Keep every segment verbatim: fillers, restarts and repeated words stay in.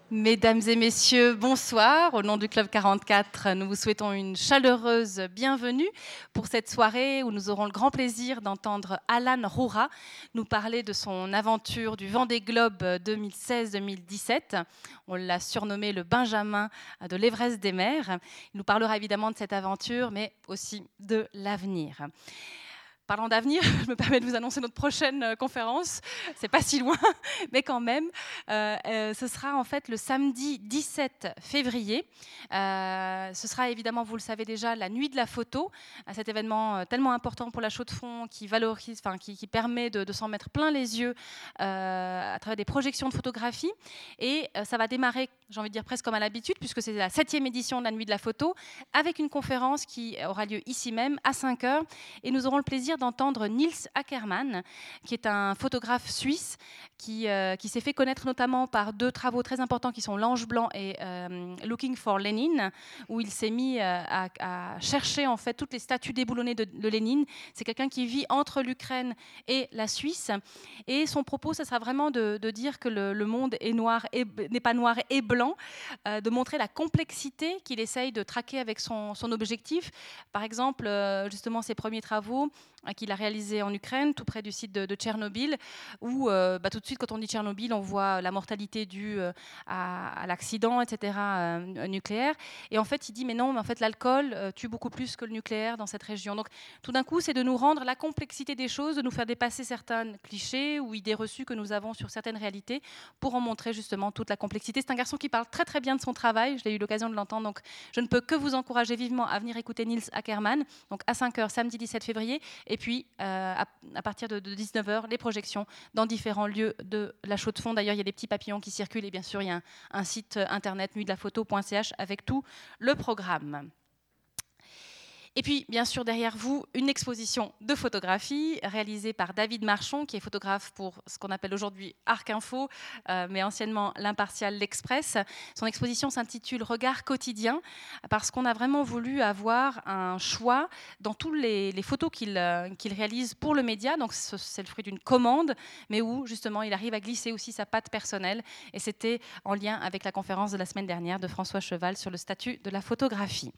Mesdames et messieurs, bonsoir. Au nom du Club quarante-quatre, nous vous souhaitons une chaleureuse bienvenue pour cette soirée où nous aurons le grand plaisir d'entendre Alan Roura nous parler de son aventure du Vendée Globe deux mille seize deux mille dix-sept. On l'a surnommé le Benjamin de l'Everest des mers. Il nous parlera évidemment de cette aventure, mais aussi de l'avenir. Parlant d'avenir, je me permets de vous annoncer notre prochaine conférence. C'est pas si loin, mais quand même. Euh, euh, ce sera en fait le samedi dix-sept février. Euh, ce sera évidemment, vous le savez déjà, la nuit de la photo. Cet événement tellement important pour la Chaux-de-Fonds qui valorise, enfin qui, qui permet de, de s'en mettre plein les yeux euh, à travers des projections de photographie. Et euh, ça va démarrer, j'ai envie de dire presque comme à l'habitude, puisque c'est la septième édition de la nuit de la photo, avec une conférence qui aura lieu ici même à cinq heures. Et nous aurons le plaisir d'entendre Nils Ackermann, qui est un photographe suisse qui, euh, qui s'est fait connaître notamment par deux travaux très importants qui sont L'Ange Blanc et euh, Looking for Lénine, où il s'est mis euh, à, à chercher en fait toutes les statues déboulonnées de, de Lénine. C'est quelqu'un qui vit entre l'Ukraine et la Suisse. Et son propos, ça sera vraiment de, de dire que le, le monde est noir et, n'est pas noir et blanc, euh, de montrer la complexité qu'il essaye de traquer avec son, son objectif. Par exemple, euh, justement, ses premiers travaux qu'il a réalisé en Ukraine, tout près du site de, de Tchernobyl, où euh, bah, tout de suite, quand on dit Tchernobyl, on voit la mortalité due euh, à, à l'accident, et cetera, euh, nucléaire. Et en fait, il dit, mais non, mais en fait, l'alcool euh, tue beaucoup plus que le nucléaire dans cette région. Donc, tout d'un coup, c'est de nous rendre la complexité des choses, de nous faire dépasser certains clichés ou idées reçues que nous avons sur certaines réalités, pour en montrer justement toute la complexité. C'est un garçon qui parle très, très bien de son travail. Je l'ai eu l'occasion de l'entendre, donc je ne peux que vous encourager vivement à venir écouter Nils Ackermann, donc à cinq heures, samedi dix-sept février. Et puis, euh, à, à partir de, de dix-neuf heures, les projections dans différents lieux de la Chaux-de-Fonds. D'ailleurs, il y a des petits papillons qui circulent. Et bien sûr, il y a un, un site internet, nuit de la photo point c h, avec tout le programme. Et puis, bien sûr, derrière vous, une exposition de photographie réalisée par David Marchon, qui est photographe pour ce qu'on appelle aujourd'hui Arc Info, euh, mais anciennement l'Impartial, l'Express. Son exposition s'intitule Regard quotidien, parce qu'on a vraiment voulu avoir un choix dans toutes les, les photos qu'il, euh, qu'il réalise pour le média. Donc, c'est le fruit d'une commande, mais où, justement, il arrive à glisser aussi sa patte personnelle. Et c'était en lien avec la conférence de la semaine dernière de François Cheval sur le statut de la photographie.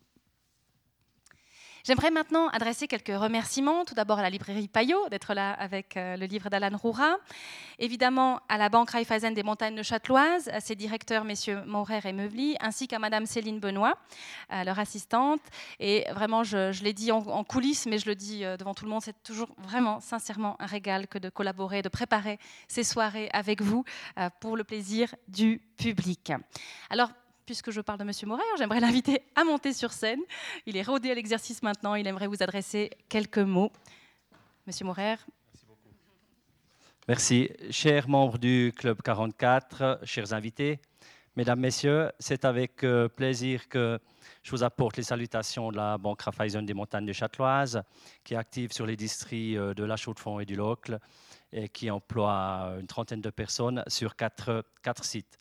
J'aimerais maintenant adresser quelques remerciements, tout d'abord à la librairie Payot d'être là avec euh, le livre d'Alan Roura, évidemment à la Banque Raiffeisen des Montagnes Neuchâteloises, à ses directeurs, messieurs Maurer et Meuvely, ainsi qu'à madame Céline Benoît, euh, leur assistante. Et vraiment, je, je l'ai dit en, en coulisses, mais je le dis euh, devant tout le monde, c'est toujours vraiment, sincèrement, un régal que de collaborer, de préparer ces soirées avec vous euh, pour le plaisir du public. Alors, puisque je parle de M. Maurer, j'aimerais l'inviter à monter sur scène. Il est rodé à l'exercice maintenant, il aimerait vous adresser quelques mots. M. Maurer. Merci beaucoup. Merci. Chers membres du Club quarante-quatre, chers invités, mesdames, messieurs, c'est avec euh, plaisir que je vous apporte les salutations de la Banque Raiffeisen des Montagnes Neuchâteloises, qui est active sur les districts de la Chaux-de-Fonds et du Locle, et qui emploie une trentaine de personnes sur quatre, quatre sites.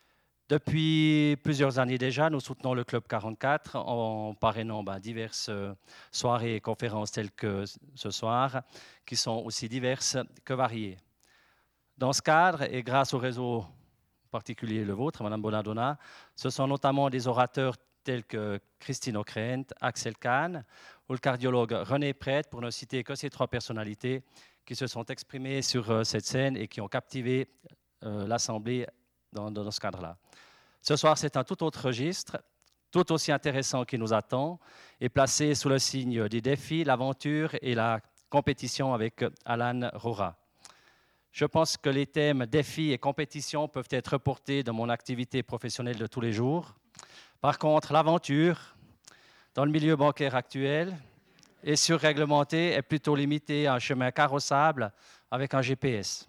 Depuis plusieurs années déjà, nous soutenons le Club quarante-quatre en parrainant ben, diverses soirées et conférences telles que ce soir, qui sont aussi diverses que variées. Dans ce cadre, et grâce au réseau particulier le vôtre, Madame Bonadonna, ce sont notamment des orateurs tels que Christine Ockrent, Axel Kahn ou le cardiologue René Prêtre, pour ne citer que ces trois personnalités qui se sont exprimées sur cette scène et qui ont captivé euh, l'Assemblée dans, dans ce cadre-là. Ce soir, c'est un tout autre registre, tout aussi intéressant qui nous attend, et placé sous le signe des défis, l'aventure et la compétition avec Alan Roura. Je pense que les thèmes défis et compétition peuvent être reportés dans mon activité professionnelle de tous les jours. Par contre, l'aventure, dans le milieu bancaire actuel, est surréglementée et plutôt limitée à un chemin carrossable avec un G P S.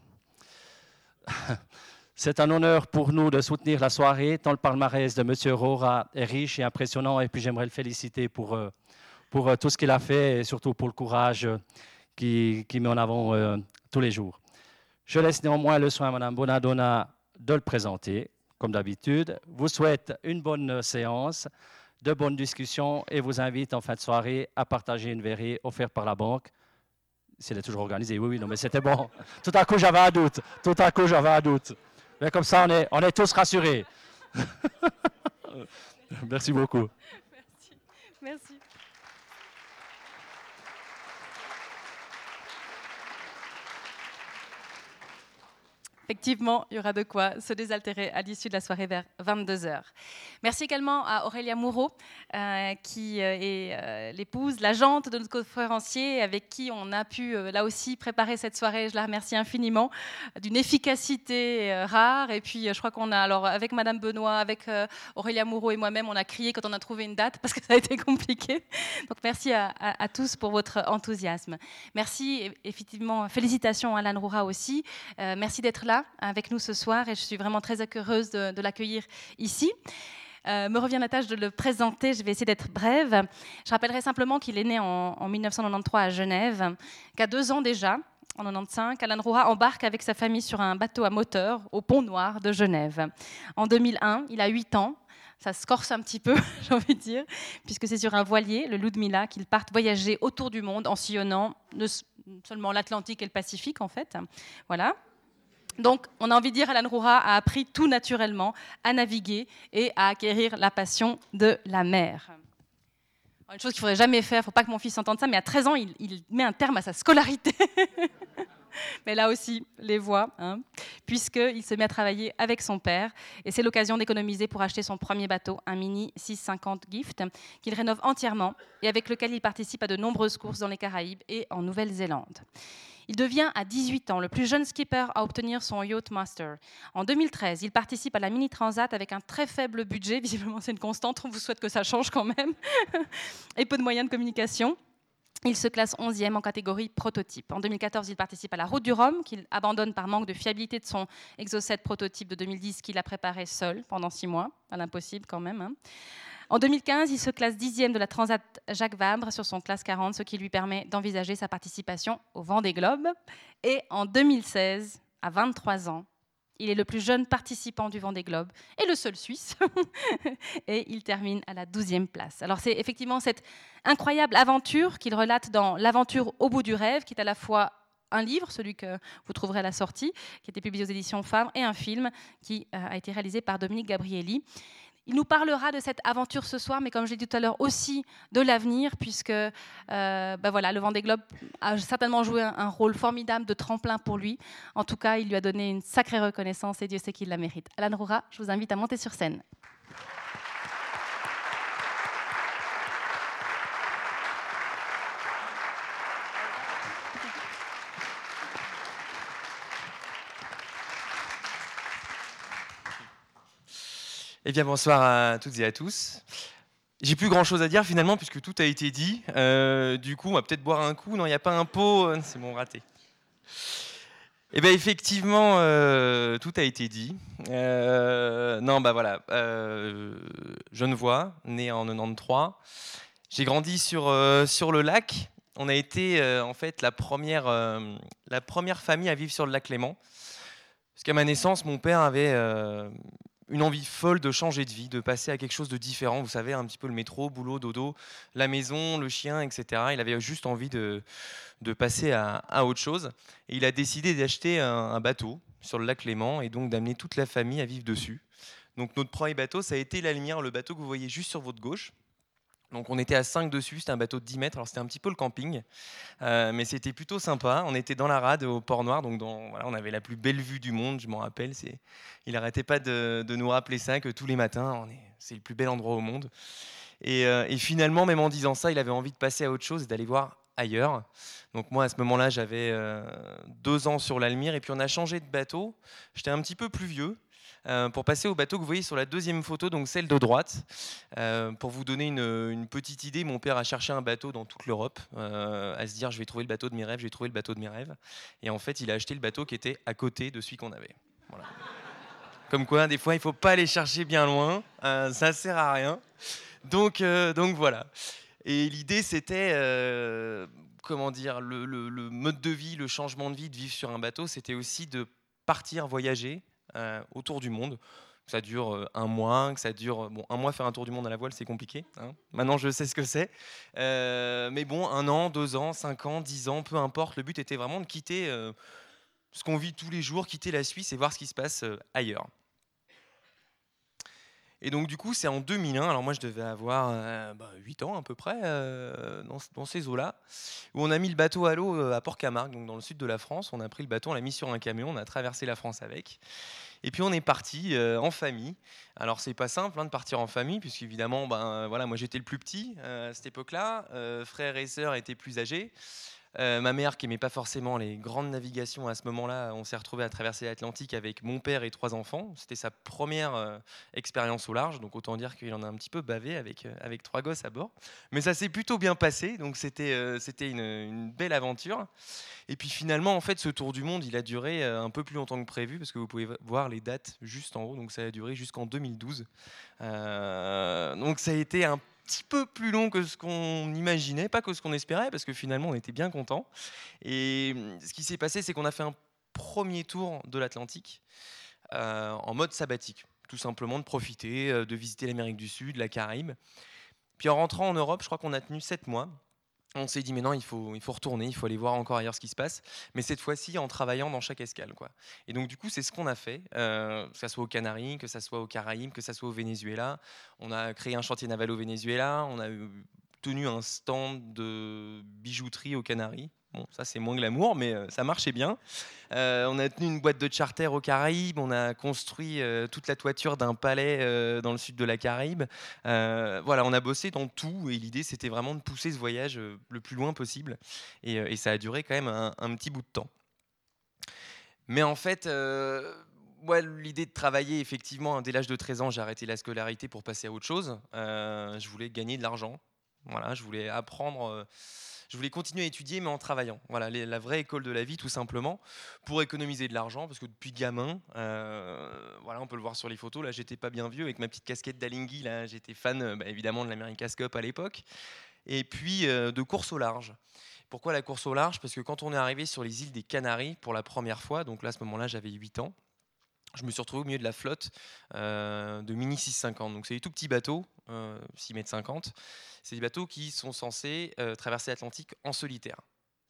C'est un honneur pour nous de soutenir la soirée, tant le palmarès de M. Roura est riche et impressionnant, et puis j'aimerais le féliciter pour, pour tout ce qu'il a fait et surtout pour le courage qu'il qui met en avant euh, tous les jours. Je laisse néanmoins le soin à Mme Bonadonna de le présenter, comme d'habitude. Vous souhaite une bonne séance, de bonnes discussions et vous invite en fin de soirée à partager une verrée offerte par la banque. Si elle est toujours organisée, oui, oui, non, mais c'était bon. Tout à coup, j'avais un doute. Tout à coup, j'avais un doute. Mais comme ça, on est, on est tous rassurés. Merci beaucoup. Merci. Merci. Effectivement, il y aura de quoi se désaltérer à l'issue de la soirée vers vingt-deux heures. Merci également à Aurélia Moureau, euh, qui euh, est euh, l'épouse, l'agente de notre conférencier, avec qui on a pu, euh, là aussi, préparer cette soirée. Je la remercie infiniment, d'une efficacité euh, rare. Et puis, euh, je crois qu'on a, alors, avec Madame Benoît, avec euh, Aurélia Moureau et moi-même, on a crié quand on a trouvé une date, parce que ça a été compliqué. Donc, merci à, à, à tous pour votre enthousiasme. Merci, effectivement, félicitations à Alan Roura aussi. Euh, merci d'être là avec nous ce soir et je suis vraiment très heureuse de, de l'accueillir ici. Euh, me revient la tâche de le présenter, je vais essayer d'être brève. Je rappellerai simplement qu'il est né en, en mille neuf cent quatre-vingt-treize à Genève, qu'à deux ans déjà, en mille neuf cent quatre-vingt-quinze, Alan Roura embarque avec sa famille sur un bateau à moteur au Pont Noir de Genève. En deux mille un, il a huit ans. Ça se corse un petit peu, j'ai envie de dire, puisque c'est sur un voilier, le Ludmilla, qu'ils partent voyager autour du monde en sillonnant seulement l'Atlantique et le Pacifique, en fait. Voilà. Donc, on a envie de dire, Alan Roura a appris tout naturellement à naviguer et à acquérir la passion de la mer. Une chose qu'il ne faudrait jamais faire, il ne faut pas que mon fils entende ça, mais à treize ans, il, il met un terme à sa scolarité. Mais là aussi, les voix, hein, puisqu'il se met à travailler avec son père. Et c'est l'occasion d'économiser pour acheter son premier bateau, un Mini six cent cinquante Gift, qu'il rénove entièrement et avec lequel il participe à de nombreuses courses dans les Caraïbes et en Nouvelle-Zélande. Il devient à dix-huit ans le plus jeune skipper à obtenir son Yacht Master. En deux mille treize, il participe à la Mini Transat avec un très faible budget. Visiblement, c'est une constante. On vous souhaite que ça change quand même. Et peu de moyens de communication. Il se classe onzième en catégorie prototype. En deux mille quatorze, il participe à la Route du Rhum, qu'il abandonne par manque de fiabilité de son Exocet prototype de deux mille dix, qu'il a préparé seul pendant six mois. À l'impossible quand même. Hein. En deux mille quinze, il se classe dixième de la Transat Jacques Vabre sur son classe quarante, ce qui lui permet d'envisager sa participation au Vendée Globe. Et en deux mille seize, à vingt-trois ans, il est le plus jeune participant du Vendée Globe et le seul Suisse. Et il termine à la douzième place. Alors c'est effectivement cette incroyable aventure qu'il relate dans L'aventure au bout du rêve, qui est à la fois un livre, celui que vous trouverez à la sortie, qui a été publié aux éditions Fabre, et un film qui a été réalisé par Dominique Gabrielli. Il nous parlera de cette aventure ce soir, mais comme je l'ai dit tout à l'heure, aussi de l'avenir, puisque euh, ben voilà, le Vendée Globe a certainement joué un, un rôle formidable de tremplin pour lui. En tout cas, il lui a donné une sacrée reconnaissance et Dieu sait qu'il la mérite. Alan Roura, je vous invite à monter sur scène. Eh bien, bonsoir à toutes et à tous. J'ai plus grand-chose à dire finalement puisque tout a été dit. Euh, du coup, on va peut-être boire un coup. Non, il n'y a pas un pot. C'est bon, raté. Eh bien, effectivement, euh, tout a été dit. Euh, non, bah voilà. Euh, Genevois, né en quatre-vingt-treize. J'ai grandi sur, euh, sur le lac. On a été euh, en fait la première, euh, la première famille à vivre sur le lac Léman. Parce qu'à ma naissance, mon père avait euh, une envie folle de changer de vie, de passer à quelque chose de différent. Vous savez, un petit peu le métro, boulot, dodo, la maison, le chien, et cetera. Il avait juste envie de, de passer à, à autre chose. Et il a décidé d'acheter un, un bateau sur le lac Léman et donc d'amener toute la famille à vivre dessus. Donc notre premier bateau, ça a été la Lumière, le bateau que vous voyez juste sur votre gauche. Donc on était à cinq dessus, c'était un bateau de dix mètres, alors c'était un petit peu le camping, euh, mais c'était plutôt sympa. On était dans la rade au Port Noir, donc dans, voilà, on avait la plus belle vue du monde, je m'en rappelle. C'est, il n'arrêtait pas de, de nous rappeler ça, que tous les matins, on est, c'est le plus bel endroit au monde. Et, euh, et finalement, même en disant ça, il avait envie de passer à autre chose et d'aller voir ailleurs. Donc moi, à ce moment-là, j'avais euh, deux ans sur l'Almire, et puis on a changé de bateau. J'étais un petit peu plus vieux. Euh, pour passer au bateau que vous voyez sur la deuxième photo, donc celle de droite. Euh, pour vous donner une, une petite idée, mon père a cherché un bateau dans toute l'Europe, euh, à se dire je vais trouver le bateau de mes rêves, je vais trouver le bateau de mes rêves. Et en fait, il a acheté le bateau qui était à côté de celui qu'on avait. Voilà. Comme quoi, des fois, il ne faut pas aller chercher bien loin, euh, ça ne sert à rien. Donc, euh, donc voilà. Et l'idée, c'était, euh, comment dire, le, le, le mode de vie, le changement de vie, de vivre sur un bateau, c'était aussi de partir voyager, Euh, autour du monde, que ça dure euh, un mois, que ça dure bon un mois faire un tour du monde à la voile, c'est compliqué. Hein. Maintenant, je sais ce que c'est. Euh, mais bon, un an, deux ans, cinq ans, dix ans, peu importe. Le but était vraiment de quitter euh, ce qu'on vit tous les jours, quitter la Suisse et voir ce qui se passe euh, ailleurs. Et donc du coup, c'est en deux mille un, alors moi je devais avoir euh, bah, huit ans à peu près, euh, dans, dans ces eaux-là, où on a mis le bateau à l'eau euh, à Port-Camargue, donc dans le sud de la France. On a pris le bateau, on l'a mis sur un camion, on a traversé la France avec. Et puis on est parti euh, en famille. Alors c'est pas simple hein, de partir en famille, puisqu'évidemment, ben, euh, voilà, moi j'étais le plus petit euh, à cette époque-là, euh, frères et sœurs étaient plus âgés. Euh, ma mère qui aimait pas forcément les grandes navigations à ce moment-là, on s'est retrouvé à traverser l'Atlantique avec mon père et trois enfants. C'était sa première euh, expérience au large, donc autant dire qu'il en a un petit peu bavé avec, euh, avec trois gosses à bord. Mais ça s'est plutôt bien passé, donc c'était euh, c'était une, une belle aventure. Et puis finalement, en fait, ce tour du monde, il a duré euh, un peu plus longtemps que prévu, parce que vous pouvez voir les dates juste en haut, donc ça a duré jusqu'en deux mille douze. Euh, donc ça a été un petit peu plus long que ce qu'on imaginait, pas que ce qu'on espérait, parce que finalement on était bien contents. Et ce qui s'est passé, c'est qu'on a fait un premier tour de l'Atlantique euh, en mode sabbatique, tout simplement de profiter, euh, de visiter l'Amérique du Sud, la Caraïbe. Puis en rentrant en Europe, je crois qu'on a tenu sept mois. On s'est dit mais non, il faut, il faut retourner, il faut aller voir encore ailleurs ce qui se passe, mais cette fois-ci en travaillant dans chaque escale, quoi. Et donc du coup c'est ce qu'on a fait, euh, que ça soit aux Canaries, que ça soit aux Caraïbes, que ça soit au Venezuela. On a créé un chantier naval au Venezuela, on a tenu un stand de bijouterie aux Canaries. Bon, ça c'est moins glamour, mais euh, ça marchait bien. Euh, on a tenu une boîte de charter aux Caraïbes, on a construit euh, toute la toiture d'un palais euh, dans le sud de la Caraïbe. Euh, voilà, on a bossé dans tout et l'idée c'était vraiment de pousser ce voyage euh, le plus loin possible. Et, euh, et ça a duré quand même un, un petit bout de temps. Mais en fait, euh, ouais, l'idée de travailler, effectivement, dès l'âge de treize ans, j'ai arrêté la scolarité pour passer à autre chose. Euh, je voulais gagner de l'argent. Voilà, je voulais apprendre. Euh, je voulais continuer à étudier, mais en travaillant. Voilà, les- la vraie école de la vie, tout simplement, pour économiser de l'argent, parce que depuis gamin, euh, voilà, on peut le voir sur les photos. Là, j'étais pas bien vieux avec ma petite casquette d'Alinghi. Là, j'étais fan, euh, bah, évidemment, de l'America's Cup à l'époque, et puis euh, de course au large. Pourquoi la course au large? Parce que quand on est arrivé sur les îles des Canaries pour la première fois, donc là, à ce moment-là, j'avais huit ans. Je me suis retrouvé au milieu de la flotte euh, de Mini six cent cinquante. Donc c'est des tout petits bateaux, euh, six mètres cinquante. C'est des bateaux qui sont censés euh, traverser l'Atlantique en solitaire.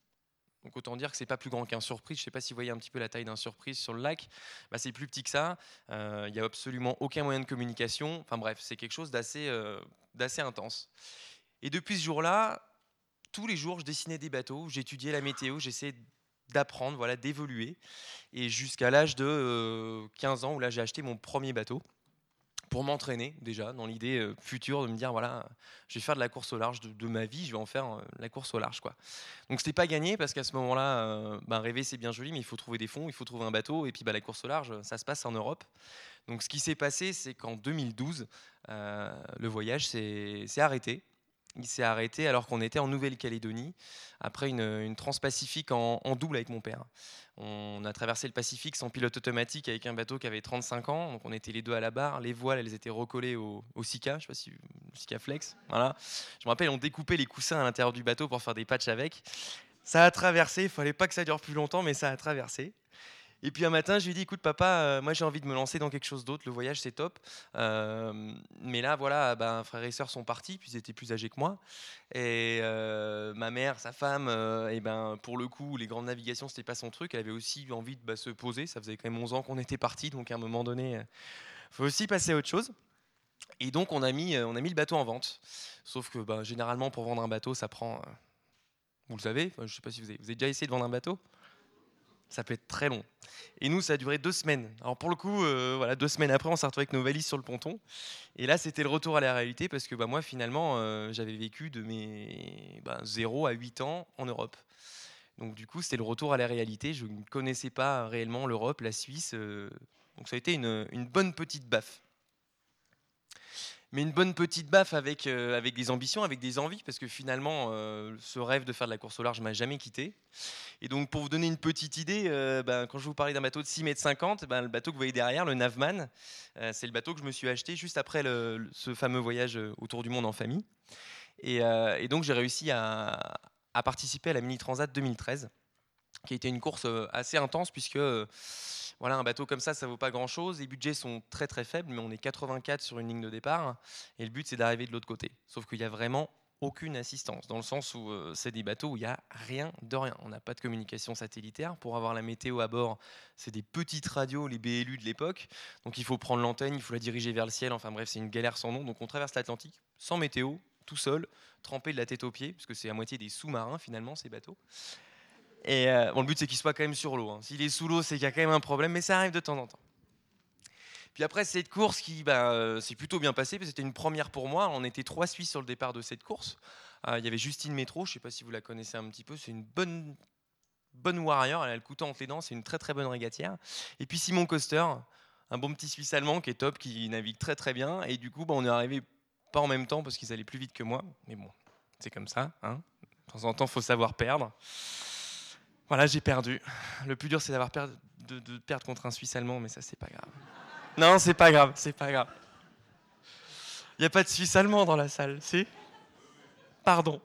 Donc autant dire que c'est pas plus grand qu'un Surprise. Je ne sais pas si vous voyez un petit peu la taille d'un Surprise sur le lac. Bah, c'est plus petit que ça. Il euh, n'y a absolument aucun moyen de communication. Enfin bref, c'est quelque chose d'assez euh, d'assez intense. Et depuis ce jour-là, tous les jours, je dessinais des bateaux, j'étudiais la météo, j'essayais d'apprendre, voilà, d'évoluer. Et jusqu'à l'âge de euh, quinze ans, où là j'ai acheté mon premier bateau pour m'entraîner déjà dans l'idée euh, future de me dire voilà, je vais faire de la course au large de, de ma vie, je vais en faire euh, la course au large, quoi. Donc c'était pas gagné parce qu'à ce moment-là, euh, bah, rêver c'est bien joli, mais il faut trouver des fonds, il faut trouver un bateau, et puis bah, la course au large, ça se passe en Europe. Donc ce qui s'est passé, c'est qu'en deux mille douze, euh, le voyage s'est s'est arrêté. Il s'est arrêté alors qu'on était en Nouvelle-Calédonie, après une, une transpacifique en, en double avec mon père. On a traversé le Pacifique sans pilote automatique avec un bateau qui avait trente-cinq ans, donc on était les deux à la barre. Les voiles, elles étaient recollées au, au Sika, je ne sais pas si Sika Flex. Voilà. Je me rappelle, on découpait les coussins à l'intérieur du bateau pour faire des patchs avec. Ça a traversé, il fallait pas que ça dure plus longtemps, mais ça a traversé. Et puis un matin, je lui ai dit, écoute papa, euh, moi j'ai envie de me lancer dans quelque chose d'autre, le voyage c'est top. Euh, mais là, voilà, ben, frères et sœurs sont partis, puis ils étaient plus âgés que moi. Et euh, ma mère, sa femme, euh, et ben, pour le coup, les grandes navigations, c'était pas son truc. Elle avait aussi envie de bah, se poser, ça faisait quand même onze ans qu'on était partis, donc à un moment donné, il faut aussi passer à autre chose. Et donc on a mis, on a mis le bateau en vente. Sauf que bah, généralement, pour vendre un bateau, ça prend, euh, vous le savez, enfin, je sais pas si vous avez, vous avez déjà essayé de vendre un bateau? Ça peut être très long. Et nous, ça a duré deux semaines. Alors pour le coup, euh, voilà, deux semaines après, on s'est retrouvé avec nos valises sur le ponton. Et là, c'était le retour à la réalité parce que bah, moi, finalement, euh, j'avais vécu de mes bah, zéro à huit ans en Europe. Donc du coup, c'était le retour à la réalité. Je ne connaissais pas réellement l'Europe, la Suisse. Euh, donc ça a été une, une bonne petite baffe. Mais une bonne petite baffe avec, euh, avec des ambitions, avec des envies, parce que finalement, euh, ce rêve de faire de la course au large ne m'a jamais quitté. Et donc, pour vous donner une petite idée, euh, ben, quand je vous parlais d'un bateau de six mètres cinquante, ben, le bateau que vous voyez derrière, le Navman, euh, c'est le bateau que je me suis acheté juste après le, le, ce fameux voyage autour du monde en famille. Et, euh, et donc, j'ai réussi à, à participer à la Mini Transat deux mille treize, qui a été une course assez intense, puisque euh, voilà, un bateau comme ça, ça vaut pas grand-chose. Les budgets sont très très faibles, mais on est quatre-vingt-quatre sur une ligne de départ, et le but, c'est d'arriver de l'autre côté. Sauf qu'il y a vraiment aucune assistance, dans le sens où euh, c'est des bateaux où il n'y a rien de rien. On n'a pas de communication satellitaire. Pour avoir la météo à bord, c'est des petites radios, les B L U de l'époque. Donc il faut prendre l'antenne, il faut la diriger vers le ciel. Enfin bref, c'est une galère sans nom. Donc on traverse l'Atlantique sans météo, tout seul, trempé de la tête aux pieds, parce que c'est à moitié des sous-marins finalement, ces bateaux. Et euh, bon, le but, c'est qu'il soit quand même sur l'eau. Hein. S'il est sous l'eau, c'est qu'il y a quand même un problème, mais ça arrive de temps en temps. Puis après, cette course qui bah, euh, s'est plutôt bien passée, parce que c'était une première pour moi. On était trois Suisses sur le départ de cette course. Euh, il y avait Justine Métro, je ne sais pas si vous la connaissez un petit peu, c'est une bonne, bonne warrior, elle a le couteau entre les dents, c'est une très très bonne régatière. Et puis Simon Koster, un bon petit Suisse allemand qui est top, qui navigue très très bien. Et du coup, bah, on est arrivé pas en même temps parce qu'ils allaient plus vite que moi. Mais bon, c'est comme ça. Hein. De temps en temps, il faut savoir perdre. Voilà, j'ai perdu. Le plus dur, c'est d'avoir perdu, de, de perdre contre un Suisse allemand, mais ça, c'est pas grave. Non, c'est pas grave, c'est pas grave. Il n'y a pas de Suisse allemand dans la salle, si ? Pardon.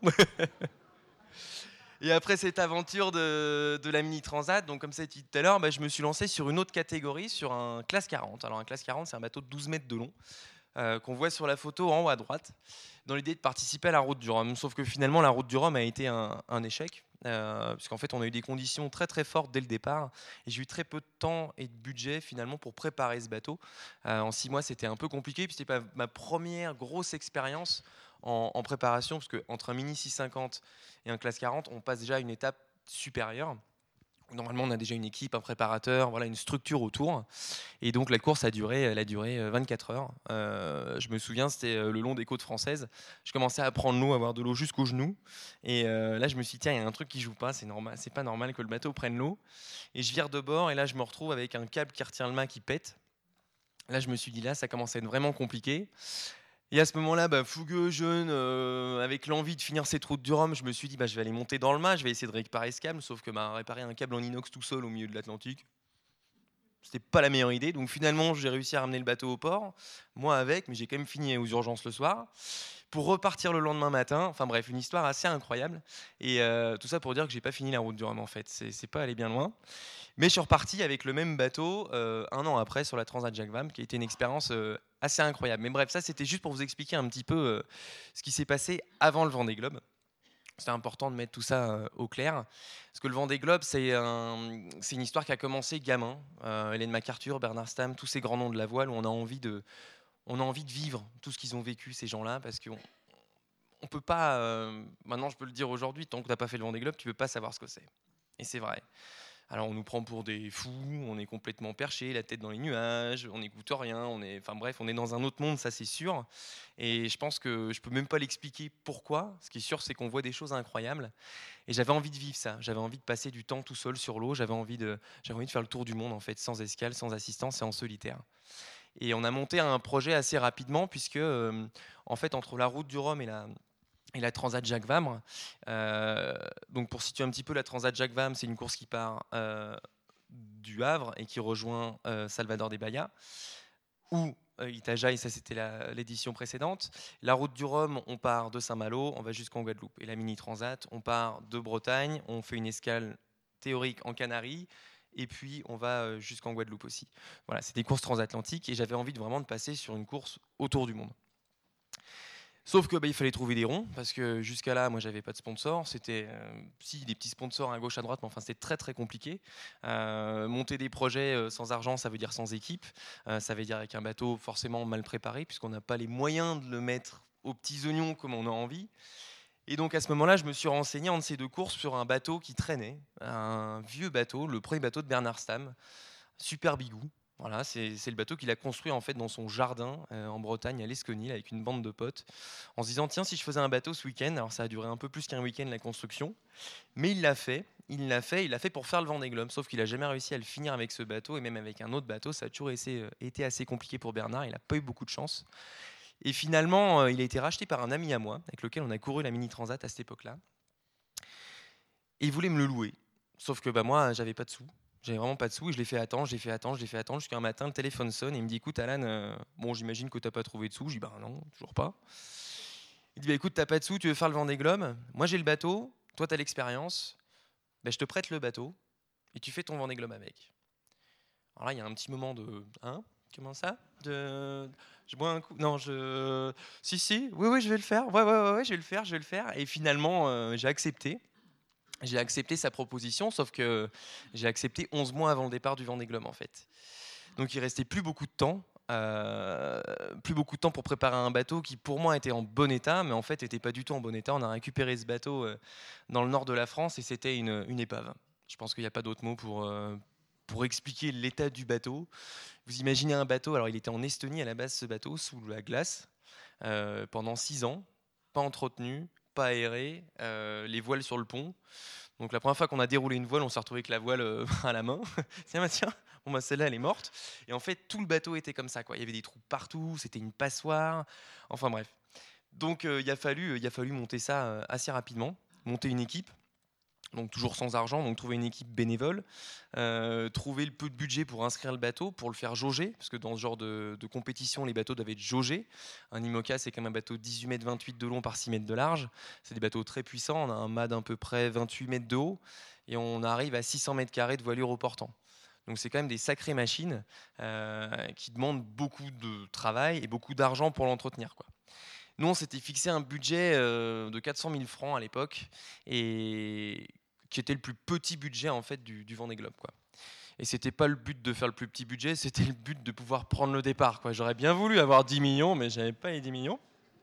Et après cette aventure de, de la Mini Transat, donc comme ça dit tout à l'heure, bah, je me suis lancé sur une autre catégorie, sur un classe quarante. Alors un classe quarante, c'est un bateau de douze mètres de long, euh, qu'on voit sur la photo en haut à droite, dans l'idée de participer à la Route du Rhum. Sauf que finalement, la Route du Rhum a été un, un échec. Euh, puisqu'en fait on a eu des conditions très très fortes dès le départ et j'ai eu très peu de temps et de budget finalement pour préparer ce bateau. Euh, en six mois c'était un peu compliqué, puis c'était pas ma première grosse expérience en, en préparation, parce qu'entre un Mini six cent cinquante et un classe quarante on passe déjà à une étape supérieure. Normalement on a déjà une équipe, un préparateur, voilà, une structure autour, et donc la course a duré, elle a duré vingt-quatre heures. Euh, je me souviens, c'était le long des côtes françaises, je commençais à prendre l'eau, à avoir de l'eau jusqu'aux genoux, et euh, là je me suis dit tiens, il y a un truc qui joue pas, c'est normal, c'est pas normal que le bateau prenne l'eau, et je vire de bord, et là je me retrouve avec un câble qui retient le mât qui pète. Là je me suis dit là ça commence à être vraiment compliqué. Et à ce moment-là, bah, fougueux, jeune, euh, avec l'envie de finir cette route du Rhum, je me suis dit bah, je vais aller monter dans le mât, je vais essayer de réparer ce câble, sauf que bah, réparer un câble en inox tout seul au milieu de l'Atlantique, c'était pas la meilleure idée. Donc finalement, j'ai réussi à ramener le bateau au port, moi avec, mais j'ai quand même fini aux urgences le soir, pour repartir le lendemain matin. Enfin bref, une histoire assez incroyable. Et euh, tout ça pour dire que j'ai pas fini la route du Rhum en fait, c'est, c'est pas allé bien loin. Mais je suis reparti avec le même bateau euh, un an après sur la Transat Jacques Vabre, qui a été une expérience euh, assez incroyable. Mais bref, ça c'était juste pour vous expliquer un petit peu euh, ce qui s'est passé avant le Vendée Globe. C'est important de mettre tout ça euh, au clair. Parce que le Vendée Globe, c'est, un, c'est une histoire qui a commencé gamin. Euh, Hélène MacArthur, Bernard Stamm, tous ces grands noms de la voile, où on a envie de, on a envie de vivre tout ce qu'ils ont vécu, ces gens-là, parce qu'on on peut pas, euh, maintenant je peux le dire aujourd'hui, tant que tu n'as pas fait le Vendée Globe, tu ne peux pas savoir ce que c'est. Et c'est vrai. Alors on nous prend pour des fous, on est complètement perché, la tête dans les nuages, on n'écoute rien, on est, enfin bref, on est dans un autre monde, ça c'est sûr. Et je pense que je peux même pas l'expliquer pourquoi. Ce qui est sûr, c'est qu'on voit des choses incroyables. Et j'avais envie de vivre ça. J'avais envie de passer du temps tout seul sur l'eau. J'avais envie de, j'avais envie de faire le tour du monde en fait, sans escale, sans assistance et en solitaire. Et on a monté un projet assez rapidement puisque, euh, en fait, entre la route du Rhum et la et la Transat Jacques Vabre. Euh, donc pour situer un petit peu, la Transat Jacques Vabre, c'est une course qui part euh, du Havre et qui rejoint euh, Salvador de Bahia, ou euh, Itaja, et ça c'était la, l'édition précédente. La route du Rhum, on part de Saint-Malo, on va jusqu'en Guadeloupe. Et la Mini Transat, on part de Bretagne, on fait une escale théorique en Canaries, et puis on va jusqu'en Guadeloupe aussi. Voilà, c'est des courses transatlantiques, et j'avais envie de vraiment de passer sur une course autour du monde. Sauf que bah, il fallait trouver des ronds, parce que jusqu'à là, moi, j'avais pas de sponsor. C'était euh, si des petits sponsors à gauche, à droite, mais enfin, c'était très très compliqué. Euh, monter des projets euh, sans argent, ça veut dire sans équipe. Euh, ça veut dire avec un bateau forcément mal préparé, puisqu'on n'a pas les moyens de le mettre aux petits oignons comme on a envie. Et donc à ce moment-là, je me suis renseigné entre ces deux courses sur un bateau qui traînait, un vieux bateau, le premier bateau de Bernard Stamm, super bigou. Voilà, c'est, c'est le bateau qu'il a construit en fait dans son jardin euh, en Bretagne, à l'Esconil, avec une bande de potes, en se disant tiens, si je faisais un bateau ce week-end. Alors ça a duré un peu plus qu'un week-end la construction, mais il l'a fait. Il l'a fait, il l'a fait pour faire le Vendée Globe, sauf qu'il n'a jamais réussi à le finir avec ce bateau, et même avec un autre bateau, ça a toujours été, été assez compliqué pour Bernard. Il n'a pas eu beaucoup de chance. Et finalement, euh, il a été racheté par un ami à moi, avec lequel on a couru la Mini Transat à cette époque-là. Et il voulait me le louer, sauf que bah, moi, j'avais pas de sous. J'avais vraiment pas de sous et je l'ai fait attendre, je l'ai fait attendre, je l'ai fait attendre jusqu'à un matin, le téléphone sonne et il me dit écoute Alan, euh, bon j'imagine que t'as pas trouvé de sous. Je dis bah non, toujours pas. Il dit bah écoute, t'as pas de sous, tu veux faire le Vendée Globe, moi j'ai le bateau, toi t'as l'expérience, bah, je te prête le bateau et tu fais ton Vendée Globe avec. Alors là il y a un petit moment de hein, Comment ça de... Je bois un coup. Non, je. Si, si, oui, oui, je vais le faire. Ouais, ouais, ouais, ouais, je vais le faire, je vais le faire. Et finalement, euh, j'ai accepté. J'ai accepté sa proposition, sauf que j'ai accepté onze mois avant le départ du Vendée Globe, en fait. Donc il restait plus beaucoup de temps. Euh, plus beaucoup de temps pour préparer un bateau qui pour moi était en bon état, mais en fait était pas du tout en bon état. On a récupéré ce bateau euh, dans le nord de la France et c'était une, une épave. Je pense qu'il n'y a pas d'autre mot pour, euh, pour expliquer l'état du bateau. Vous imaginez un bateau, alors il était en Estonie à la base ce bateau, sous la glace, euh, pendant six ans, pas entretenu, pas aéré, euh, les voiles sur le pont. Donc la première fois qu'on a déroulé une voile, on s'est retrouvé avec la voile euh, à la main. tiens, bah, tiens, bon, bah, celle-là, elle est morte. Et en fait, tout le bateau était comme ça, quoi. Il y avait des trous partout, c'était une passoire. Enfin bref. Donc euh, il a fallu, il a fallu monter ça euh, assez rapidement, monter une équipe. Donc toujours sans argent, donc trouver une équipe bénévole, euh, trouver le peu de budget pour inscrire le bateau, pour le faire jauger, parce que dans ce genre de, de compétition, les bateaux doivent être jaugés. Un IMOCA, c'est comme un bateau de dix-huit mètres vingt-huit de long par six mètres de large. C'est des bateaux très puissants, on a un mât d'à peu près vingt-huit mètres de haut, et on arrive à six cents mètres carrés de voilure au portant. Donc c'est quand même des sacrées machines euh, qui demandent beaucoup de travail et beaucoup d'argent pour l'entretenir, quoi. Nous, on s'était fixé un budget euh, de quatre cent mille francs à l'époque, et qui était le plus petit budget en fait du, du Vendée Globe, quoi. Et c'était pas le but de faire le plus petit budget, c'était le but de pouvoir prendre le départ, quoi. J'aurais bien voulu avoir dix millions, mais j'avais pas les dix millions.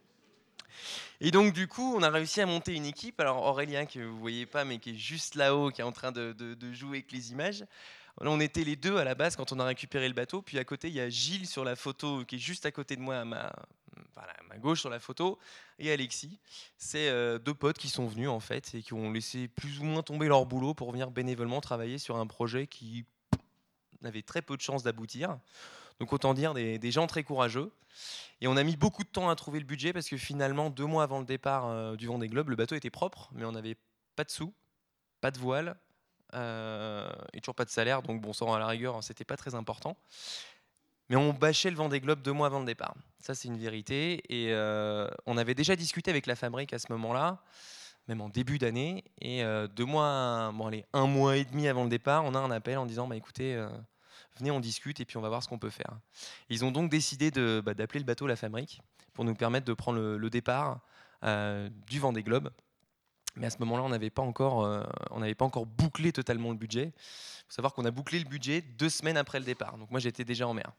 Et donc du coup, on a réussi à monter une équipe. Alors Aurélien, que vous voyez pas, mais qui est juste là-haut, qui est en train de, de, de jouer avec les images. On était les deux à la base quand on a récupéré le bateau. Puis à côté, il y a Gilles sur la photo, qui est juste à côté de moi, à ma, voilà, à ma gauche sur la photo, et Alexis. C'est euh, deux potes qui sont venus en fait et qui ont laissé plus ou moins tomber leur boulot pour venir bénévolement travailler sur un projet qui avait très peu de chances d'aboutir. Donc autant dire des, des gens très courageux. Et on a mis beaucoup de temps à trouver le budget parce que finalement, deux mois avant le départ euh, du Vendée Globe, le bateau était propre, mais on n'avait pas de sous, pas de voile. Euh, et toujours pas de salaire, donc bon sang à la rigueur, c'était pas très important. Mais on bâchait le Vendée Globe deux mois avant le départ. Ça, c'est une vérité. Et euh, on avait déjà discuté avec la fabrique à ce moment-là, même en début d'année. Et euh, deux mois, bon allez, un mois et demi avant le départ, on a un appel en disant, bah écoutez, euh, venez, on discute et puis on va voir ce qu'on peut faire. Ils ont donc décidé de, bah, d'appeler le bateau la fabrique pour nous permettre de prendre le, le départ euh, du Vendée Globe. Mais à ce moment-là, on n'avait pas encore, euh, on n'avait pas encore bouclé totalement le budget. Il faut savoir qu'on a bouclé le budget deux semaines après le départ. Donc moi, j'étais déjà en mer.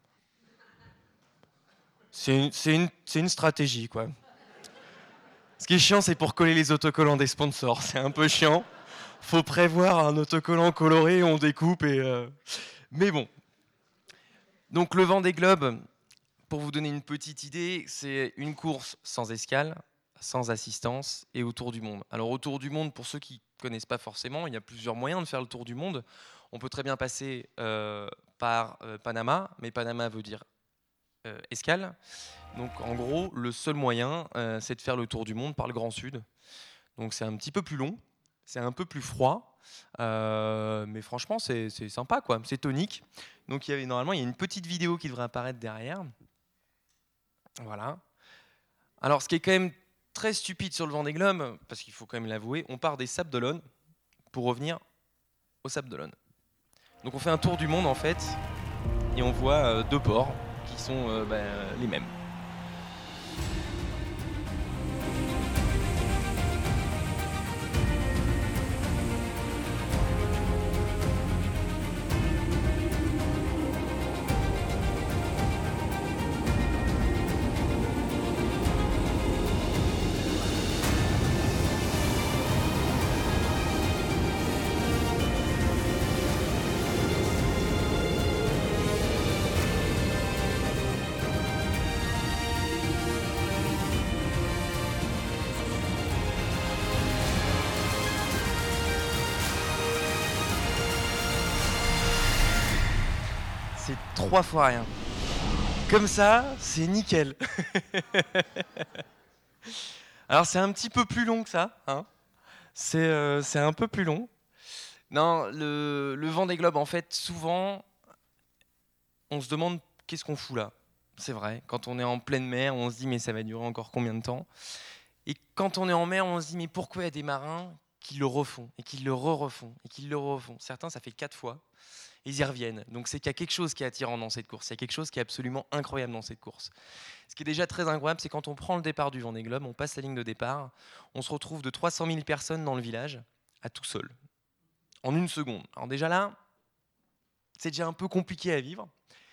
C'est une, c'est une, c'est une stratégie, quoi. Ce qui est chiant, c'est pour coller les autocollants des sponsors. C'est un peu chiant. Faut prévoir un autocollant coloré, on découpe et. Euh... Mais bon. Donc le Vendée Globe, pour vous donner une petite idée, c'est une course sans escale, sans assistance et autour du monde. Alors autour du monde, pour ceux qui ne connaissent pas forcément, il y a plusieurs moyens de faire le tour du monde. On peut très bien passer euh, par euh, Panama, mais Panama veut dire euh, escale. Donc en gros, le seul moyen, euh, c'est de faire le tour du monde par le Grand Sud. Donc c'est un petit peu plus long, c'est un peu plus froid, euh, mais franchement c'est, c'est sympa, quoi. C'est tonique. Donc il y avait, normalement, il y a une petite vidéo qui devrait apparaître derrière. Voilà. Alors ce qui est quand même très stupide sur le Vendée Globe, parce qu'il faut quand même l'avouer, on part des Sables d'Olonne pour revenir aux Sables d'Olonne. Donc on fait un tour du monde en fait, et on voit euh, deux ports qui sont euh, bah, les mêmes. C'est trois fois rien. Comme ça, c'est nickel. Alors c'est un petit peu plus long que ça, hein. C'est, euh, c'est un peu plus long. Non, le, le Vendée Globe, en fait, souvent, on se demande qu'est-ce qu'on fout là. C'est vrai, quand on est en pleine mer, on se dit mais ça va durer encore combien de temps. Et quand on est en mer, on se dit mais pourquoi il y a des marins qui le refont, et qui le re-refont, et qui le refont. Certains, ça fait quatre fois. ils y reviennent. Donc c'est qu'il y a quelque chose qui est attirant dans cette course, il y a quelque chose qui est absolument incroyable dans cette course. Ce qui est déjà très incroyable, c'est quand on prend le départ du Vendée Globe, on passe la ligne de départ, on se retrouve de trois cent mille personnes dans le village, à tout seul, en une seconde. Alors déjà là, c'est déjà un peu compliqué à vivre.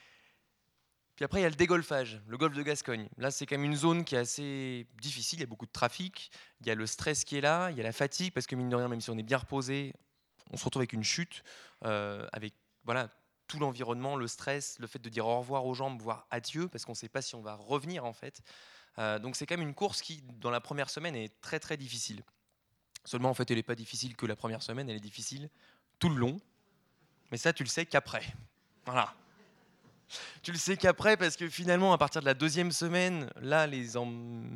Puis après, il y a le dégolfage, le golfe de Gascogne. Là, c'est quand même une zone qui est assez difficile, il y a beaucoup de trafic, il y a le stress qui est là, il y a la fatigue, parce que mine de rien, même si on est bien reposé, on se retrouve avec une chute, euh, avec voilà, tout l'environnement, le stress, le fait de dire au revoir aux jambes, voire adieu, parce qu'on ne sait pas si on va revenir en fait. Euh, donc c'est quand même une course qui, dans la première semaine, est très très difficile. Seulement, en fait, elle n'est pas difficile que la première semaine, elle est difficile tout le long. Mais ça, tu le sais qu'après. Voilà. Tu le sais qu'après, parce que finalement, à partir de la deuxième semaine, là, les, en...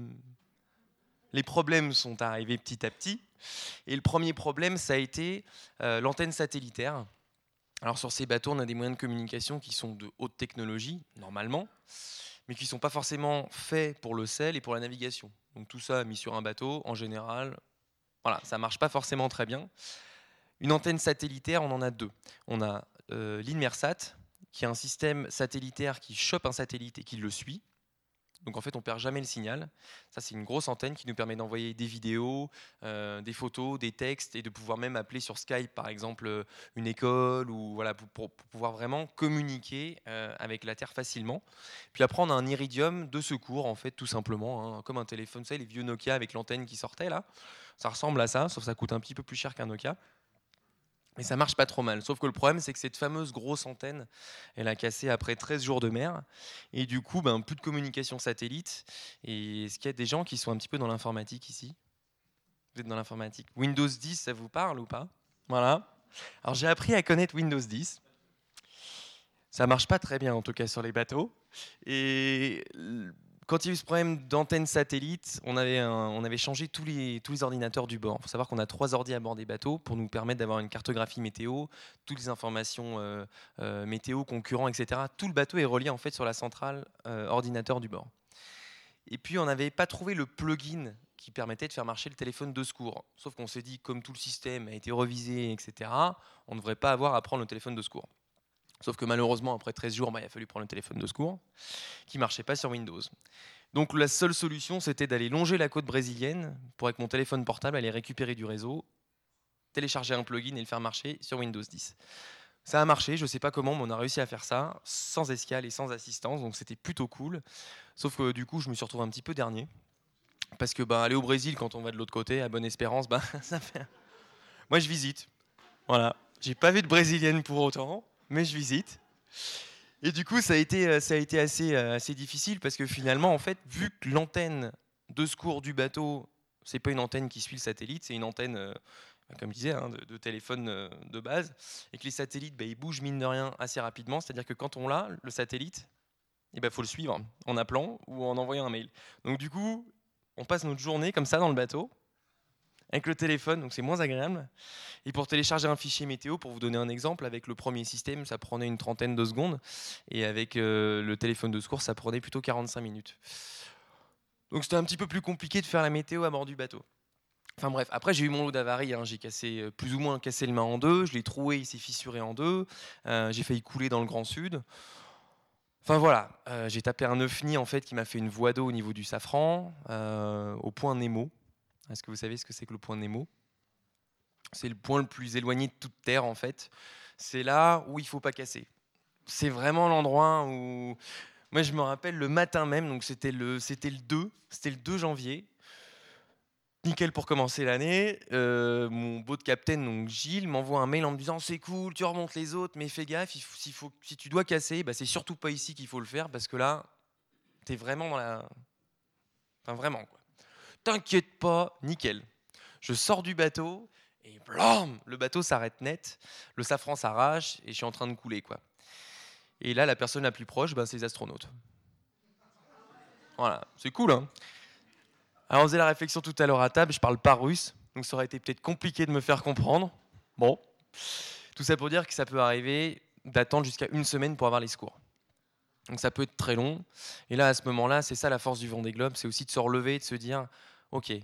les problèmes sont arrivés petit à petit. Et le premier problème, ça a été euh, l'antenne satellitaire. Alors sur ces bateaux, on a des moyens de communication qui sont de haute technologie, normalement, mais qui ne sont pas forcément faits pour le sel et pour la navigation. Donc tout ça mis sur un bateau, en général, voilà, ça ne marche pas forcément très bien. Une antenne satellitaire, on en a deux. On a euh, l'Inmersat, qui est un système satellitaire qui chope un satellite et qui le suit. Donc en fait, on ne perd jamais le signal. Ça, c'est une grosse antenne qui nous permet d'envoyer des vidéos, euh, des photos, des textes, et de pouvoir même appeler sur Skype, par exemple, une école, ou voilà, pour, pour, pour pouvoir vraiment communiquer euh, avec la Terre facilement. Puis après, on a un iridium de secours, en fait, tout simplement, hein, comme un téléphone, vous savez, les vieux Nokia avec l'antenne qui sortait là. Ça ressemble à ça, sauf que ça coûte un petit peu plus cher qu'un Nokia. Mais ça marche pas trop mal. Sauf que le problème, c'est que cette fameuse grosse antenne, elle a cassé après treize jours de mer. Et du coup, ben, plus de communication satellite. Et est-ce qu'il y a des gens qui sont un petit peu dans l'informatique ici? Vous êtes dans l'informatique. Windows dix, ça vous parle ou pas? Voilà. Alors j'ai appris à connaître Windows dix. Ça marche pas très bien, en tout cas, sur les bateaux. Et quand il y a eu ce problème d'antenne satellite, on avait, un, on avait changé tous les, tous les ordinateurs du bord. Il faut savoir qu'on a trois ordi à bord des bateaux pour nous permettre d'avoir une cartographie météo, toutes les informations euh, euh, météo, concurrents, et cetera. Tout le bateau est relié en fait sur la centrale euh, ordinateur du bord. Et puis on n'avait pas trouvé le plugin qui permettait de faire marcher le téléphone de secours. Sauf qu'on s'est dit, comme tout le système a été revisé, et cetera, on ne devrait pas avoir à prendre le téléphone de secours. Sauf que malheureusement, après treize jours, bah, il a fallu prendre le téléphone de secours qui ne marchait pas sur Windows. Donc la seule solution, c'était d'aller longer la côte brésilienne pour, avec mon téléphone portable, aller récupérer du réseau, télécharger un plugin et le faire marcher sur Windows dix. Ça a marché, je ne sais pas comment, mais on a réussi à faire ça sans escale et sans assistance, donc c'était plutôt cool. Sauf que du coup, je me suis retrouvé un petit peu dernier. Parce que bah, aller au Brésil, quand on va de l'autre côté, à Bonne-Espérance, bah, ça fait... Moi, je visite. Voilà. J'ai pas vu de brésilienne pour autant, mais je visite. Et du coup, ça a été, ça a été assez, assez difficile parce que finalement, en fait, vu que l'antenne de secours du bateau, c'est pas une antenne qui suit le satellite, c'est une antenne, euh, comme je disais, hein, de, de téléphone euh, de base, et que les satellites, bah, ils bougent mine de rien assez rapidement. C'est-à-dire que quand on l'a, le satellite, il bah, faut le suivre en appelant ou en envoyant un mail. Donc du coup, on passe notre journée comme ça dans le bateau, avec le téléphone, donc c'est moins agréable. Et pour télécharger un fichier météo, pour vous donner un exemple, avec le premier système, ça prenait une trentaine de secondes, et avec euh, le téléphone de secours, ça prenait plutôt quarante-cinq minutes. Donc c'était un petit peu plus compliqué de faire la météo à bord du bateau. Enfin bref, après j'ai eu mon lot d'avaries, hein. J'ai cassé, plus ou moins cassé le mât en deux, je l'ai troué, il s'est fissuré en deux, euh, j'ai failli couler dans le Grand Sud. Enfin voilà, euh, j'ai tapé un œuf-nid en fait qui m'a fait une voie d'eau au niveau du Safran, euh, au point Nemo. Est-ce que vous savez ce que c'est que le point Nemo? C'est le point le plus éloigné de toute Terre en fait. C'est là où il ne faut pas casser. C'est vraiment l'endroit où... Moi je me rappelle le matin même, donc c'était le, c'était le deux, c'était le deux janvier. Nickel pour commencer l'année. Euh, mon boat captain, donc Gilles, m'envoie un mail en me disant c'est cool, tu remontes les autres, mais fais gaffe, il faut, s'il faut, si tu dois casser, bah, c'est surtout pas ici qu'il faut le faire parce que là, t'es vraiment dans la... Enfin vraiment quoi. T'inquiète pas, nickel. Je sors du bateau et blam, le bateau s'arrête net, le safran s'arrache et je suis en train de couler quoi. Et là, la personne la plus proche, bah, c'est les astronautes. Voilà, c'est cool hein. Alors on faisait la réflexion tout à l'heure à table, je parle pas russe, donc ça aurait été peut-être compliqué de me faire comprendre. Bon, tout ça pour dire que ça peut arriver d'attendre jusqu'à une semaine pour avoir les secours. Donc ça peut être très long. Et là, à ce moment-là, c'est ça la force du Vendée Globe, c'est aussi de se relever et de se dire, ok,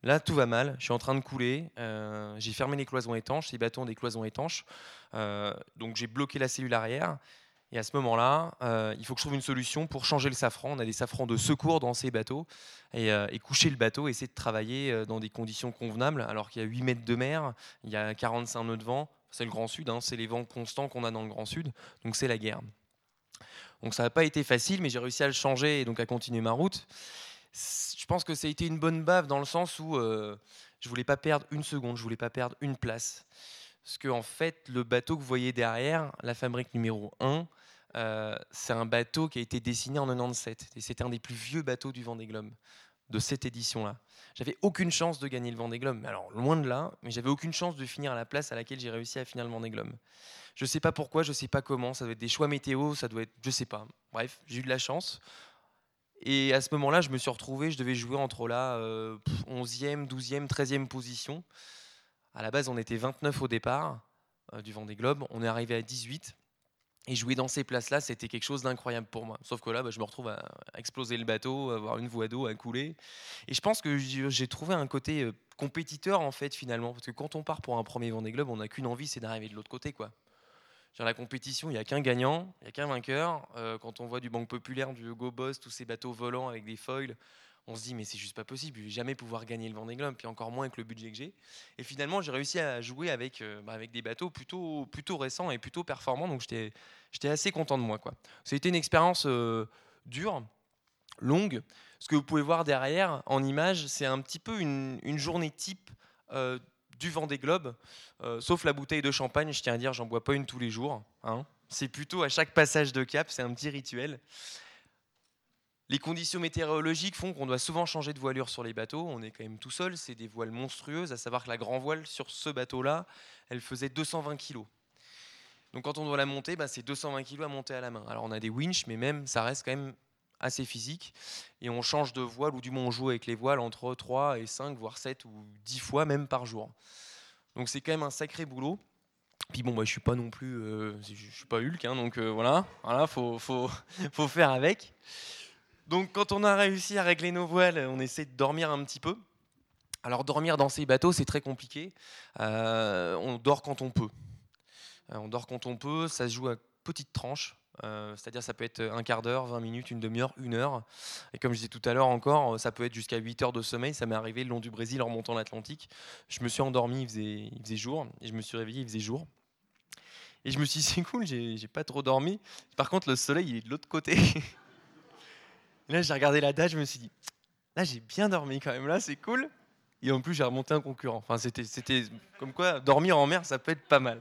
Là, tout va mal, je suis en train de couler, euh, j'ai fermé les cloisons étanches, ces bateaux ont des cloisons étanches, euh, donc j'ai bloqué la cellule arrière. Et à ce moment-là, euh, il faut que je trouve une solution pour changer le safran. On a des safrans de secours dans ces bateaux et, euh, et coucher le bateau, essayer de travailler dans des conditions convenables, alors qu'il y a huit mètres de mer, il y a quarante-cinq nœuds de vent. C'est le Grand Sud, hein, c'est les vents constants qu'on a dans le Grand Sud, donc c'est la guerre. Donc ça n'a pas été facile, mais j'ai réussi à le changer et donc à continuer ma route. Je pense que ça a été une bonne baffe dans le sens où euh, je voulais pas perdre une seconde, je voulais pas perdre une place. Parce que en fait, le bateau que vous voyez derrière, la fabrique numéro un, euh, c'est un bateau qui a été dessiné en quatre-vingt-dix-sept. Et c'était un des plus vieux bateaux du Vendée Globe, de cette édition-là. J'avais aucune chance de gagner le Vendée Globe, mais alors loin de là, mais j'avais aucune chance de finir à la place à laquelle j'ai réussi à finir le Vendée Globe. Je sais pas pourquoi, je sais pas comment, ça doit être des choix météo, ça doit être, je sais pas. Bref, j'ai eu de la chance. Et à ce moment-là, je me suis retrouvé, je devais jouer entre la euh, onzième, douzième, treizième position. À la base, on était vingt-neuf au départ euh, du Vendée Globe, on est arrivé à dix-huit. Et jouer dans ces places-là, c'était quelque chose d'incroyable pour moi. Sauf que là, bah, je me retrouve à, à exploser le bateau, à avoir une voie d'eau, à couler. Et je pense que j'ai trouvé un côté euh, compétiteur, en fait, finalement. Parce que quand on part pour un premier Vendée Globe, on n'a qu'une envie, c'est d'arriver de l'autre côté, quoi. Sur la compétition, il n'y a qu'un gagnant, il n'y a qu'un vainqueur. Euh, quand on voit du Banque Populaire, du Hugo Boss, tous ces bateaux volants avec des foils, on se dit mais c'est juste pas possible, je vais jamais pouvoir gagner le Vendée Globe, puis encore moins avec le budget que j'ai. Et finalement, j'ai réussi à jouer avec, euh, bah, avec des bateaux plutôt, plutôt récents et plutôt performants, donc j'étais, j'étais assez content de moi, quoi. C'était une expérience euh, dure, longue. Ce que vous pouvez voir derrière en image, c'est un petit peu une, une journée type euh, du Vendée Globe, euh, sauf la bouteille de champagne, je tiens à dire, j'en bois pas une tous les jours. Hein. C'est plutôt à chaque passage de cap, c'est un petit rituel. Les conditions météorologiques font qu'on doit souvent changer de voilure sur les bateaux. On est quand même tout seul, c'est des voiles monstrueuses, à savoir que la grand voile sur ce bateau-là, elle faisait deux cent vingt kilos. Donc quand on doit la monter, bah, c'est deux cent vingt kilos à monter à la main. Alors on a des winches, mais même ça reste quand même assez physique. Et on change de voile, ou du moins on joue avec les voiles entre trois et cinq, voire sept ou dix fois même par jour. Donc c'est quand même un sacré boulot. Puis bon, bah, je suis pas non plus, euh, je suis pas Hulk, hein, donc euh, voilà, voilà, faut, faut, faut faire avec. Donc quand on a réussi à régler nos voiles, on essaie de dormir un petit peu. Alors dormir dans ces bateaux, c'est très compliqué. Euh, on dort quand on peut. Euh, on dort quand on peut, ça se joue à petites tranches. Euh, c'est-à-dire ça peut être un quart d'heure, vingt minutes, une demi-heure, une heure. Et comme je disais tout à l'heure encore, ça peut être jusqu'à huit heures de sommeil. Ça m'est arrivé le long du Brésil en remontant l'Atlantique. Je me suis endormi, il faisait, il faisait jour. Et je me suis réveillé, il faisait jour. Et je me suis dit, c'est cool, j'ai, j'ai pas trop dormi. Par contre, le soleil, il est de l'autre côté. Et là, j'ai regardé la date, je me suis dit, là, j'ai bien dormi quand même, là, c'est cool. Et en plus, j'ai remonté un concurrent. Enfin, c'était, c'était comme quoi, dormir en mer, ça peut être pas mal.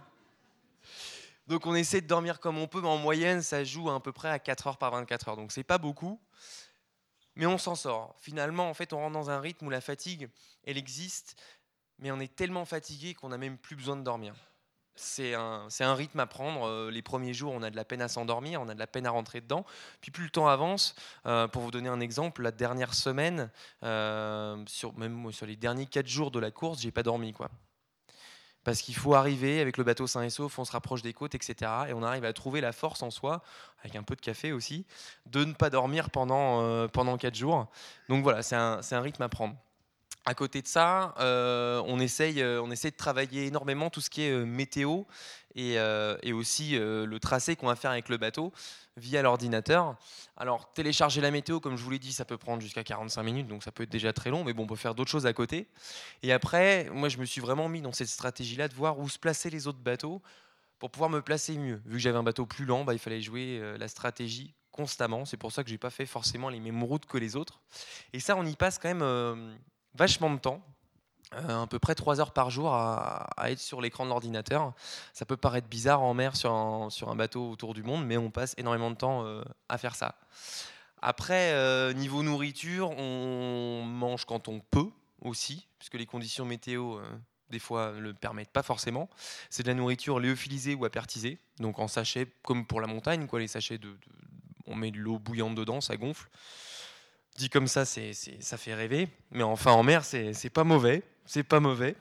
Donc on essaie de dormir comme on peut, mais en moyenne, ça joue à peu près à quatre heures par vingt-quatre heures. Donc c'est pas beaucoup, mais on s'en sort. Finalement, en fait, on rentre dans un rythme où la fatigue, elle existe, mais on est tellement fatigué qu'on n'a même plus besoin de dormir. C'est un, c'est un rythme à prendre. Les premiers jours, on a de la peine à s'endormir, on a de la peine à rentrer dedans. Puis plus le temps avance, euh, pour vous donner un exemple, la dernière semaine, euh, sur, même sur les derniers quatre jours de la course, j'ai pas dormi, quoi. Parce qu'il faut arriver avec le bateau sain et sauf, on se rapproche des côtes, et cetera. Et on arrive à trouver la force en soi, avec un peu de café aussi, de ne pas dormir pendant, euh, pendant quatre jours. Donc voilà, c'est un, c'est un rythme à prendre. À côté de ça, euh, on, essaye, euh, on essaye de travailler énormément tout ce qui est euh, météo et, euh, et aussi euh, le tracé qu'on va faire avec le bateau via l'ordinateur. Alors, télécharger la météo, comme je vous l'ai dit, ça peut prendre jusqu'à quarante-cinq minutes, donc ça peut être déjà très long, mais bon, on peut faire d'autres choses à côté. Et après, moi, je me suis vraiment mis dans cette stratégie-là de voir où se placer les autres bateaux pour pouvoir me placer mieux. Vu que j'avais un bateau plus lent, bah, il fallait jouer euh, la stratégie constamment. C'est pour ça que je n'ai pas fait forcément les mêmes routes que les autres. Et ça, on y passe quand même euh, vachement de temps. Euh, à peu près trois heures par jour à, à être sur l'écran de l'ordinateur. Ça peut paraître bizarre en mer sur un, sur un bateau autour du monde, mais on passe énormément de temps euh, à faire ça. Après, euh, niveau nourriture, on mange quand on peut aussi, puisque les conditions météo, euh, des fois, ne le permettent pas forcément. C'est de la nourriture lyophilisée ou apertisée, donc en sachet, comme pour la montagne, quoi, les sachets, de, de, on met de l'eau bouillante dedans, ça gonfle. Dit comme ça, c'est, c'est, ça fait rêver, mais enfin en mer, c'est, c'est pas mauvais. C'est pas mauvais.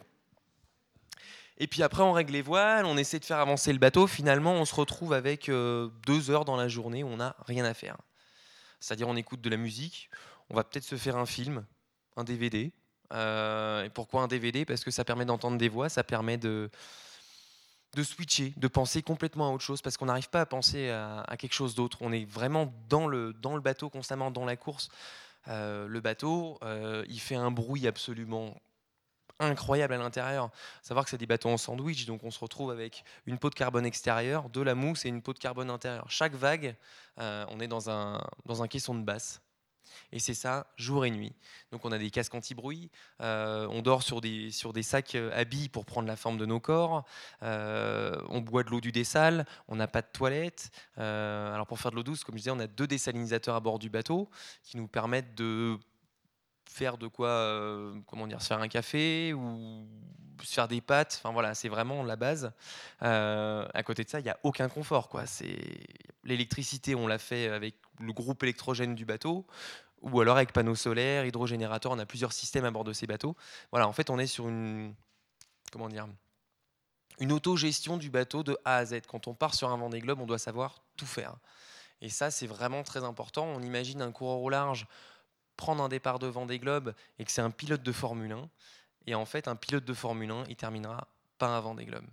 Et puis après, on règle les voiles, on essaie de faire avancer le bateau. Finalement, on se retrouve avec euh, deux heures dans la journée où on n'a rien à faire. C'est-à-dire, on écoute de la musique, on va peut-être se faire un film, un D V D, Euh, et pourquoi un D V D? Parce que ça permet d'entendre des voix, ça permet de, de switcher, de penser complètement à autre chose, parce qu'on n'arrive pas à penser à, à quelque chose d'autre. On est vraiment dans le, dans le bateau, constamment dans la course. Euh, le bateau, euh, il fait un bruit absolument incroyable à l'intérieur. Savoir que c'est des bateaux en sandwich, donc on se retrouve avec une peau de carbone extérieure, de la mousse et une peau de carbone intérieure. Chaque vague, euh, on est dans un, dans un caisson de basse. Et c'est ça, jour et nuit. Donc on a des casques anti-bruit, euh, on dort sur des, sur des sacs à billes pour prendre la forme de nos corps, euh, on boit de l'eau du dessal, on n'a pas de toilette. Euh, alors pour faire de l'eau douce, comme je disais, on a deux désalinisateurs à bord du bateau qui nous permettent de faire de quoi, euh, comment dire, se faire un café ou se faire des pâtes. Enfin voilà, c'est vraiment la base. Euh, à côté de ça, il n'y a aucun confort, quoi. C'est l'électricité, on l'a fait avec le groupe électrogène du bateau, ou alors avec panneaux solaires, hydrogénérateurs. On a plusieurs systèmes à bord de ces bateaux. Voilà, en fait, on est sur une, comment dire, une autogestion du bateau de A à Z. Quand on part sur un Vendée Globe, on doit savoir tout faire. Et ça, c'est vraiment très important. On imagine un coureur au large prendre un départ de Vendée Globe et que c'est un pilote de Formule un. Et en fait, un pilote de Formule un, il terminera pas un Vendée Globe.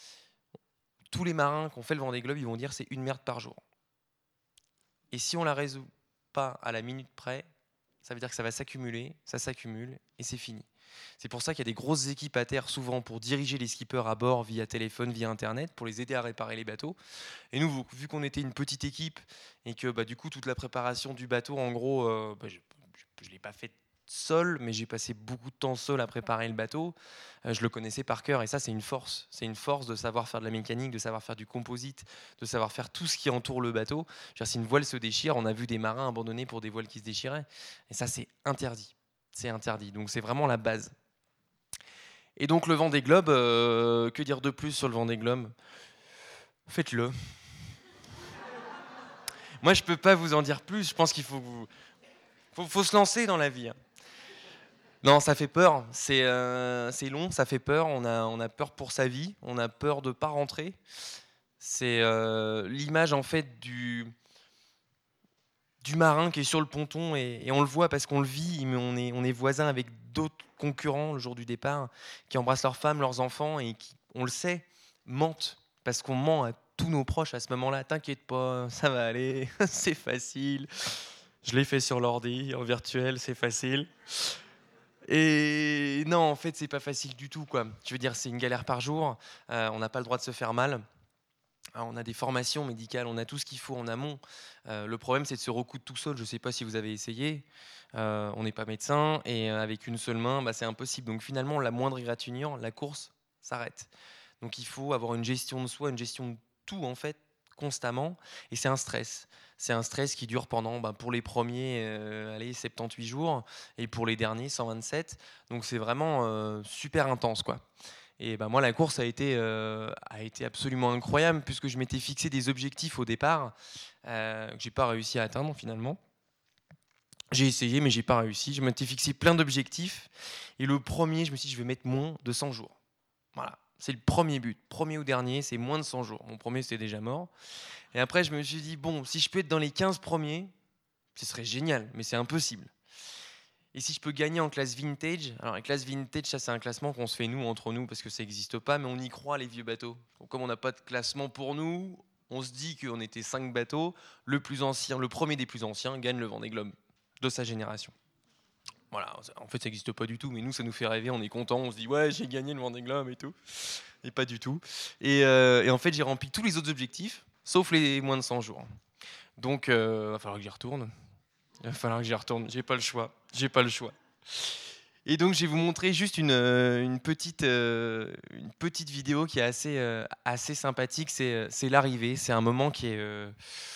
Tous les marins qui ont fait le Vendée Globe, ils vont dire c'est une merde par jour. Et si on la résout pas à la minute près, ça veut dire que ça va s'accumuler, ça s'accumule et c'est fini. C'est pour ça qu'il y a des grosses équipes à terre souvent pour diriger les skippers à bord via téléphone, via internet, pour les aider à réparer les bateaux. Et nous, vu qu'on était une petite équipe et que bah, du coup toute la préparation du bateau, en gros, euh, bah, je ne l'ai pas faite seul, mais j'ai passé beaucoup de temps seul à préparer le bateau. Euh, je le connaissais par cœur et ça, c'est une force. C'est une force de savoir faire de la mécanique, de savoir faire du composite, de savoir faire tout ce qui entoure le bateau. Je veux dire, si une voile se déchire, on a vu des marins abandonnés pour des voiles qui se déchiraient. Et ça, c'est interdit. C'est interdit. Donc, c'est vraiment la base. Et donc, le Vendée Globe, euh, que dire de plus sur le Vendée Globe? Faites-le. Moi, je ne peux pas vous en dire plus. Je pense qu'il faut, vous... faut, faut se lancer dans la vie. Non, ça fait peur. C'est euh, c'est long, ça fait peur. On a, on a peur pour sa vie. On a peur de ne pas rentrer. C'est euh, l'image, en fait, du, du marin qui est sur le ponton. Et, et on le voit parce qu'on le vit, mais on est, on est voisins avec d'autres concurrents le jour du départ qui embrassent leurs femmes, leurs enfants et qui, on le sait, mentent. Parce qu'on ment à tous nos proches à ce moment-là. T'inquiète pas, ça va aller, c'est facile. Je l'ai fait sur l'ordi, en virtuel, c'est facile. Et non, en fait, c'est pas facile du tout, quoi. Je veux dire, c'est une galère par jour. Euh, on n'a pas le droit de se faire mal. Alors, on a des formations médicales, on a tout ce qu'il faut en amont. Euh, le problème, c'est de se recoudre tout seul. Je ne sais pas si vous avez essayé. Euh, on n'est pas médecin et avec une seule main, bah, c'est impossible. Donc finalement, la moindre égratignure, la course s'arrête. Donc il faut avoir une gestion de soi, une gestion de tout en fait, constamment. Et c'est un stress. C'est un stress qui dure pendant, bah, pour les premiers, euh, allez, soixante-dix-huit jours, et pour les derniers, cent vingt-sept. Donc c'est vraiment euh, super intense, quoi. Et bah, moi, la course a été, euh, a été absolument incroyable, puisque je m'étais fixé des objectifs au départ euh, que j'ai pas réussi à atteindre finalement. J'ai essayé, mais j'ai pas réussi. Je m'étais fixé plein d'objectifs. Et le premier, je me suis dit, je vais mettre moins de cent jours. Voilà. C'est le premier but. Premier ou dernier, c'est moins de cent jours. Mon premier, c'était déjà mort. Et après, je me suis dit, bon, si je peux être dans les quinze premiers, ce serait génial, mais c'est impossible. Et si je peux gagner en classe vintage, alors la classe vintage, ça c'est un classement qu'on se fait nous, entre nous, parce que ça n'existe pas, mais on y croit, les vieux bateaux. Donc, comme on n'a pas de classement pour nous, on se dit qu'on était cinq bateaux, le plus ancien, le premier des plus anciens gagne le Vendée Globe de sa génération. Voilà, en fait ça n'existe pas du tout, mais nous ça nous fait rêver, on est content, on se dit ouais j'ai gagné le Vendée Globe et tout, et pas du tout. Et, euh, et en fait j'ai rempli tous les autres objectifs, sauf les moins de cent jours. Donc il euh, va falloir que j'y retourne, il va falloir que j'y retourne, j'ai pas le choix, j'ai pas le choix. Et donc je vais vous montrer juste une, une, petite, euh, une petite vidéo qui est assez, euh, assez sympathique, c'est, c'est l'arrivée, c'est un moment qui est, euh,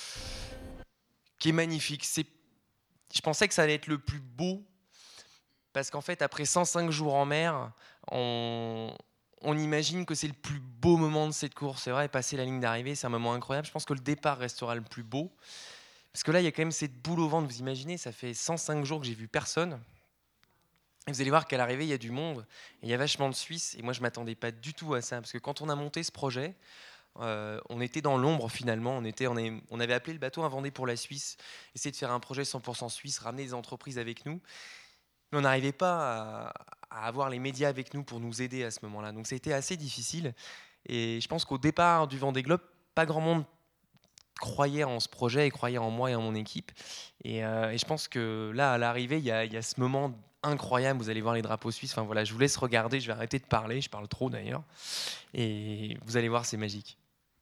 qui est magnifique. C'est, je pensais que ça allait être le plus beau. Parce qu'en fait, après cent cinq jours en mer, on, on imagine que c'est le plus beau moment de cette course. C'est vrai, passer la ligne d'arrivée, c'est un moment incroyable. Je pense que le départ restera le plus beau. Parce que là, il y a quand même cette boule au ventre. Vous imaginez, ça fait cent cinq jours que j'ai vu personne. Et vous allez voir qu'à l'arrivée, il y a du monde. Et il y a vachement de Suisses. Et moi, je ne m'attendais pas du tout à ça. Parce que quand on a monté ce projet, euh, on était dans l'ombre finalement. On, était, on, est, on avait appelé le bateau un Vendée pour la Suisse. Essayer de faire un projet cent pour cent suisse, ramener des entreprises avec nous. mais on n'arrivait pas à, à avoir les médias avec nous pour nous aider à ce moment-là. Donc c'était assez difficile. Et je pense qu'au départ du Vendée Globe, pas grand monde croyait en ce projet et croyait en moi et en mon équipe. Et, euh, et je pense que là, à l'arrivée, il y a, il y a ce moment incroyable. Vous allez voir les drapeaux suisses. Enfin voilà, je vous laisse regarder. Je vais arrêter de parler. Je parle trop d'ailleurs. Et vous allez voir, c'est magique.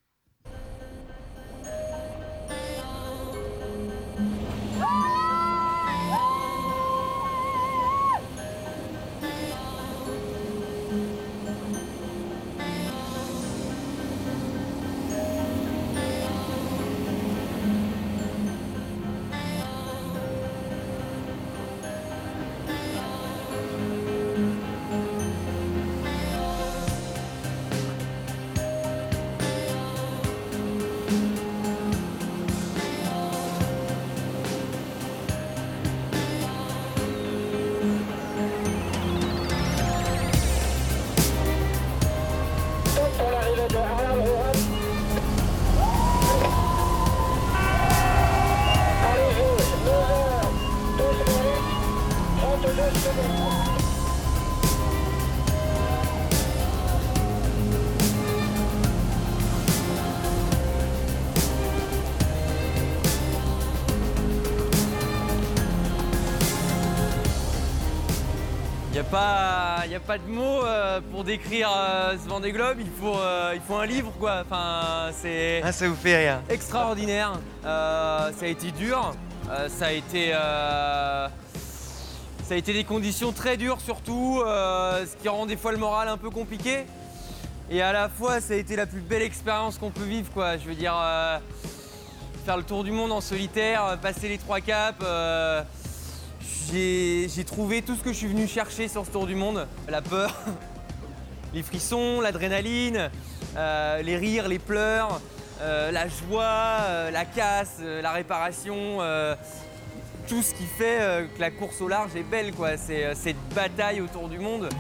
Il n'y a pas, y a pas de mots euh, pour décrire euh, ce Vendée Globe. Il faut, euh, il faut un livre, quoi. Enfin, c'est Ah, ça vous fait rire. extraordinaire. Euh, ça a été dur. Euh, ça a été, euh, ça a été des conditions très dures, surtout, euh, ce qui rend des fois le moral un peu compliqué. Et à la fois, ça a été la plus belle expérience qu'on peut vivre, quoi. Je veux dire, euh, faire le tour du monde en solitaire, passer les trois caps. Euh, J'ai j'ai trouvé tout ce que je suis venu chercher sur ce tour du monde. La peur, les frissons, l'adrénaline, euh, les rires, les pleurs, euh, la joie, euh, la casse, euh, la réparation. Euh, tout ce qui fait euh, que la course au large est belle, quoi. C'est euh, cette bataille autour du monde.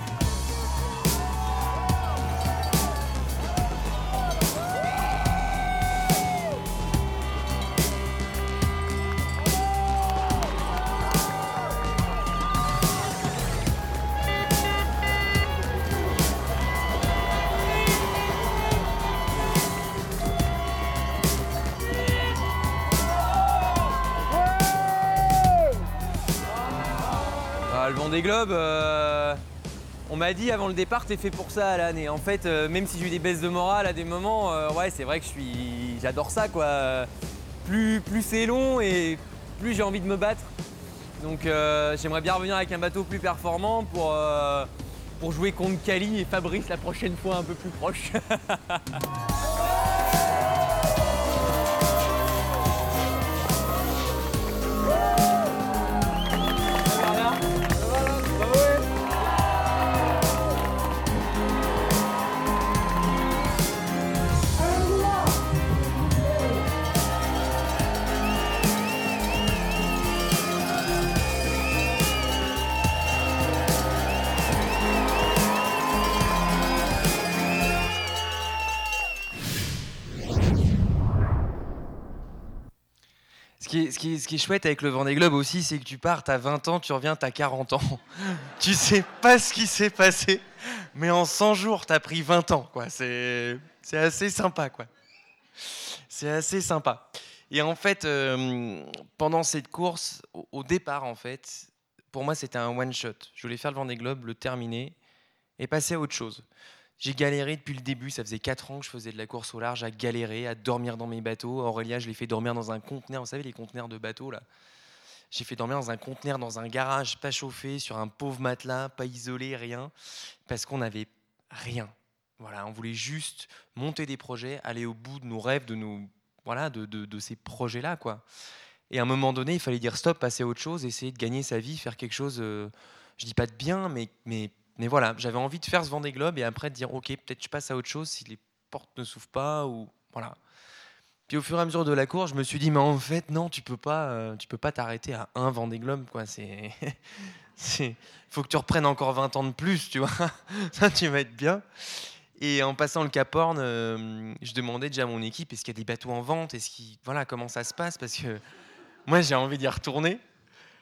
Le Vendée Globe, euh, on m'a dit avant le départ, t'es fait pour ça, Alan. Et en fait, euh, même si j'ai eu des baisses de morale à des moments, euh, ouais, c'est vrai que je suis, j'adore ça, quoi. Plus, plus c'est long et plus j'ai envie de me battre. Donc, euh, j'aimerais bien revenir avec un bateau plus performant pour, euh, pour jouer contre Cali et Fabrice la prochaine fois un peu plus proche. Ce qui, est, ce, qui est, ce qui est chouette avec le Vendée Globe aussi, c'est que tu pars, t'as vingt ans, tu reviens, t'as quarante ans. Tu sais pas ce qui s'est passé, mais en cent jours, t'as pris vingt ans, quoi. C'est, c'est assez sympa, quoi. C'est assez sympa. Et en fait, euh, pendant cette course, au, au départ, en fait, pour moi, c'était un one-shot. Je voulais faire le Vendée Globe, le terminer et passer à autre chose. J'ai galéré depuis le début, ça faisait quatre ans que je faisais de la course au large, à galérer, à dormir dans mes bateaux. Aurélia, je l'ai fait dormir dans un conteneur, vous savez les conteneurs de bateaux là. J'ai fait dormir dans un conteneur, dans un garage, pas chauffé, sur un pauvre matelas, pas isolé, rien, parce qu'on n'avait rien. Voilà, on voulait juste monter des projets, aller au bout de nos rêves, de nos, voilà, de, de, de ces projets-là, quoi. Et à un moment donné, il fallait dire stop, passer à autre chose, essayer de gagner sa vie, faire quelque chose, euh, je dis pas de bien, mais, mais Mais voilà, j'avais envie de faire ce Vendée Globe et après de dire ok, peut-être je passe à autre chose si les portes ne s'ouvrent pas ou voilà. Puis au fur et à mesure de la course, je me suis dit mais en fait non, tu peux pas, euh, tu peux pas t'arrêter à un Vendée Globe quoi. C'est, c'est, faut que tu reprennes encore vingt ans de plus, tu vois. Ça tu vas être bien. Et en passant le Cap Horn, euh, je demandais déjà à mon équipe est-ce qu'il y a des bateaux en vente, est-ce qu'il, voilà comment ça se passe parce que moi j'ai envie d'y retourner.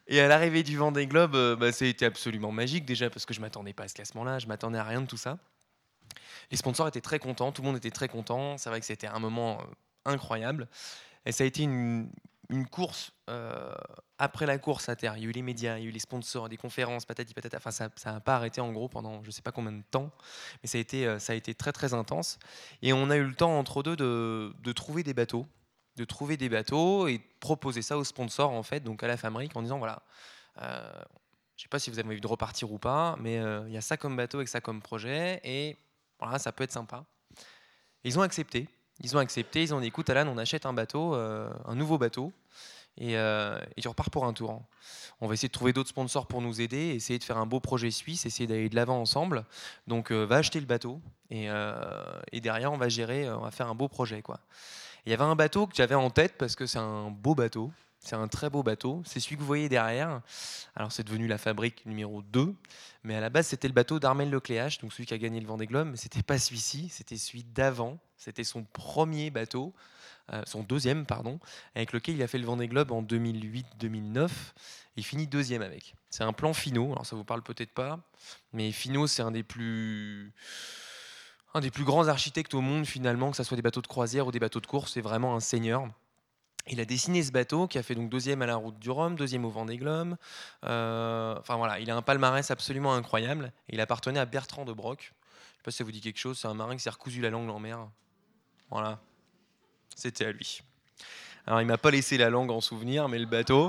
Et à l'arrivée du Vendée Globe, euh, bah, ça a été absolument magique déjà parce que je m'attendais pas à ce classement-là, je m'attendais à rien de tout ça. Les sponsors étaient très contents, tout le monde était très content. C'est vrai que c'était un moment euh, incroyable. Et ça a été une, une course. Euh, après la course à terre, il y a eu les médias, il y a eu les sponsors, des conférences, patati patata. Enfin, ça n'a pas arrêté en gros pendant je ne sais pas combien de temps. Mais ça a été, euh, ça a été très très intense. Et on a eu le temps entre deux de, de trouver des bateaux. de trouver des bateaux et de proposer ça aux sponsors, en fait, donc à la Fabrique, en disant, voilà, euh, je ne sais pas si vous avez envie de repartir ou pas, mais il euh, y a ça comme bateau et ça comme projet, et voilà, ça peut être sympa. Et ils ont accepté. Ils ont accepté, ils ont dit, écoute, Alan, on achète un bateau, euh, un nouveau bateau, et, euh, et tu repars pour un tour. On va essayer de trouver d'autres sponsors pour nous aider, essayer de faire un beau projet suisse, essayer d'aller de l'avant ensemble. Donc, euh, va acheter le bateau, et, euh, et derrière, on va gérer, on va faire un beau projet, quoi. Il y avait un bateau que j'avais en tête parce que c'est un beau bateau, c'est un très beau bateau, c'est celui que vous voyez derrière. Alors c'est devenu la Fabrique numéro deux, mais à la base c'était le bateau d'Armel Lecléache, donc celui qui a gagné le Vendée Globe, mais c'était pas celui-ci, c'était celui d'avant, c'était son premier bateau, euh, son deuxième pardon, avec lequel il a fait le Vendée Globe en deux mille huit deux mille neuf, et il finit deuxième avec. C'est un plan Finot, alors ça vous parle peut-être pas, mais Finot c'est un des plus... un des plus grands architectes au monde finalement, que ce soit des bateaux de croisière ou des bateaux de course, c'est vraiment un seigneur. Il a dessiné ce bateau qui a fait donc deuxième à la Route du Rhum, deuxième au Vendée Globe. Euh, enfin voilà, il a un palmarès absolument incroyable. Il appartenait à Bertrand de Broc. Je ne sais pas si ça vous dit quelque chose, c'est un marin qui s'est recousu la langue en mer. Voilà, c'était à lui. Alors il m'a pas laissé la langue en souvenir, mais le bateau...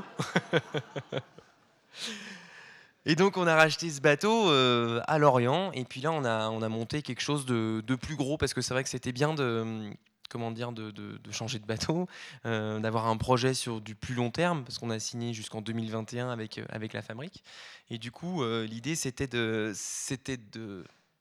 Et donc on a racheté ce bateau euh, à Lorient, et puis là on a, on a monté quelque chose de, de plus gros, parce que c'est vrai que c'était bien de, comment dire, de, de, de changer de bateau, euh, d'avoir un projet sur du plus long terme, parce qu'on a signé jusqu'en deux mille vingt et un avec, avec la Fabrique. Et du coup euh, l'idée c'était de... C'était de...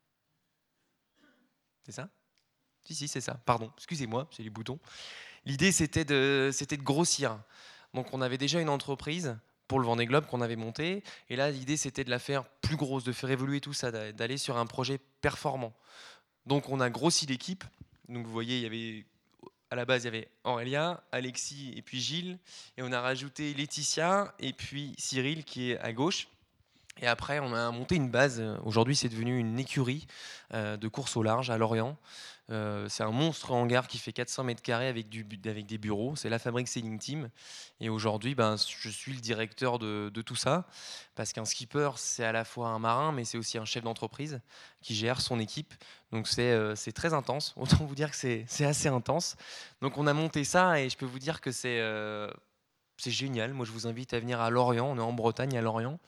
C'est ça ? Si, si, c'est ça, pardon, excusez-moi, c'est les boutons. L'idée c'était de, c'était de grossir. Donc on avait déjà une entreprise pour le Vendée Globe qu'on avait monté. Et là, l'idée, c'était de la faire plus grosse, de faire évoluer tout ça, d'aller sur un projet performant. Donc, on a grossi l'équipe. Donc, vous voyez, il y avait, à la base, il y avait Aurélia, Alexis et puis Gilles. Et on a rajouté Laetitia et puis Cyril qui est à gauche. Et après, on a monté une base. Aujourd'hui, c'est devenu une écurie euh, de course au large à Lorient. Euh, c'est un monstre hangar qui fait quatre cents mètres carrés avec, du, avec des bureaux. C'est la Fabrique Sailing Team. Et aujourd'hui, ben, je suis le directeur de, de tout ça. Parce qu'un skipper, c'est à la fois un marin, mais c'est aussi un chef d'entreprise qui gère son équipe. Donc c'est, euh, c'est très intense. Autant vous dire que c'est, c'est assez intense. Donc on a monté ça et je peux vous dire que c'est, euh, c'est génial. Moi, je vous invite à venir à Lorient. On est en Bretagne, à Lorient.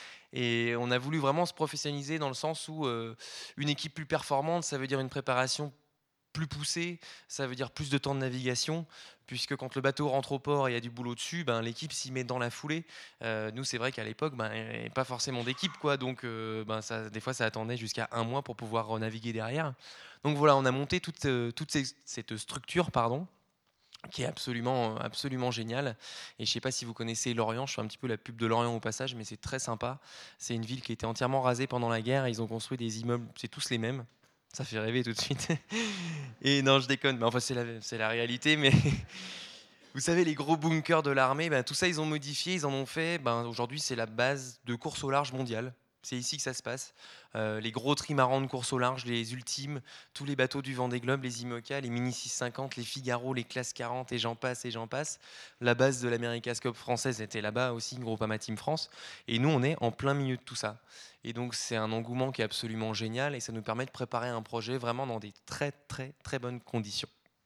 Et on a voulu vraiment se professionnaliser dans le sens où euh, une équipe plus performante, ça veut dire une préparation plus poussée, ça veut dire plus de temps de navigation, puisque quand le bateau rentre au port et il y a du boulot dessus, ben, l'équipe s'y met dans la foulée. Euh, nous, c'est vrai qu'à l'époque, ben, il n'y avait pas forcément d'équipe, quoi, donc euh, ben, ça, des fois, ça attendait jusqu'à un mois pour pouvoir naviguer derrière. Donc voilà, on a monté toute, euh, toute ces, cette structure, pardon, qui est absolument, absolument génial. Et je ne sais pas si vous connaissez Lorient, je fais un petit peu la pub de Lorient au passage, mais c'est très sympa. C'est une ville qui a été entièrement rasée pendant la guerre, et ils ont construit des immeubles, c'est tous les mêmes. Ça fait rêver tout de suite. Et non, je déconne, mais enfin c'est la, c'est la réalité, mais... Vous savez, les gros bunkers de l'armée, ben, tout ça, ils ont modifié, ils en ont fait. Ben, aujourd'hui, c'est la base de course au large mondiale. C'est ici que ça se passe. Euh, les gros trimarans de course au large, les ultimes, tous les bateaux du Vendée Globe, les IMOCA, les Mini six cent cinquante, les Figaro, les Classe quarante, et j'en passe, et j'en passe. La base de l'America's Cup française était là-bas aussi, Groupama Team France. Et nous, on est en plein milieu de tout ça. Et donc, c'est un engouement qui est absolument génial, et ça nous permet de préparer un projet vraiment dans des très, très, très bonnes conditions.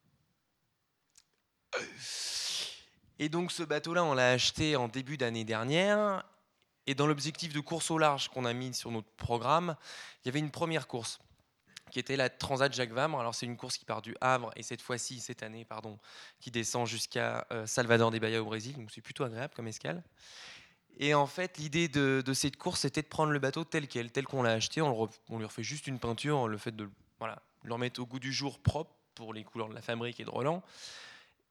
Et donc, ce bateau-là, on l'a acheté en début d'année dernière. Et dans l'objectif de course au large qu'on a mis sur notre programme, il y avait une première course qui était la Transat Jacques Vabre. Alors c'est une course qui part du Havre et cette fois-ci, cette année, pardon, qui descend jusqu'à euh, Salvador de Bahia au Brésil. Donc c'est plutôt agréable comme escale. Et en fait, l'idée de, de cette course, c'était de prendre le bateau tel quel, tel qu'on l'a acheté. On, le re, on lui refait juste une peinture, le fait de voilà, le remettre au goût du jour propre pour les couleurs de la Fabrique et de Roland.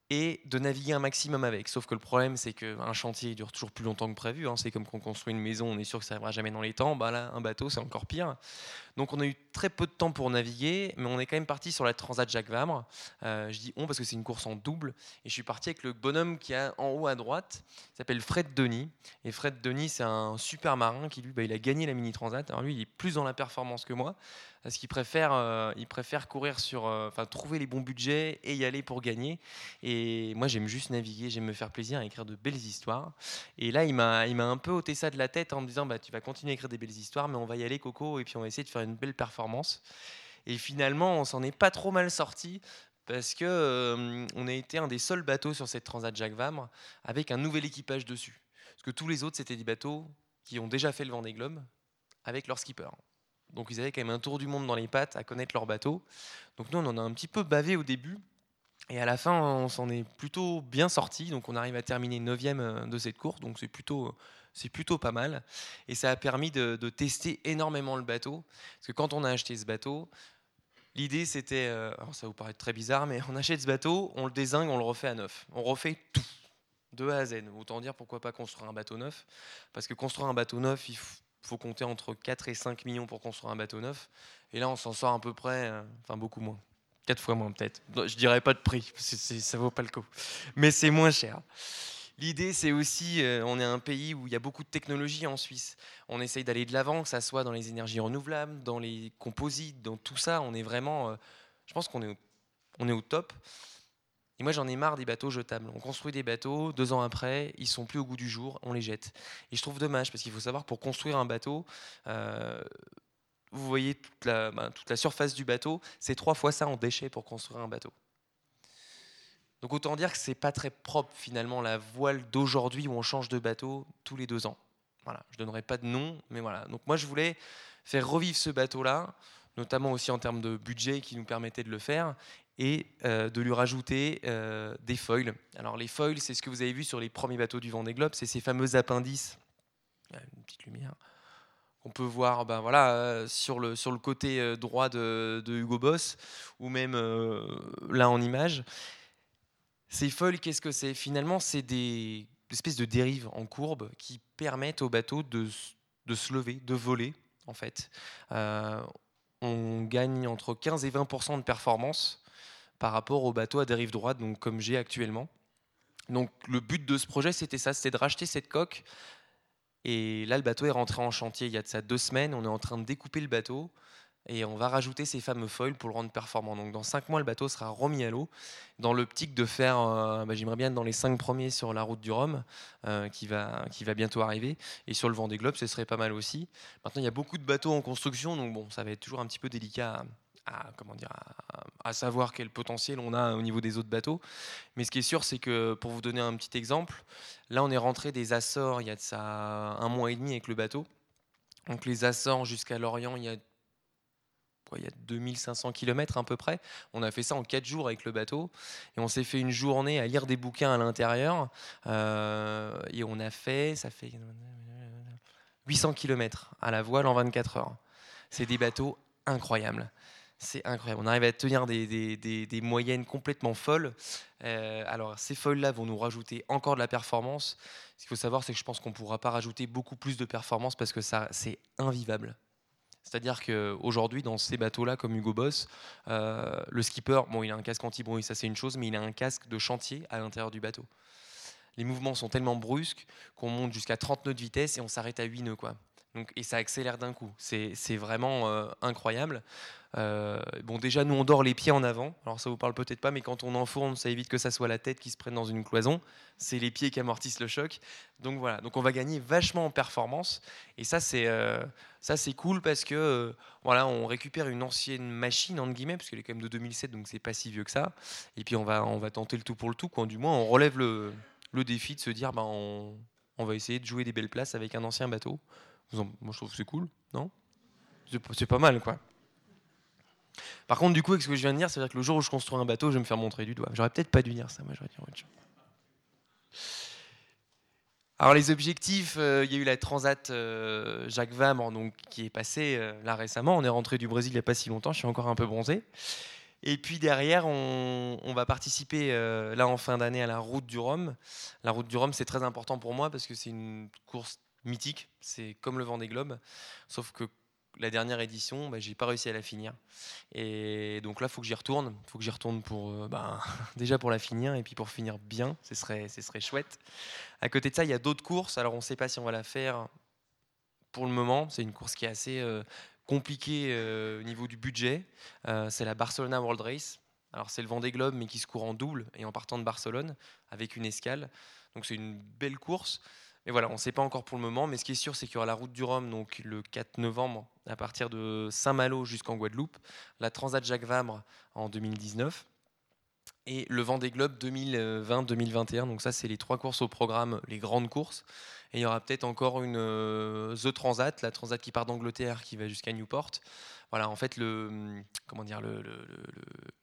et de naviguer un maximum avec. Sauf que le problème, c'est qu'un chantier dure toujours plus longtemps que prévu. Hein. C'est comme quand on construit une maison, on est sûr que ça n'arrivera jamais dans les temps. Bah là, un bateau, c'est encore pire. Donc on a eu très peu de temps pour naviguer, mais on est quand même parti sur la Transat Jacques Vabre. Euh, je dis on parce que c'est une course en double. Et je suis parti avec le bonhomme qui est en haut à droite, il s'appelle Fred Denis. Et Fred Denis, c'est un super marin qui, lui, bah, il a gagné la Mini Transat. Alors lui, il est plus dans la performance que moi, parce qu'il préfère, euh, il préfère courir sur, euh, enfin, trouver les bons budgets et y aller pour gagner. Et moi, j'aime juste naviguer, j'aime me faire plaisir et écrire de belles histoires. Et là, il m'a, il m'a un peu ôté ça de la tête en me disant, bah, tu vas continuer à écrire des belles histoires, mais on va y aller, Coco, et puis on va essayer de faire une belle performance. Et finalement, on s'en est pas trop mal sorti, parce que euh, on a été un des seuls bateaux sur cette Transat Jacques Vabre avec un nouvel équipage dessus. Parce que tous les autres, c'était des bateaux qui ont déjà fait le Vendée Globe avec leur skipper. Donc ils avaient quand même un tour du monde dans les pattes à connaître leur bateau. Donc nous, on en a un petit peu bavé au début. Et à la fin, on s'en est plutôt bien sorti. Donc on arrive à terminer neuvième de cette course. Donc c'est plutôt, c'est plutôt pas mal. Et ça a permis de, de tester énormément le bateau. Parce que quand on a acheté ce bateau, l'idée c'était, euh, alors ça va vous paraître très bizarre, mais on achète ce bateau, on le dézingue, on le refait à neuf. On refait tout, de A à Z. Autant dire pourquoi pas construire un bateau neuf. Parce que construire un bateau neuf, il faut... Il faut compter entre quatre et cinq millions pour construire un bateau neuf. Et là, on s'en sort à peu près, euh, enfin beaucoup moins. quatre fois moins peut-être. Je dirais pas de prix, c'est, c'est, ça vaut pas le coup. Mais c'est moins cher. L'idée, c'est aussi, euh, on est un pays où il y a beaucoup de technologie en Suisse. On essaye d'aller de l'avant, que ça soit dans les énergies renouvelables, dans les composites, dans tout ça. On est vraiment, euh, je pense qu'on est au, on est au top. Et moi, j'en ai marre des bateaux jetables. On construit des bateaux, deux ans après, ils sont plus au goût du jour, on les jette. Et je trouve dommage, parce qu'il faut savoir, pour construire un bateau, euh, vous voyez toute la, ben, toute la surface du bateau, c'est trois fois ça en déchets pour construire un bateau. Donc autant dire que c'est pas très propre, finalement, la voile d'aujourd'hui où on change de bateau tous les deux ans. Voilà, je donnerai pas de nom, mais voilà. Donc moi, je voulais faire revivre ce bateau-là, notamment aussi en termes de budget qui nous permettait de le faire, et euh, de lui rajouter euh, des foils. Alors les foils, c'est ce que vous avez vu sur les premiers bateaux du Vendée Globe, c'est ces fameux appendices, une petite lumière, qu'on peut voir ben, voilà, euh, sur, le, sur le côté euh, droit de, de Hugo Boss, ou même euh, là en image. Ces foils, qu'est-ce que c'est ? Finalement, c'est des espèces de dérives en courbe qui permettent au bateau de, de se lever, de voler, en fait. Euh, on gagne entre quinze et vingt pour cent de performance par rapport au bateau à dérive droite, donc comme j'ai actuellement. Donc le but de ce projet, c'était ça, c'était de racheter cette coque. Et là, le bateau est rentré en chantier il y a de ça deux semaines. On est en train de découper le bateau et on va rajouter ces fameux foils pour le rendre performant. Donc dans cinq mois, le bateau sera remis à l'eau. Dans l'optique de faire, euh, bah, j'aimerais bien être dans les cinq premiers sur la route du Rhum, euh, qui va, qui va bientôt arriver. Et sur le Vendée Globe, ce serait pas mal aussi. Maintenant, il y a beaucoup de bateaux en construction, donc bon, ça va être toujours un petit peu délicat à, à, comment dire, à, à savoir quel potentiel on a au niveau des autres bateaux. Mais ce qui est sûr, c'est que, pour vous donner un petit exemple, là, on est rentré des Açores il y a de ça un mois et demi avec le bateau. Donc les Açores jusqu'à Lorient, il y a il y a deux mille cinq cents kilomètres à peu près. On a fait ça en quatre jours avec le bateau. Et on s'est fait une journée à lire des bouquins à l'intérieur. Euh, et on a fait, ça fait huit cents kilomètres à la voile en vingt-quatre heures. C'est des bateaux incroyables. C'est incroyable. On arrive à tenir des, des, des, des moyennes complètement folles. Euh, alors, ces foils-là vont nous rajouter encore de la performance. Ce qu'il faut savoir, c'est que je pense qu'on ne pourra pas rajouter beaucoup plus de performance parce que ça, c'est invivable. C'est-à-dire qu'aujourd'hui, dans ces bateaux-là, comme Hugo Boss, euh, le skipper, bon, il a un casque anti-bruit, ça c'est une chose, mais il a un casque de chantier à l'intérieur du bateau. Les mouvements sont tellement brusques qu'on monte jusqu'à trente nœuds de vitesse et on s'arrête à huit nœuds, quoi. Donc, et ça accélère d'un coup. C'est, c'est vraiment euh, incroyable. Euh, bon, déjà, nous, on dort les pieds en avant. Alors, ça vous parle peut-être pas, mais quand on enfourne, ça évite que ça soit la tête qui se prenne dans une cloison. C'est les pieds qui amortissent le choc. Donc, voilà. Donc, on va gagner vachement en performance. Et ça, c'est, euh, ça, c'est cool parce que, euh, voilà, on récupère une ancienne machine, entre guillemets, parce qu'elle est quand même de deux mille sept, donc c'est pas si vieux que ça. Et puis, on va, on va tenter le tout pour le tout, quoi. Du moins, on relève le, le défi de se dire, ben, on, on va essayer de jouer des belles places avec un ancien bateau. Moi, je trouve que c'est cool, non ? c'est, c'est pas mal, quoi. Par contre, du coup, avec ce que je viens de dire, c'est-à-dire que le jour où je construis un bateau, je vais me faire montrer du doigt. J'aurais peut-être pas dû dire ça, moi, j'aurais dit autre chose. Alors, les objectifs, euh, il y a eu la Transat euh, Jacques Vabre, donc, qui est passée euh, là récemment. On est rentré du Brésil il n'y a pas si longtemps, je suis encore un peu bronzé. Et puis derrière, on, on va participer euh, là en fin d'année à la Route du Rhum. La Route du Rhum, c'est très important pour moi parce que c'est une course mythique. C'est comme le Vendée Globe, sauf que la dernière édition, bah, j'ai pas réussi à la finir. Et donc là, il faut que j'y retourne. Il faut que j'y retourne pour euh, bah, déjà pour la finir et puis pour finir bien. Ce serait, ce serait chouette. À côté de ça, il y a d'autres courses. Alors on ne sait pas si on va la faire pour le moment. C'est une course qui est assez euh, compliquée euh, au niveau du budget. Euh, c'est la Barcelona World Race. Alors c'est le Vendée Globe, mais qui se court en double et en partant de Barcelone avec une escale. Donc c'est une belle course. Mais voilà, on ne sait pas encore pour le moment, mais ce qui est sûr, c'est qu'il y aura la Route du Rhum, donc le quatre novembre, à partir de Saint-Malo jusqu'en Guadeloupe, la Transat Jacques Vabre en deux mille dix-neuf, et le Vendée Globe deux mille vingt deux mille vingt et un. Donc ça, c'est les trois courses au programme, les grandes courses. Et il y aura peut-être encore une euh, The Transat, la Transat qui part d'Angleterre, qui va jusqu'à Newport. Voilà, en fait, le comment dire, le, le, le, le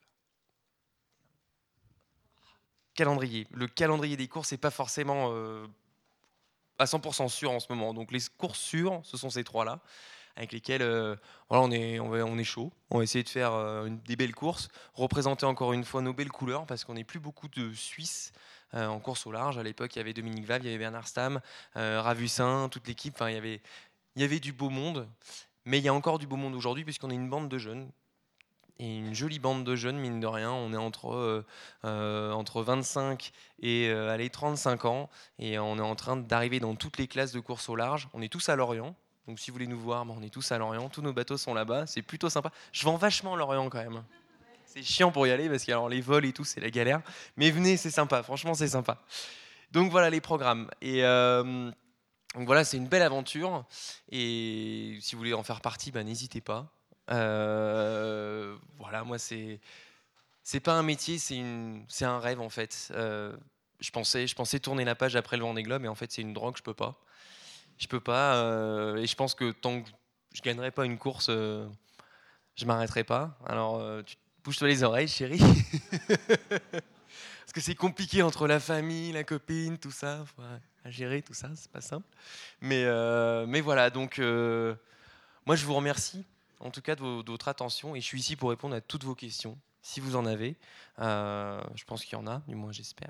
calendrier, le calendrier des courses n'est pas forcément euh, à cent pour cent sûr en ce moment. Donc les courses sûres, ce sont ces trois-là, avec lesquelles euh, voilà, on, est, on, va, on est chaud. On va essayer de faire euh, une, des belles courses, représenter encore une fois nos belles couleurs, parce qu'on n'est plus beaucoup de Suisses euh, en course au large. À l'époque, il y avait Dominique Valve, il y avait Bernard Stamm, euh, Ravussin, toute l'équipe. Enfin, il y avait, il y avait du beau monde, mais il y a encore du beau monde aujourd'hui, puisqu'on est une bande de jeunes. Et une jolie bande de jeunes, mine de rien. On est entre, euh, euh, entre vingt-cinq et euh, allez, trente-cinq ans. Et on est en train d'arriver dans toutes les classes de course au large. On est tous à Lorient. Donc si vous voulez nous voir, on est tous à Lorient. Tous nos bateaux sont là-bas. C'est plutôt sympa. Je vends vachement Lorient quand même. C'est chiant pour y aller parce que alors, les vols et tout, c'est la galère. Mais venez, c'est sympa. Franchement, c'est sympa. Donc voilà les programmes. Et... Euh, donc voilà, c'est une belle aventure. Et si vous voulez en faire partie, bah, n'hésitez pas. Euh, voilà, moi c'est c'est pas un métier, c'est une c'est un rêve en fait. Euh, je pensais je pensais tourner la page après le Vendée Globe, mais en fait c'est une drogue, je peux pas, je peux pas. Euh, et je pense que tant que je gagnerai pas une course, euh, je m'arrêterai pas. Alors euh, tu bouge-toi les oreilles, chérie, parce que c'est compliqué entre la famille, la copine, tout ça, faut à gérer tout ça, c'est pas simple. Mais euh, mais voilà, donc euh, moi je vous remercie. En tout cas de, vos, de votre attention, et je suis ici pour répondre à toutes vos questions, si vous en avez. Euh, je pense qu'il y en a, du moins j'espère.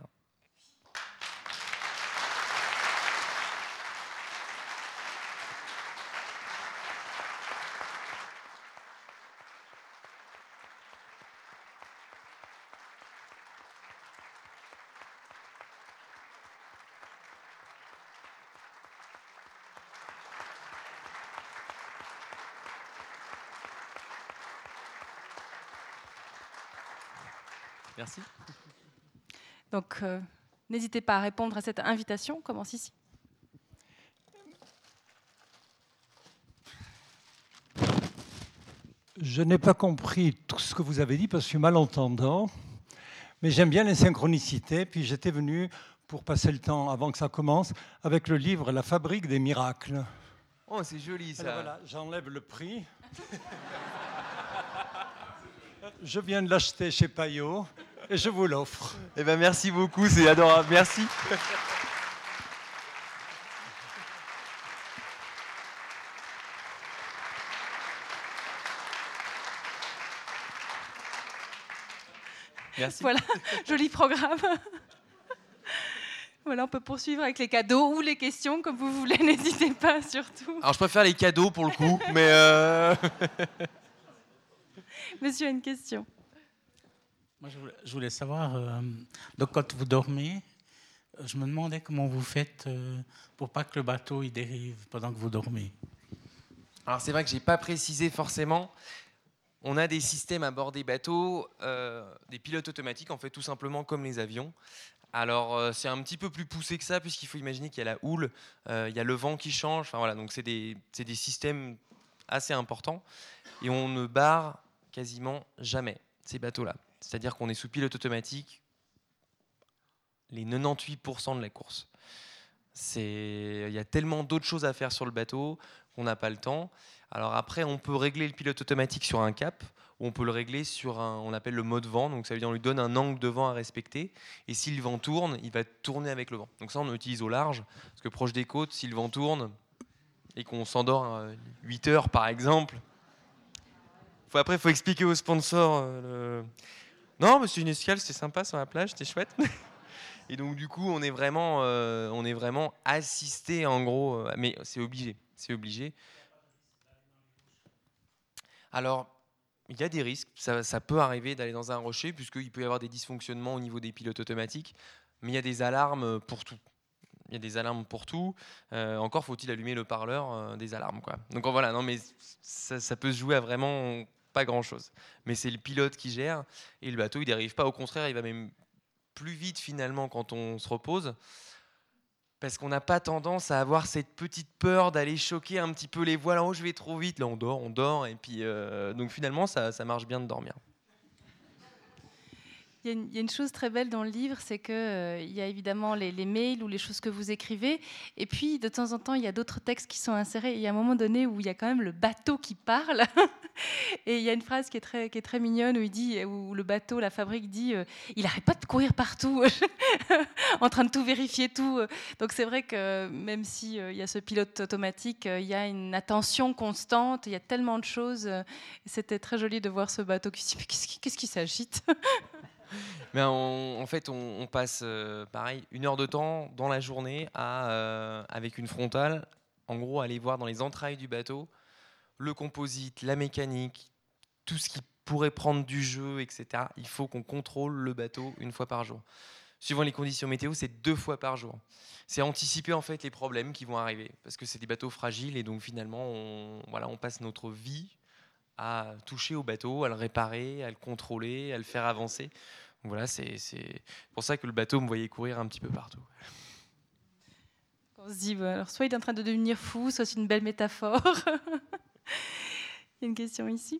Merci. Donc, euh, n'hésitez pas à répondre à cette invitation. On commence ici. Je n'ai pas compris tout ce que vous avez dit parce que je suis malentendant, mais j'aime bien les synchronicités. Puis j'étais venu pour passer le temps avant que ça commence avec le livre La fabrique des miracles. Oh, c'est joli ça. Alors voilà, j'enlève le prix. Je viens de l'acheter chez Payot et je vous l'offre. Eh ben merci beaucoup, c'est adorable. Merci. Merci. Voilà, joli programme. Voilà, on peut poursuivre avec les cadeaux ou les questions, comme vous voulez, n'hésitez pas surtout. Alors je préfère les cadeaux pour le coup, mais... Euh... Monsieur a une question. Moi, je voulais, je voulais savoir, euh, donc quand vous dormez, je me demandais comment vous faites euh, pour pas que le bateau il dérive pendant que vous dormez. Alors c'est vrai que j'ai pas précisé forcément. On a des systèmes à bord des bateaux, euh, des pilotes automatiques, en fait, tout simplement comme les avions. Alors, euh, c'est un petit peu plus poussé que ça, puisqu'il faut imaginer qu'il y a la houle, euh, il y a le vent qui change. Enfin, voilà, donc c'est des, c'est des systèmes assez importants. Et on ne barre quasiment jamais ces bateaux-là. C'est-à-dire qu'on est sous pilote automatique les quatre-vingt-dix-huit pour cent de la course. C'est... Il y a tellement d'autres choses à faire sur le bateau qu'on n'a pas le temps. Alors après, on peut régler le pilote automatique sur un cap, ou on peut le régler sur un, on appelle le mode vent. Donc ça veut dire on lui donne un angle de vent à respecter. Et si le vent tourne, il va tourner avec le vent. Donc ça, on utilise au large, parce que proche des côtes, si le vent tourne et qu'on s'endort huit heures par exemple, faut, après, il faut expliquer aux sponsors. Euh, le... Non, mais c'est une escale, c'était sympa sur la plage, c'était chouette. Et donc, du coup, on est vraiment, euh, on est vraiment assisté, en gros. Euh, mais c'est obligé, c'est obligé. Alors, il y a des risques. Ça, ça peut arriver d'aller dans un rocher, puisqu'il peut y avoir des dysfonctionnements au niveau des pilotes automatiques. Mais il y a des alarmes pour tout. Il y a des alarmes pour tout. Euh, encore faut-il allumer le parleur euh, des alarmes, quoi. Donc voilà, non, mais ça, ça peut se jouer à vraiment pas grand-chose. Mais c'est le pilote qui gère. Et le bateau, il dérive pas. Au contraire, il va même plus vite finalement quand on se repose, parce qu'on n'a pas tendance à avoir cette petite peur d'aller choquer un petit peu les voiles. Oh, je vais trop vite. Là, on dort, on dort, et puis euh, donc finalement, ça, ça marche bien de dormir. Il y, a une, il y a une chose très belle dans le livre, c'est qu'il euh, y a évidemment les, les mails ou les choses que vous écrivez, et puis de temps en temps, il y a d'autres textes qui sont insérés. Et il y a un moment donné où il y a quand même le bateau qui parle. Et il y a une phrase qui est très, qui est très mignonne où, il dit, où le bateau, la fabrique dit euh, « Il n'arrête pas de courir partout, en train de tout vérifier, tout. » Donc c'est vrai que même s'il euh, y a ce pilote automatique, euh, il y a une attention constante, il y a tellement de choses. Euh, C'était très joli de voir ce bateau qui se dit « Mais qu'est-ce qui, qu'est-ce qui s'agite ?» Mais on, en fait, on, on passe euh, pareil une heure de temps dans la journée à, euh, avec une frontale, en gros, aller voir dans les entrailles du bateau le composite, la mécanique, tout ce qui pourrait prendre du jeu, et cetera. Il faut qu'on contrôle le bateau une fois par jour. Suivant les conditions météo, c'est deux fois par jour. C'est anticiper en fait les problèmes qui vont arriver, parce que c'est des bateaux fragiles et donc finalement, on, voilà, on passe notre vie à toucher au bateau, à le réparer, à le contrôler, à le faire avancer. Voilà, c'est, c'est pour ça que le bateau me voyait courir un petit peu partout. On se dit, bah, alors soit il est en train de devenir fou, soit c'est une belle métaphore. Il y a une question ici.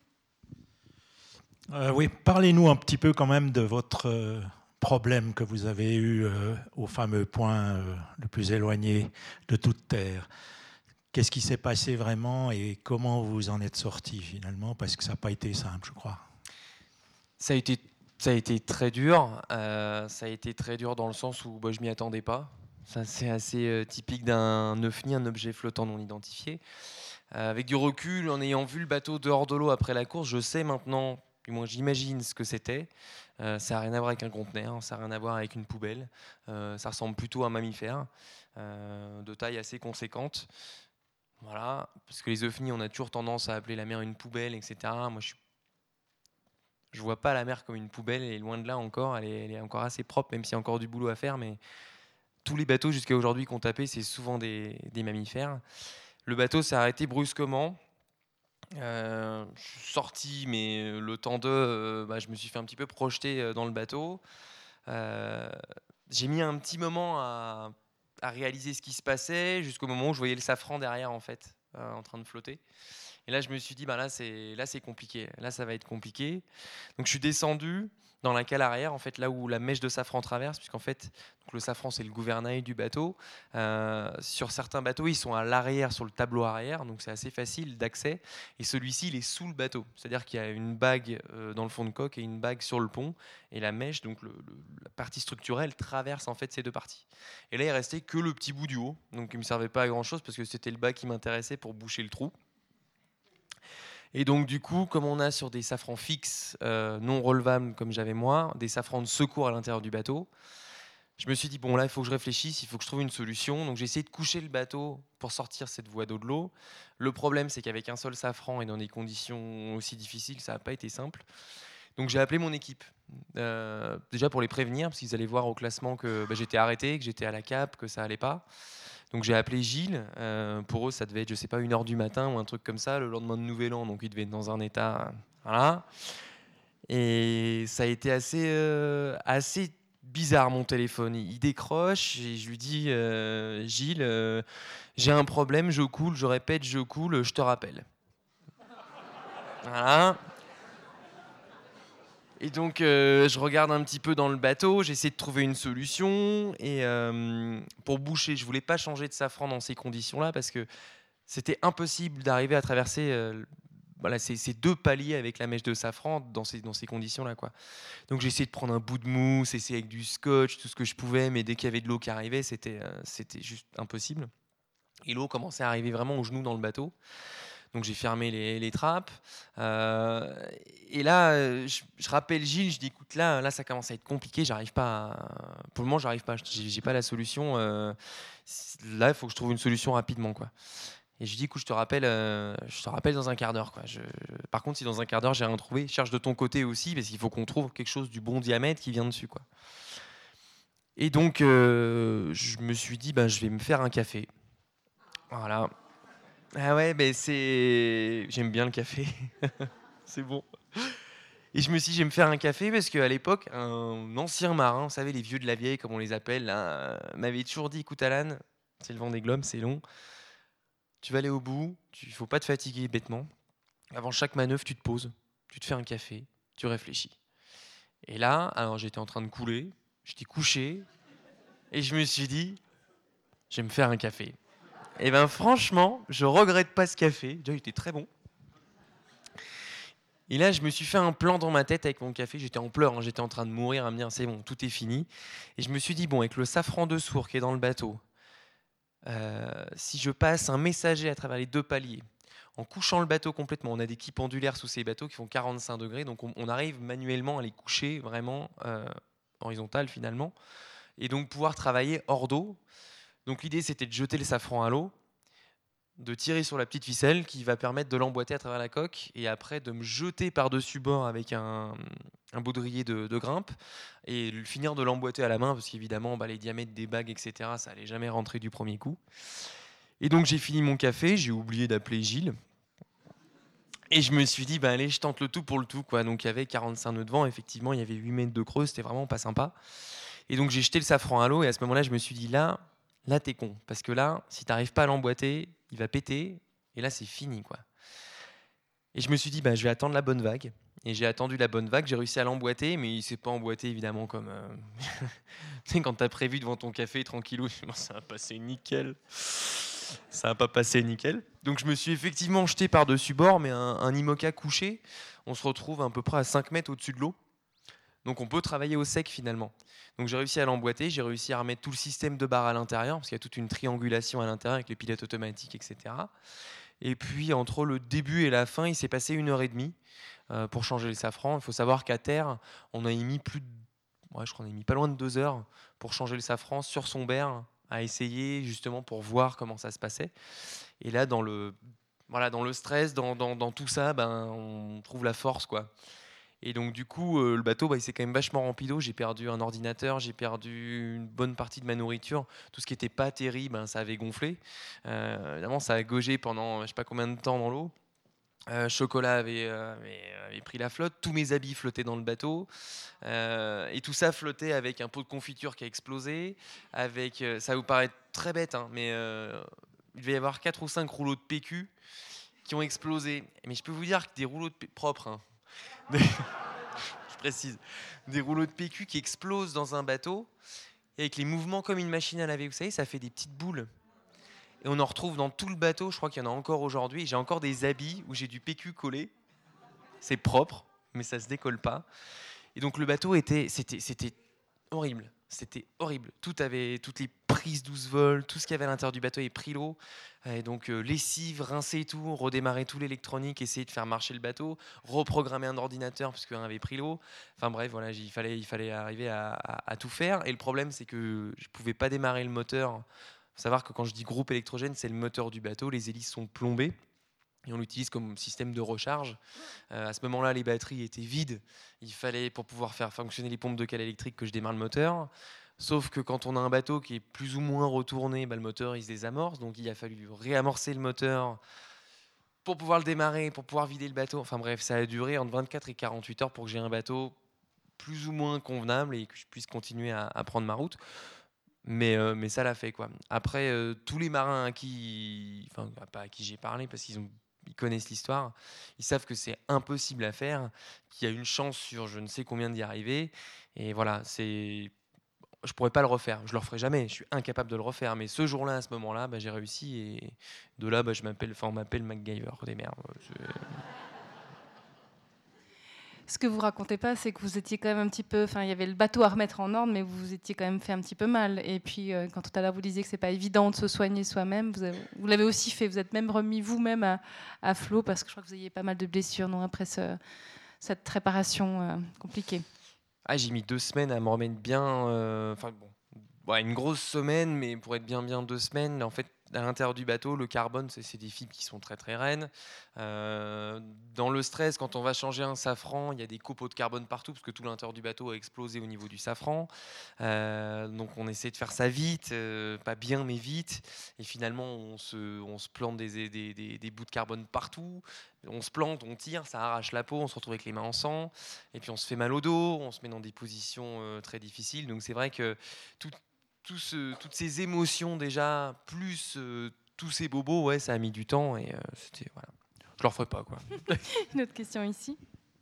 Euh, oui, parlez-nous un petit peu quand même de votre euh, problème que vous avez eu euh, au fameux point euh, le plus éloigné de toute terre. Qu'est-ce qui s'est passé vraiment et comment vous en êtes sorti finalement? Parce que ça n'a pas été simple, je crois. Ça a été Ça a été très dur. Euh, ça a été très dur dans le sens où bah, je m'y attendais pas. Ça, c'est assez euh, typique d'un O V N I, un objet flottant non identifié. Euh, avec du recul, en ayant vu le bateau dehors de l'eau après la course, je sais maintenant, du moins j'imagine ce que c'était. Euh, ça n'a rien à voir avec un conteneur, ça n'a rien à voir avec une poubelle. Euh, ça ressemble plutôt à un mammifère euh, de taille assez conséquente. Voilà, parce que les O V N I, on a toujours tendance à appeler la mer une poubelle, et cetera. Moi, je suis Je vois pas la mer comme une poubelle, et loin de là encore, elle est, elle est encore assez propre, même s'il y a encore du boulot à faire. Mais tous les bateaux jusqu'à aujourd'hui qu'on tapé, c'est souvent des, des mammifères. Le bateau s'est arrêté brusquement. Euh, je suis sorti, mais le temps de, euh, bah, je me suis fait un petit peu projeter dans le bateau. Euh, j'ai mis un petit moment à, à réaliser ce qui se passait, jusqu'au moment où je voyais le safran derrière, en fait, euh, en train de flotter. Et là, je me suis dit, bah là, c'est, là, c'est compliqué. Là, ça va être compliqué. Donc, je suis descendu dans la cale arrière, en fait, là où la mèche de safran traverse, puisqu'en fait, donc le safran, c'est le gouvernail du bateau. Euh, sur certains bateaux, ils sont à l'arrière, sur le tableau arrière, donc c'est assez facile d'accès. Et celui-ci, il est sous le bateau. C'est-à-dire qu'il y a une bague euh, dans le fond de coque et une bague sur le pont. Et la mèche, donc le, le, la partie structurelle, traverse en fait ces deux parties. Et là, il restait que le petit bout du haut. Donc, il ne me servait pas à grand-chose, parce que c'était le bas qui m'intéressait pour boucher le trou. Et donc du coup, comme on a sur des safrans fixes, euh, non relevables comme j'avais moi, des safrans de secours à l'intérieur du bateau, je me suis dit, bon là, il faut que je réfléchisse, il faut que je trouve une solution. Donc j'ai essayé de coucher le bateau pour sortir cette voie d'eau de l'eau. Le problème, c'est qu'avec un seul safran et dans des conditions aussi difficiles, ça n'a pas été simple. Donc j'ai appelé mon équipe, euh, déjà pour les prévenir, parce qu'ils allaient voir au classement que bah, j'étais arrêté, que j'étais à la cape, que ça allait pas. Donc j'ai appelé Gilles, euh, pour eux ça devait être, je sais pas, une heure du matin ou un truc comme ça, le lendemain de Nouvel An, donc il devait être dans un état, voilà. Et ça a été assez, euh, assez bizarre mon téléphone, il décroche et je lui dis, euh, Gilles, euh, j'ai un problème, je coule, je répète, je coule, je te rappelle. Voilà. Et donc, euh, je regarde un petit peu dans le bateau, j'essaie de trouver une solution. Et euh, pour boucher, je ne voulais pas changer de safran dans ces conditions-là parce que c'était impossible d'arriver à traverser euh, voilà, ces, ces deux paliers avec la mèche de safran dans ces, dans ces conditions-là, quoi. Donc, j'ai essayé de prendre un bout de mousse, essayer avec du scotch, tout ce que je pouvais, mais dès qu'il y avait de l'eau qui arrivait, c'était, euh, c'était juste impossible. Et l'eau commençait à arriver vraiment au genou dans le bateau. Donc j'ai fermé les, les trappes. Euh, et là, je, je rappelle Gilles, je dis écoute, là, là ça commence à être compliqué, j'arrive pas à... Pour le moment, j'arrive pas, j'ai, j'ai pas la solution. Euh, là, il faut que je trouve une solution rapidement, quoi. Et je lui dis écoute, je te rappelle, euh, je te rappelle dans un quart d'heure, quoi. Je, par contre, si dans un quart d'heure j'ai rien trouvé, cherche de ton côté aussi, parce qu'il faut qu'on trouve quelque chose du bon diamètre qui vient dessus, quoi. Et donc, euh, je me suis dit, ben, je vais me faire un café. Voilà. Ah ouais, ben c'est... J'aime bien le café. C'est bon. Et je me suis dit, je vais me faire un café parce qu'à l'époque, un ancien marin, vous savez, les vieux de la vieille, comme on les appelle, là, m'avait toujours dit, écoute Alan, c'est le Vendée Globe, c'est long. Tu vas aller au bout, il ne faut pas te fatiguer bêtement. Avant chaque manœuvre, tu te poses, tu te fais un café, tu réfléchis. Et là, alors j'étais en train de couler, j'étais couché, et je me suis dit, je vais me faire un café. Et bien franchement, je regrette pas ce café, déjà il était très bon. Et là, je me suis fait un plan dans ma tête avec mon café, j'étais en pleurs, hein, j'étais en train de mourir, à me dire, c'est bon, tout est fini. Et je me suis dit, bon, avec le safran de sourd qui est dans le bateau, euh, si je passe un messager à travers les deux paliers, en couchant le bateau complètement, on a des quilles pendulaires sous ces bateaux qui font quarante-cinq degrés, donc on, on arrive manuellement à les coucher vraiment euh, horizontales finalement, et donc pouvoir travailler hors d'eau. Donc l'idée c'était de jeter le safran à l'eau, de tirer sur la petite ficelle qui va permettre de l'emboîter à travers la coque, et après de me jeter par-dessus bord avec un, un baudrier de, de grimpe, et finir de l'emboîter à la main, parce qu'évidemment bah, les diamètres des bagues, et cetera, ça n'allait jamais rentrer du premier coup. Et donc j'ai fini mon café, j'ai oublié d'appeler Gilles. Et je me suis dit, bah, allez, je tente le tout pour le tout, quoi. Donc il y avait quarante-cinq nœuds de vent, effectivement, il y avait huit mètres de creux, c'était vraiment pas sympa. Et donc j'ai jeté le safran à l'eau, et à ce moment-là, je me suis dit, là, là t'es con. Parce que là, si t'arrives pas à l'emboîter, il va péter, et là, c'est fini, quoi. Et je me suis dit, bah, je vais attendre la bonne vague. Et j'ai attendu la bonne vague, j'ai réussi à l'emboîter, mais il s'est pas emboîté, évidemment, comme... Euh... tu sais, quand t'as prévu devant ton café, tranquillou, ça va passer nickel. Ça n'a pas passé nickel. Donc je me suis effectivement jeté par-dessus bord, mais un, un IMOCA couché, on se retrouve à peu près à cinq mètres au-dessus de l'eau. Donc on peut travailler au sec finalement. Donc j'ai réussi à l'emboîter, j'ai réussi à remettre tout le système de barre à l'intérieur, parce qu'il y a toute une triangulation à l'intérieur avec les pilotes automatiques, et cetera. Et puis entre le début et la fin, il s'est passé une heure et demie euh, pour changer le safran. Il faut savoir qu'à terre, on a mis plus de... Ouais, je crois qu'on a mis pas loin de deux heures pour changer le safran sur son berre, à essayer justement pour voir comment ça se passait. Et là, dans le, voilà, dans le stress, dans, dans, dans tout ça, ben, on trouve la force, quoi. Et donc du coup, euh, le bateau, bah, il s'est quand même vachement rempli d'eau. J'ai perdu un ordinateur, j'ai perdu une bonne partie de ma nourriture. Tout ce qui n'était pas terrible, ben, ça avait gonflé. Euh, évidemment, ça a gaugé pendant je ne sais pas combien de temps dans l'eau. Euh, chocolat avait, euh, avait, avait pris la flotte, tous mes habits flottaient dans le bateau, euh, et tout ça flottait avec un pot de confiture qui a explosé, avec, euh, ça vous paraît très bête, hein, mais euh, il devait y avoir quatre ou cinq rouleaux de P Q qui ont explosé. Mais je peux vous dire que des rouleaux de P Q propres, hein, des, je précise, des rouleaux de P Q qui explosent dans un bateau, et avec les mouvements comme une machine à laver, vous savez, ça fait des petites boules. Et on en retrouve dans tout le bateau, je crois qu'il y en a encore aujourd'hui. J'ai encore des habits où j'ai du P Q collé. C'est propre, mais ça ne se décolle pas. Et donc le bateau, était, c'était, c'était horrible. C'était horrible. Tout avait, toutes les prises douze volts, tout ce qu'il y avait à l'intérieur du bateau est pris l'eau. Et donc euh, lessive, rincer tout, redémarrer tout l'électronique, essayer de faire marcher le bateau, reprogrammer un ordinateur parce qu'un avait pris l'eau. Enfin bref, voilà, il fallait, il fallait arriver à, à, à tout faire. Et le problème, c'est que je ne pouvais pas démarrer le moteur. Il faut savoir que quand je dis groupe électrogène, c'est le moteur du bateau, les hélices sont plombées et on l'utilise comme système de recharge. Euh, à ce moment-là, les batteries étaient vides. Il fallait, pour pouvoir faire fonctionner les pompes de cale électrique, que je démarre le moteur. Sauf que quand on a un bateau qui est plus ou moins retourné, bah, le moteur il se désamorce, donc il a fallu réamorcer le moteur pour pouvoir le démarrer, pour pouvoir vider le bateau. Enfin bref, ça a duré entre vingt-quatre et quarante-huit heures pour que j'ai un bateau plus ou moins convenable et que je puisse continuer à, à prendre ma route. Mais, euh, mais ça l'a fait, quoi. Après, euh, tous les marins à qui, enfin pas à qui j'ai parlé parce qu'ils ont, ils connaissent l'histoire, ils savent que c'est impossible à faire, qu'il y a une chance sur je ne sais combien d'y arriver. Et voilà, c'est, je pourrais pas le refaire, je le referai jamais, je suis incapable de le refaire. Mais ce jour-là, à ce moment-là, bah, j'ai réussi et de là, bah, je m'appelle, enfin on m'appelle MacGyver des mers. Ce que vous racontez pas, c'est que vous étiez quand même un petit peu, enfin, il y avait le bateau à remettre en ordre, mais vous vous étiez quand même fait un petit peu mal. Et puis, euh, quand tout à l'heure vous disiez que c'est pas évident de se soigner soi-même, vous, avez, vous l'avez aussi fait. Vous êtes même remis vous-même à, à flot, parce que je crois que vous aviez pas mal de blessures, non, après ce, cette réparation euh, compliquée. Ah, j'ai mis deux semaines à me remettre bien. euh, Enfin bon, ouais, une grosse semaine, mais pour être bien bien deux semaines. En fait, à l'intérieur du bateau, le carbone, c'est, c'est des fibres qui sont très très raines. Euh, dans le stress, quand on va changer un safran, il y a des copeaux de carbone partout parce que tout l'intérieur du bateau a explosé au niveau du safran. Euh, donc on essaie de faire ça vite, euh, pas bien mais vite. Et finalement, on se, on se plante des, des, des, des bouts de carbone partout. On se plante, on tire, ça arrache la peau, on se retrouve avec les mains en sang. Et puis on se fait mal au dos, on se met dans des positions euh, très difficiles. Donc c'est vrai que tout Tout ce, toutes ces émotions déjà, plus euh, tous ces bobos, ouais, ça a mis du temps et euh, c'était voilà. Je leur ferai pas quoi. Une autre question ici.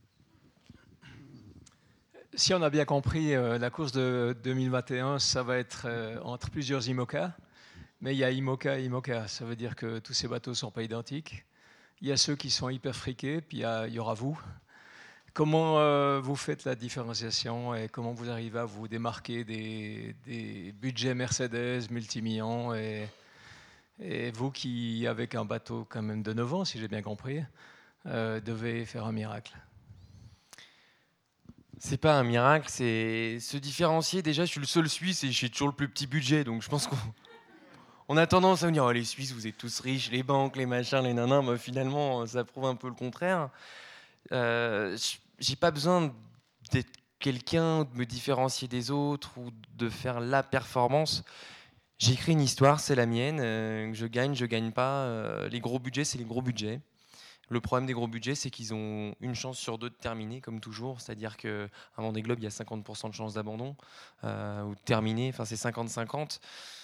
Si on a bien compris, euh, la course de deux mille vingt et un, ça va être euh, entre plusieurs IMOCA, mais il y a IMOCA et IMOCA. Ça veut dire que tous ces bateaux ne sont pas identiques. Il y a ceux qui sont hyper friqués, puis il y, a, il y aura vous. Comment euh, vous faites la différenciation et comment vous arrivez à vous démarquer des, des budgets Mercedes multimillions et, et vous qui, avec un bateau quand même de neuf ans, si j'ai bien compris, euh, devez faire un miracle? C'est pas un miracle, c'est se différencier. Déjà, je suis le seul Suisse et j'ai toujours le plus petit budget, donc je pense qu'on on a tendance à me dire oh, les Suisses, vous êtes tous riches, les banques, les machins, les nanins. Mais finalement, ça prouve un peu le contraire. Euh, j'ai pas besoin d'être quelqu'un, de me différencier des autres ou de faire la performance. J'écris une histoire, c'est la mienne. Euh, je gagne, je gagne pas. Euh, les gros budgets, c'est les gros budgets. Le problème des gros budgets, c'est qu'ils ont une chance sur deux de terminer, comme toujours. C'est-à-dire qu'à Vendée Globe, il y a cinquante pour cent de chance d'abandon euh, ou de terminer. Enfin, c'est cinquante cinquante.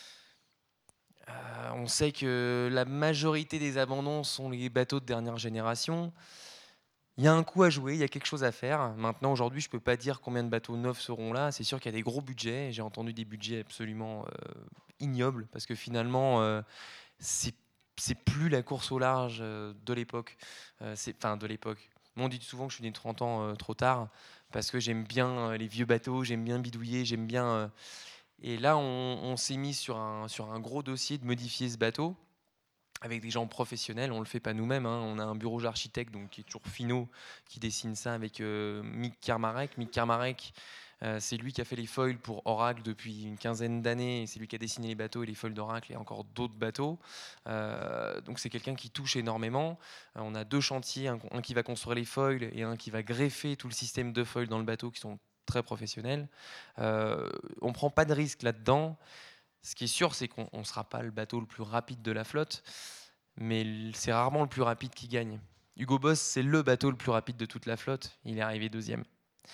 Euh, on sait que la majorité des abandons sont les bateaux de dernière génération. Il y a un coup à jouer, il y a quelque chose à faire. Maintenant, aujourd'hui, je ne peux pas dire combien de bateaux neufs seront là. C'est sûr qu'il y a des gros budgets. J'ai entendu des budgets absolument euh, ignobles parce que finalement, euh, c'est, c'est plus la course au large euh, de l'époque. Euh, c'est, enfin, de l'époque. Moi, on dit souvent que je suis né trente ans euh, trop tard parce que j'aime bien euh, les vieux bateaux, j'aime bien bidouiller, j'aime bien. Euh... Et là, on, on s'est mis sur un, sur un gros dossier de modifier ce bateau. Avec des gens professionnels, on ne le fait pas nous-mêmes. Hein. On a un bureau d'architecte donc, qui est toujours finot, qui dessine ça avec euh, Mick Kermarek. Mick Kermarek, euh, c'est lui qui a fait les foils pour Oracle depuis une quinzaine d'années. C'est lui qui a dessiné les bateaux et les foils d'Oracle et encore d'autres bateaux. Euh, donc c'est quelqu'un qui touche énormément. Euh, on a deux chantiers, un, un qui va construire les foils et un qui va greffer tout le système de foils dans le bateau, qui sont très professionnels. Euh, on ne prend pas de risque là-dedans. Ce qui est sûr, c'est qu'on ne sera pas le bateau le plus rapide de la flotte, mais c'est rarement le plus rapide qui gagne. Hugo Boss, c'est le bateau le plus rapide de toute la flotte. Il est arrivé deuxième.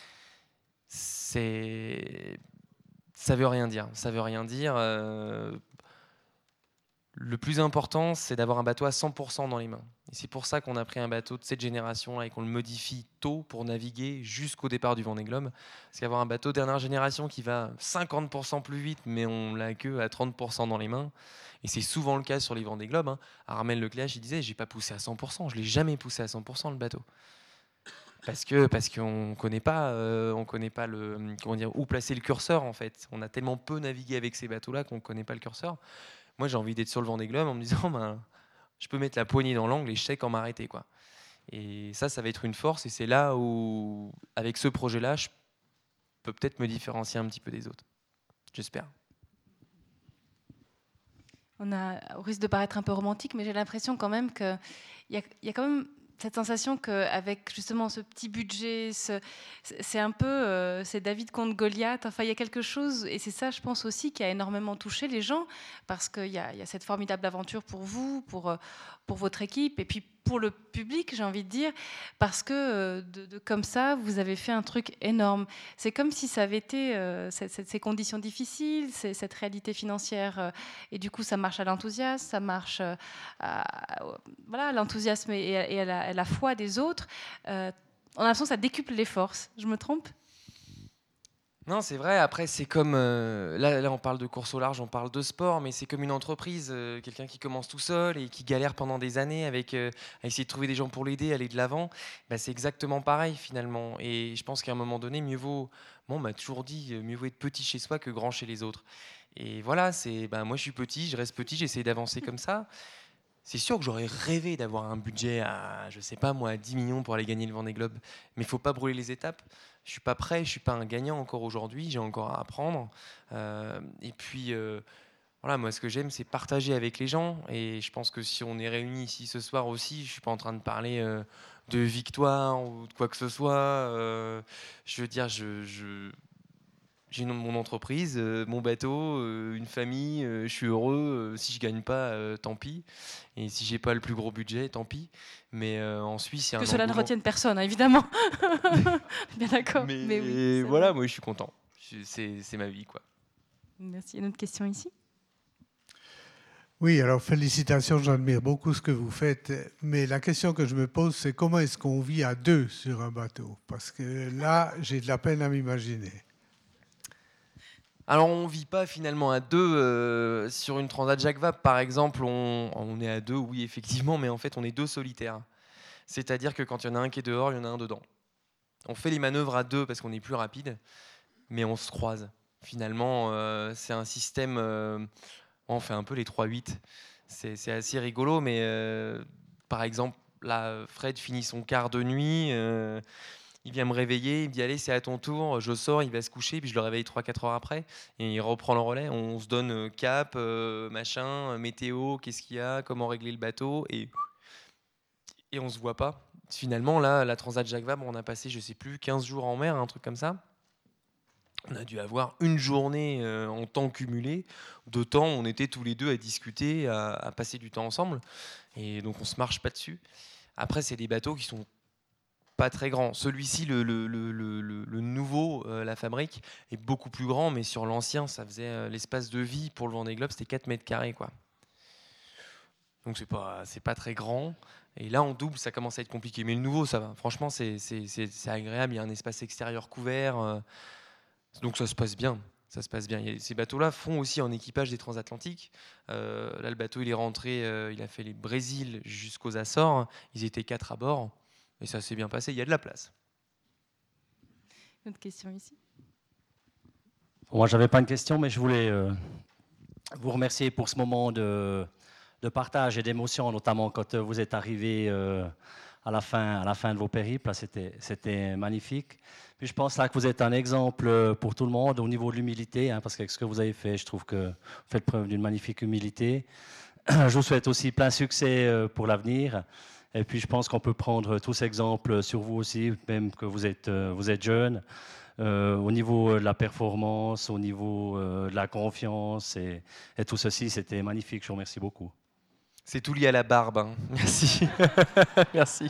C'est... Ça veut rien dire. Ça veut rien dire. Euh... Le plus important, c'est d'avoir un bateau à cent pour cent dans les mains. Et c'est pour ça qu'on a pris un bateau de cette génération-là et qu'on le modifie tôt pour naviguer jusqu'au départ du Vendée Globe. Parce qu'avoir un bateau dernière génération qui va cinquante pour cent plus vite, mais on l'a que à trente pour cent dans les mains. Et c'est souvent le cas sur les Vendée Globe. Hein. Armel Lecléache, il disait, j'ai pas poussé à cent pour cent. Je l'ai jamais poussé à cent pour cent le bateau. Parce que parce qu'on connaît pas, euh, on connaît pas le comment dire où placer le curseur en fait. On a tellement peu navigué avec ces bateaux-là qu'on connaît pas le curseur. Moi, j'ai envie d'être sur le Vendée Globe en me disant, ben, je peux mettre la poignée dans l'angle et je sais quand m'arrêter, quoi. Et ça, ça va être une force. Et c'est là où, avec ce projet-là, je peux peut-être me différencier un petit peu des autres. J'espère. On a, au risque de paraître un peu romantique, mais j'ai l'impression quand même qu'il y a, y a quand même cette sensation qu'avec justement ce petit budget, ce, c'est un peu euh, c'est David contre Goliath. Enfin, il y a quelque chose, et c'est ça, je pense aussi, qui a énormément touché les gens, parce qu'il y a, il y a cette formidable aventure pour vous, pour, pour votre équipe, et puis pour le public, j'ai envie de dire, parce que de, de, comme ça, vous avez fait un truc énorme. C'est comme si ça avait été euh, cette, cette, ces conditions difficiles, ces, cette réalité financière, euh, et du coup, ça marche à l'enthousiasme, ça marche euh, à, voilà, à l'enthousiasme et, et à, la, à la foi des autres. Euh, on a l'impression que ça décuple les forces. Je me trompe ? Non, c'est vrai. Après, c'est comme euh, là, là, on parle de course au large, on parle de sport, mais c'est comme une entreprise, euh, quelqu'un qui commence tout seul et qui galère pendant des années avec euh, à essayer de trouver des gens pour l'aider, aller de l'avant. Bah, c'est exactement pareil finalement. Et je pense qu'à un moment donné, mieux vaut, bon, on m'a toujours dit, euh, mieux vaut être petit chez soi que grand chez les autres. Et voilà, c'est, bah, moi je suis petit, je reste petit, j'essaie d'avancer comme ça. C'est sûr que j'aurais rêvé d'avoir un budget à, je sais pas moi, à dix millions pour aller gagner le Vendée Globe, mais il faut pas brûler les étapes. Je suis pas prêt, je suis pas un gagnant encore aujourd'hui, j'ai encore à apprendre. Euh, et puis, euh, voilà, moi ce que j'aime, c'est partager avec les gens. Et je pense que si on est réunis ici ce soir aussi, je suis pas en train de parler euh, de victoire ou de quoi que ce soit. Euh, je veux dire, je, je j'ai mon entreprise, euh, mon bateau, euh, une famille, euh, je suis heureux. Euh, si je gagne pas, euh, tant pis. Et si j'ai pas le plus gros budget, tant pis. Mais euh, en Suisse, il y a un Que cela ne engouement. retienne personne, hein, évidemment. Bien d'accord. Mais, Mais oui, et c'est voilà, vrai. moi je suis content. Je- C'est c'est ma vie, quoi. Merci. Une autre question ici. Oui, alors félicitations, j'admire beaucoup ce que vous faites. Mais la question que je me pose, c'est comment est-ce qu'on vit à deux sur un bateau? Parce que là, j'ai de la peine à m'imaginer. Alors on vit pas finalement à deux euh, sur une Transat Jacques Vabre par exemple, on, on est à deux, oui effectivement, mais en fait on est deux solitaires. C'est-à-dire que quand il y en a un qui est dehors, il y en a un dedans. On fait les manœuvres à deux parce qu'on est plus rapide, mais on se croise. Finalement, euh, c'est un système, euh, on fait un peu les trois huit. C'est c'est assez rigolo, mais euh, par exemple, là, Fred finit son quart de nuit. euh, Il vient me réveiller, il me dit allez c'est à ton tour, je sors, il va se coucher, puis je le réveille trois quatre heures après, et il reprend le relais, on se donne euh, cap, euh, machin, euh, météo, qu'est-ce qu'il y a, comment régler le bateau, et, et on se voit pas. Finalement là, la Transat Jacques Vabre, on a passé je sais plus quinze jours en mer, un truc comme ça. On a dû avoir une journée euh, en temps cumulé, de temps où on était tous les deux à discuter, à, à passer du temps ensemble, et donc on se marche pas dessus. Après c'est des bateaux qui sont pas très grand. Celui-ci, le, le, le, le, le nouveau, euh, la fabrique, est beaucoup plus grand, mais sur l'ancien, ça faisait euh, l'espace de vie pour le Vendée Globe, c'était quatre mètres carrés, quoi. Donc c'est pas, c'est pas très grand. Et là, en double, ça commence à être compliqué. Mais le nouveau, ça va. Franchement, c'est, c'est, c'est, c'est agréable. Il y a un espace extérieur couvert. Euh, donc ça se passe bien. Ça se passe bien. Il y a, ces bateaux-là font aussi en équipage des transatlantiques. Euh, là, le bateau, il est rentré, euh, il a fait les Brésil jusqu'aux Açores. Ils étaient quatre à bord. Et ça s'est bien passé, il y a de la place. Une autre question ici. Moi, je n'avais pas une question, mais je voulais euh, vous remercier pour ce moment de, de partage et d'émotion, notamment quand euh, vous êtes arrivé euh, à, la fin, à la fin de vos périples. C'était, c'était magnifique. Puis je pense là que vous êtes un exemple pour tout le monde au niveau de l'humilité, hein, parce qu'avec ce que vous avez fait, je trouve que vous faites preuve d'une magnifique humilité. Je vous souhaite aussi plein succès euh, pour l'avenir. Et puis, je pense qu'on peut prendre tous exemples sur vous aussi, même que vous êtes, euh, vous êtes jeune, euh, au niveau de la performance, au niveau euh, de la confiance. Et, et tout ceci, c'était magnifique. Je vous remercie beaucoup. C'est tout lié à la barbe. Hein. Merci. Merci.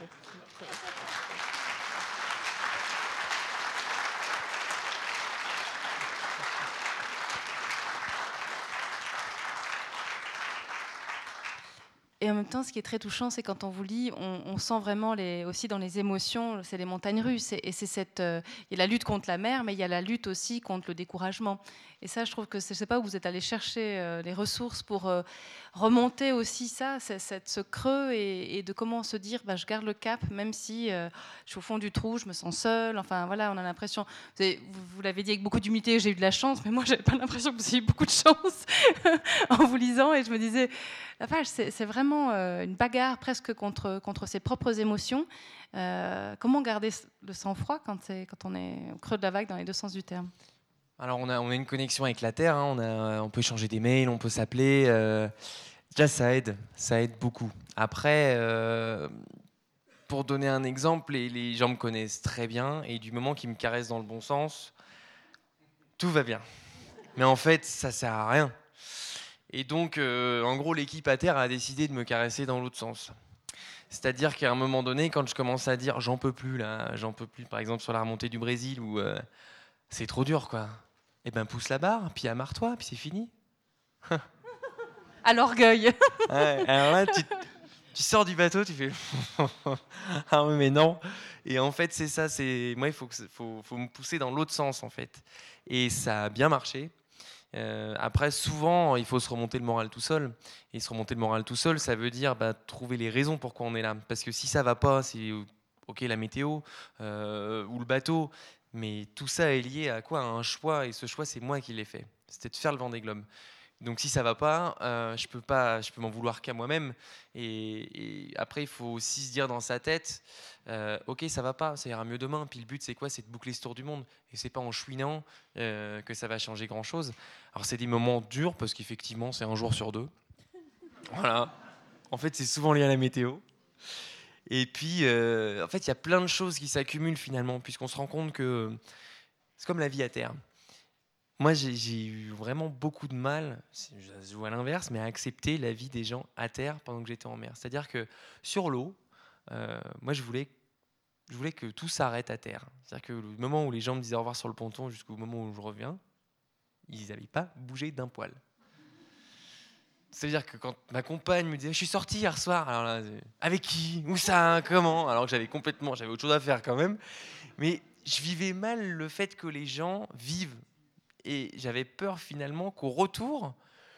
Et en même temps, ce qui est très touchant, c'est quand on vous lit, on, on sent vraiment les, aussi dans les émotions, c'est les montagnes russes. Et, et c'est cette, euh, il y a la lutte contre la mer, mais il y a la lutte aussi contre le découragement. Et ça, je trouve que c'est, je sais pas où vous êtes allé chercher euh, les ressources pour euh, remonter aussi ça, c'est, c'est, ce creux et, et de comment se dire, bah, je garde le cap, même si euh, je suis au fond du trou, je me sens seule. Enfin voilà, on a l'impression. Vous, avez, vous, vous l'avez dit avec beaucoup d'humilité, j'ai eu de la chance, mais moi, j'avais pas l'impression que vous ayez eu beaucoup de chance en vous lisant. Et je me disais, la page, c'est, c'est vraiment une bagarre presque contre, contre ses propres émotions. Euh, comment garder le sang-froid quand, c'est, quand on est au creux de la vague dans les deux sens du terme? Alors on a, on a une connexion avec la Terre, hein, on, a, on peut échanger des mails, on peut s'appeler. Euh, déjà ça aide, ça aide beaucoup. Après, euh, pour donner un exemple, les, les gens me connaissent très bien et du moment qu'ils me caressent dans le bon sens, tout va bien. Mais en fait, ça sert à rien. Et donc, euh, en gros, l'équipe à terre a décidé de me caresser dans l'autre sens. C'est-à-dire qu'à un moment donné, quand je commence à dire « j'en peux plus, là, j'en peux plus », par exemple sur la remontée du Brésil, où euh, c'est trop dur, quoi. Eh ben, pousse la barre, puis amarre-toi, puis c'est fini. À l'orgueil. Ouais, alors là, tu, Tu sors du bateau, tu fais ah oui mais non. Et en fait c'est ça, c'est moi il faut, que, faut, faut me pousser dans l'autre sens en fait. Et ça a bien marché. Euh, après souvent il faut se remonter le moral tout seul. Et se remonter le moral tout seul, ça veut dire bah, trouver les raisons pourquoi on est là. Parce que si ça va pas, c'est ok la météo euh, ou le bateau, mais tout ça est lié à quoi? À un choix. Et ce choix c'est moi qui l'ai fait. C'était de faire le Vendée Globe. Donc si ça va pas, euh, je peux pas, je peux m'en vouloir qu'à moi-même. Et, et après, il faut aussi se dire dans sa tête, euh, ok, ça va pas, ça ira mieux demain. Puis le but, c'est quoi? C'est de boucler ce tour du monde. Et c'est pas en chouinant euh, que ça va changer grand-chose. Alors c'est des moments durs parce qu'effectivement, c'est un jour sur deux. Voilà. En fait, c'est souvent lié à la météo. Et puis, euh, en fait, il y a plein de choses qui s'accumulent finalement, puisqu'on se rend compte que c'est comme la vie à terre. Moi, j'ai, j'ai eu vraiment beaucoup de mal, je joue à l'inverse, mais à accepter la vie des gens à terre pendant que j'étais en mer. C'est-à-dire que sur l'eau, euh, moi, je voulais, je voulais que tout s'arrête à terre. C'est-à-dire que le moment où les gens me disaient au revoir sur le ponton jusqu'au moment où je reviens, ils n'avaient pas bougé d'un poil. C'est-à-dire que quand ma compagne me disait « Je suis sortie hier soir », alors là, avec qui? Où ça? Comment? Alors que j'avais complètement, j'avais autre chose à faire quand même. Mais je vivais mal le fait que les gens vivent. Et j'avais peur finalement qu'au retour,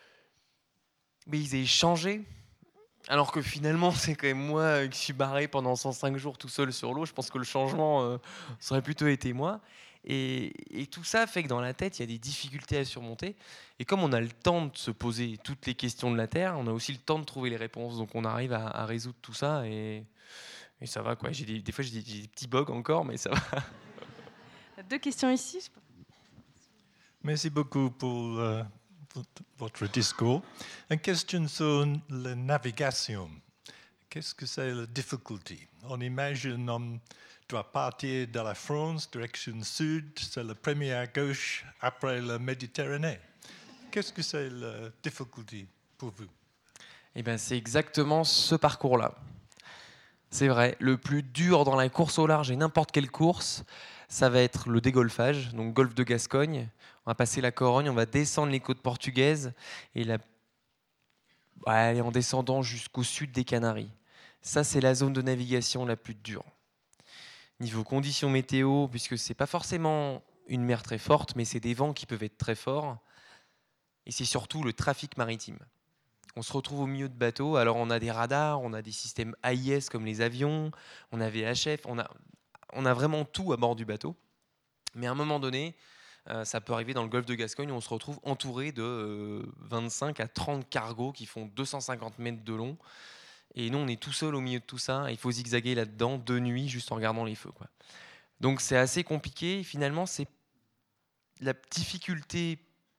mais ils aient changé. Alors que finalement, c'est quand même moi qui suis barré pendant cent cinq jours tout seul sur l'eau. Je pense que le changement euh, ça aurait plutôt été moi. Et, et tout ça fait que dans la tête, il y a des difficultés à surmonter. Et comme on a le temps de se poser toutes les questions de la Terre, on a aussi le temps de trouver les réponses. Donc on arrive à, à résoudre tout ça et, et ça va, quoi. J'ai des, des fois, j'ai des, j'ai des petits bugs encore, mais ça va. Deux questions ici. Je peux... Merci beaucoup pour euh, votre discours. Une question sur la navigation. Qu'est-ce que c'est la difficulté? On imagine on doit partir de la France, direction sud, c'est le premier à gauche après la Méditerranée. Qu'est-ce que c'est la difficulté pour vous? Eh bien, c'est exactement ce parcours-là. C'est vrai, le plus dur dans la course au large et n'importe quelle course, ça va être le dégolfage, donc golfe de Gascogne. On va passer la Corogne, on va descendre les côtes portugaises et la... ouais, en descendant jusqu'au sud des Canaries. Ça, c'est la zone de navigation la plus dure. Niveau conditions météo, puisque c'est pas forcément une mer très forte, mais c'est des vents qui peuvent être très forts. Et c'est surtout le trafic maritime. On se retrouve au milieu de bateaux. Alors on a des radars, on a des systèmes A I S comme les avions, on a V H F, on a, on a vraiment tout à bord du bateau. Mais à un moment donné, euh, ça peut arriver dans le golfe de Gascogne où on se retrouve entouré de euh, vingt-cinq à trente cargos qui font deux cent cinquante mètres de long. Et nous, on est tout seul au milieu de tout ça. Il faut zigzaguer là-dedans de nuit juste en regardant les feux, quoi. Donc c'est assez compliqué. Et finalement, c'est la difficulté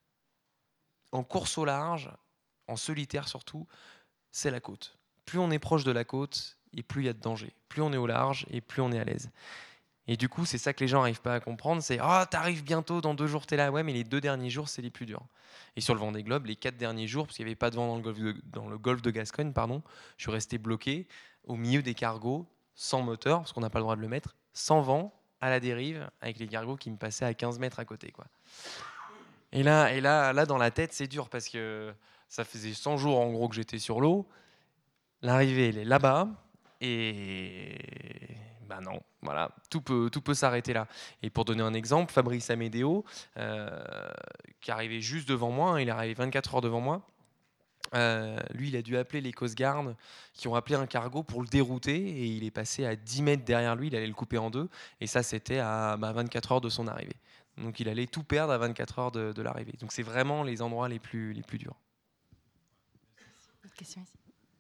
en course au large, en solitaire surtout, c'est la côte. Plus on est proche de la côte, et plus il y a de danger. Plus on est au large, et plus on est à l'aise. Et du coup, c'est ça que les gens n'arrivent pas à comprendre, c'est « Ah, oh, t'arrives bientôt, dans deux jours, t'es là. » Ouais, mais les deux derniers jours, c'est les plus durs. Et sur le Vendée Globe, les quatre derniers jours, parce qu'il n'y avait pas de vent dans le golfe de, dans le golfe de Gascogne, pardon, je suis resté bloqué au milieu des cargos, sans moteur, parce qu'on n'a pas le droit de le mettre, sans vent, à la dérive, avec les cargos qui me passaient à quinze mètres à côté, quoi. Et là, et là, là, dans la tête, c'est dur, parce que ça faisait cent jours, en gros, que j'étais sur l'eau. L'arrivée, elle est là-bas, et... ben non, voilà, tout peut, tout peut s'arrêter là. Et pour donner un exemple, Fabrice Amédéo, euh, qui arrivait juste devant moi, hein, il est arrivé vingt-quatre heures devant moi, euh, lui, il a dû appeler les Coast Guard qui ont appelé un cargo pour le dérouter, et il est passé à dix mètres derrière lui, il allait le couper en deux, et ça, c'était à bah, vingt-quatre heures de son arrivée. Donc il allait tout perdre à vingt-quatre heures de, de l'arrivée. Donc c'est vraiment les endroits les plus, les plus durs. Autre question ici.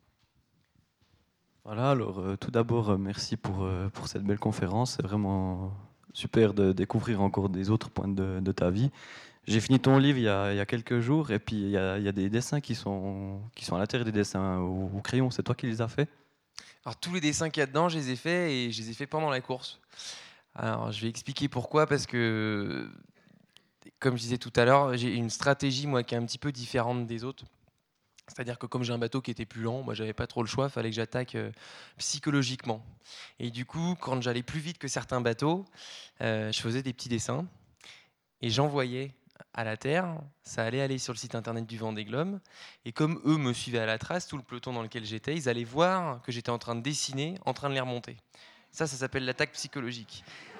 Voilà, alors euh, tout d'abord, euh, merci pour, euh, pour cette belle conférence. C'est vraiment super de découvrir encore des autres points de, de ta vie. J'ai fini ton livre il y a, il y a quelques jours et puis il y a, il y a des dessins qui sont, qui sont à l'intérieur des dessins au, au crayon. C'est toi qui les as faits? Alors tous les dessins qu'il y a dedans, je les ai faits et je les ai faits pendant la course. Alors je vais expliquer pourquoi, parce que, comme je disais tout à l'heure, j'ai une stratégie moi qui est un petit peu différente des autres. C'est-à-dire que comme j'ai un bateau qui était plus lent, moi j'avais pas trop le choix, il fallait que j'attaque euh, psychologiquement. Et du coup, quand j'allais plus vite que certains bateaux, euh, je faisais des petits dessins et j'envoyais à la terre, ça allait aller sur le site internet du Vendée Globe. Et comme eux me suivaient à la trace, tout le peloton dans lequel j'étais, ils allaient voir que j'étais en train de dessiner, en train de les remonter. Ça, ça s'appelle l'attaque psychologique.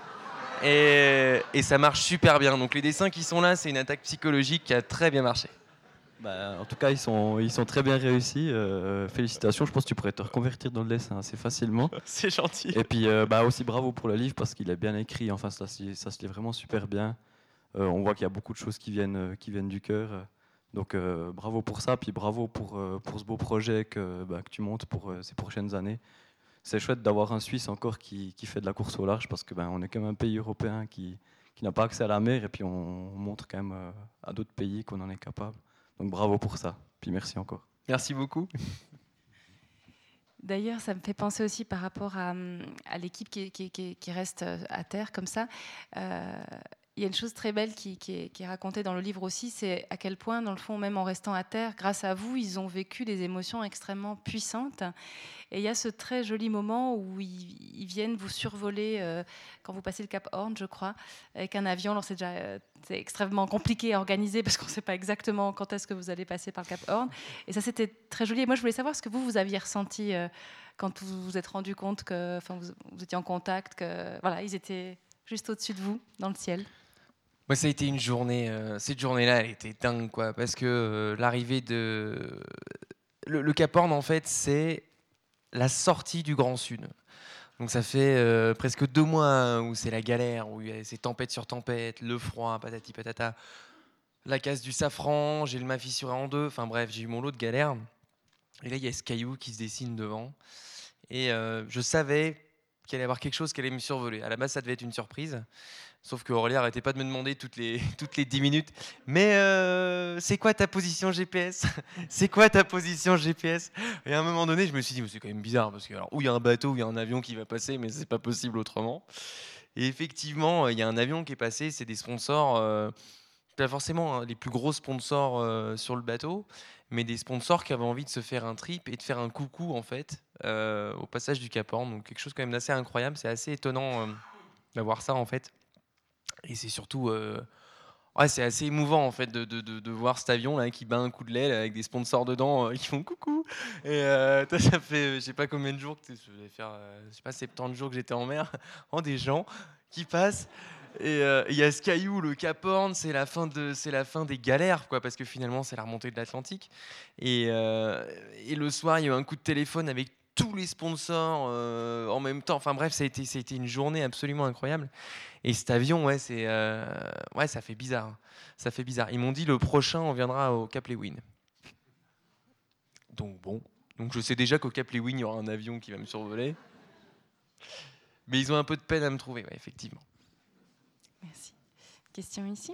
Et, et ça marche super bien. Donc les dessins qui sont là, c'est une attaque psychologique qui a très bien marché. Bah, en tout cas, ils sont, ils sont très bien réussis. Euh, félicitations. Je pense que tu pourrais te reconvertir dans le dessin assez facilement. C'est gentil. Et puis, euh, bah, aussi bravo pour le livre parce qu'il est bien écrit. Enfin, ça, ça se lit vraiment super bien. Euh, on voit qu'il y a beaucoup de choses qui viennent, euh, qui viennent du cœur. Donc, euh, bravo pour ça. Puis bravo pour, euh, pour ce beau projet que, bah, que tu montes pour euh, ces prochaines années. C'est chouette d'avoir un Suisse encore qui, qui fait de la course au large parce que ben, on est quand même un pays européen qui, qui n'a pas accès à la mer et puis on, on montre quand même euh, à d'autres pays qu'on en est capable. Donc bravo pour ça. Puis merci encore. Merci beaucoup. D'ailleurs, ça me fait penser aussi par rapport à, à l'équipe qui, qui, qui, qui reste à terre comme ça. Euh, il y a une chose très belle qui, qui, est, qui est racontée dans le livre aussi, c'est à quel point, dans le fond, même en restant à terre, grâce à vous, ils ont vécu des émotions extrêmement puissantes. Et il y a ce très joli moment où ils, ils viennent vous survoler euh, quand vous passez le Cap Horn, je crois, avec un avion. Alors c'est déjà euh, c'est extrêmement compliqué à organiser parce qu'on ne sait pas exactement quand est-ce que vous allez passer par le Cap Horn. Et ça, c'était très joli. Et moi, je voulais savoir ce que vous, vous aviez ressenti euh, quand vous vous êtes rendu compte que, enfin, vous, vous étiez en contact, que voilà, ils étaient juste au-dessus de vous, dans le ciel. Moi, ça a été une journée. Euh, cette journée-là, elle était dingue, quoi, parce que euh, l'arrivée de le, le Cap Horn, en fait, c'est la sortie du Grand Sud. Donc ça fait euh, presque deux mois où c'est la galère, où il y a ces tempêtes sur tempêtes, le froid, patati patata, la casse du safran, j'ai le mât fissuré en deux. Enfin bref, j'ai eu mon lot de galères. Et là, il y a ce caillou qui se dessine devant, et euh, je savais qu'il allait y avoir quelque chose qui allait me survoler. À la base, ça devait être une surprise. Sauf que Aurélie n'arrêtait pas de me demander toutes les, toutes les dix minutes « Mais euh, c'est quoi ta position G P S ? C'est quoi ta position G P S ?» Et à un moment donné, je me suis dit « C'est quand même bizarre, parce que alors, où il y a un bateau, où il y a un avion qui va passer, mais c'est pas possible autrement. » Et effectivement, il y a un avion qui est passé, c'est des sponsors, euh, pas forcément hein, les plus gros sponsors euh, sur le bateau, mais des sponsors qui avaient envie de se faire un trip et de faire un coucou, en fait, euh, au passage du Cap Horn. Donc quelque chose quand même d'assez incroyable, c'est assez étonnant euh, d'avoir ça, en fait. Et c'est surtout, euh, ouais, c'est assez émouvant en fait de, de, de, de voir cet avion là qui bat un coup de l'aile avec des sponsors dedans euh, qui font coucou. Et euh, ça fait, je sais pas combien de jours, que je vais faire, euh, je sais pas soixante-dix jours que j'étais en mer, en des gens qui passent. Et il euh, y a ce caillou, le Cap Horn, c'est la fin de, c'est la fin des galères quoi, parce que finalement c'est la remontée de l'Atlantique. Et, euh, et le soir il y a eu un coup de téléphone avec tous les sponsors euh, en même temps. Enfin bref, ça a été, ça a été une journée absolument incroyable. Et cet avion, ouais, c'est, euh, ouais, ça fait bizarre. Ça fait bizarre. Ils m'ont dit le prochain, on viendra au Cap Lewin. Donc bon, donc je sais déjà qu'au Cap Lewin, il y aura un avion qui va me survoler. Mais ils ont un peu de peine à me trouver, ouais, effectivement. Merci. Question ici.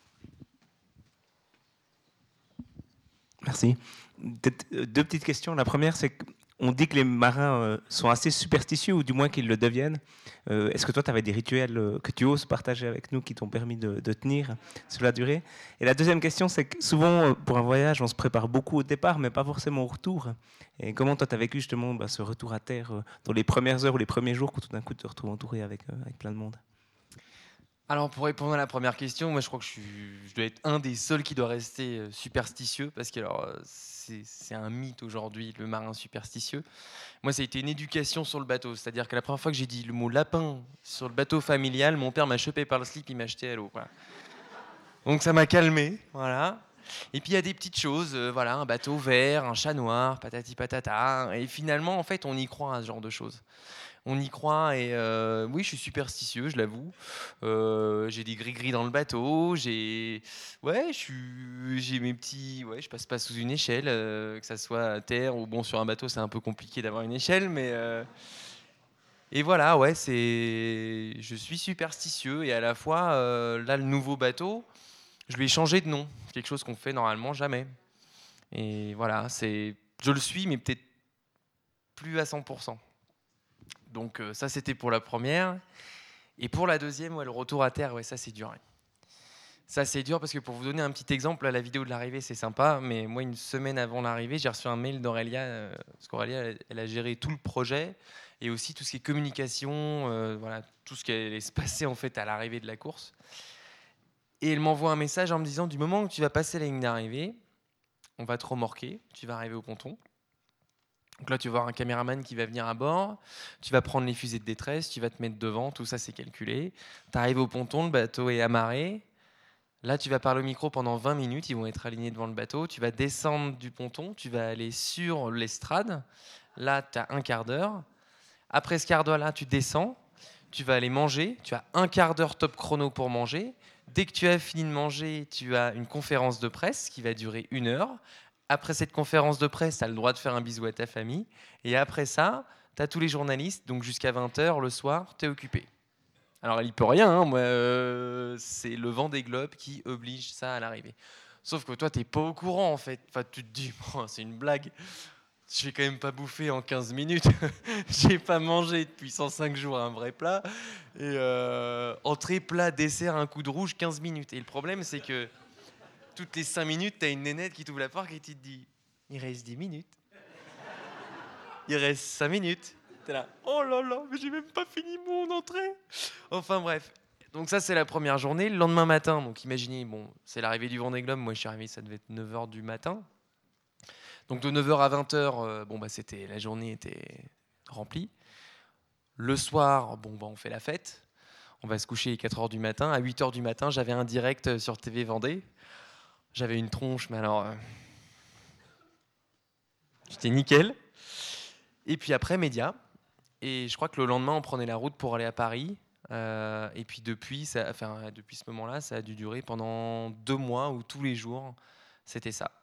Merci. Deux petites questions. La première, c'est que on dit que les marins sont assez superstitieux, ou du moins qu'ils le deviennent. Euh, est-ce que toi, tu avais des rituels que tu oses partager avec nous qui t'ont permis de, de tenir sur la durée? Et la deuxième question, c'est que souvent, pour un voyage, on se prépare beaucoup au départ, mais pas forcément au retour. Et comment toi, tu as vécu justement bah, ce retour à terre dans les premières heures ou les premiers jours, quand tout d'un coup, tu te retrouves entouré avec, euh, avec plein de monde? Alors pour répondre à la première question, moi je crois que je, suis, je dois être un des seuls qui doit rester superstitieux parce que alors, c'est, c'est un mythe aujourd'hui, le marin superstitieux. Moi ça a été une éducation sur le bateau, c'est-à-dire que la première fois que j'ai dit le mot lapin sur le bateau familial, mon père m'a chopé par le slip, il m'a jeté à l'eau. Voilà. Donc ça m'a calmé, voilà. Et puis il y a des petites choses, euh, voilà, un bateau vert, un chat noir, patati patata. Et finalement en fait on y croit à ce genre de choses. On y croit et euh, oui, je suis superstitieux, je l'avoue. Euh, j'ai des gris-gris dans le bateau, j'ai, ouais, je suis, j'ai mes petits, ouais, je passe pas sous une échelle, euh, que ça soit à terre ou bon sur un bateau, c'est un peu compliqué d'avoir une échelle, mais euh, et voilà, ouais, c'est, je suis superstitieux et à la fois euh, là le nouveau bateau, je lui ai changé de nom, quelque chose qu'on fait normalement jamais. Et voilà, c'est, je le suis, mais peut-être plus à cent pour cent. Donc euh, ça c'était pour la première. Et pour la deuxième, ouais, le retour à terre, ouais, ça c'est dur. Ouais. Ça c'est dur parce que pour vous donner un petit exemple, là, la vidéo de l'arrivée c'est sympa, mais moi une semaine avant l'arrivée, j'ai reçu un mail d'Aurélia, euh, parce qu'Aurélia elle, elle a géré tout le projet et aussi tout ce qui est communication, euh, voilà, tout ce qui allait se passer en fait à l'arrivée de la course. Et elle m'envoie un message en me disant, du moment où tu vas passer la ligne d'arrivée, on va te remorquer, tu vas arriver au ponton. Donc là, tu vas voir un caméraman qui va venir à bord, tu vas prendre les fusées de détresse, tu vas te mettre devant, tout ça c'est calculé. Tu arrives au ponton, le bateau est amarré. Là, tu vas parler au micro pendant vingt minutes, ils vont être alignés devant le bateau. Tu vas descendre du ponton, tu vas aller sur l'estrade. Là, tu as un quart d'heure. Après ce quart d'heure-là, tu descends, tu vas aller manger. Tu as un quart d'heure top chrono pour manger. Dès que tu as fini de manger, tu as une conférence de presse qui va durer une heure. Après cette conférence de presse, tu as le droit de faire un bisou à ta famille. Et après ça, tu as tous les journalistes. Donc jusqu'à vingt heures le soir, tu es occupé. Alors, elle n'y peut rien, hein, moi, euh, c'est le Vendée Globe qui oblige ça à l'arrivée. Sauf que toi, tu n'es pas au courant, en fait. Enfin, tu te dis, bon, c'est une blague. Je vais quand même pas bouffer en quinze minutes. J'ai pas mangé depuis cent cinq jours un vrai plat. Et euh, entrée, plat, dessert, un coup de rouge, quinze minutes. Et le problème, c'est que toutes les cinq minutes, tu as une nénette qui t'ouvre la porte et qui te dit, il reste dix minutes. Il reste cinq minutes. T'es là, oh là là, mais j'ai même pas fini mon entrée. Enfin bref, donc ça c'est la première journée. Le lendemain matin, donc imaginez, bon, c'est l'arrivée du Vendée Globe. Moi je suis arrivé, ça devait être neuf heures du matin. Donc de neuf heures à vingt heures, euh, bon bah c'était, la journée était remplie. Le soir, bon bah on fait la fête. On va se coucher à quatre heures du matin. À huit heures du matin, j'avais un direct sur T V Vendée. J'avais une tronche, mais alors, euh... j'étais nickel. Et puis après, médias. Et je crois que le lendemain, on prenait la route pour aller à Paris. Euh, et puis depuis, ça, enfin, depuis ce moment-là, ça a dû durer pendant deux mois où tous les jours, c'était ça.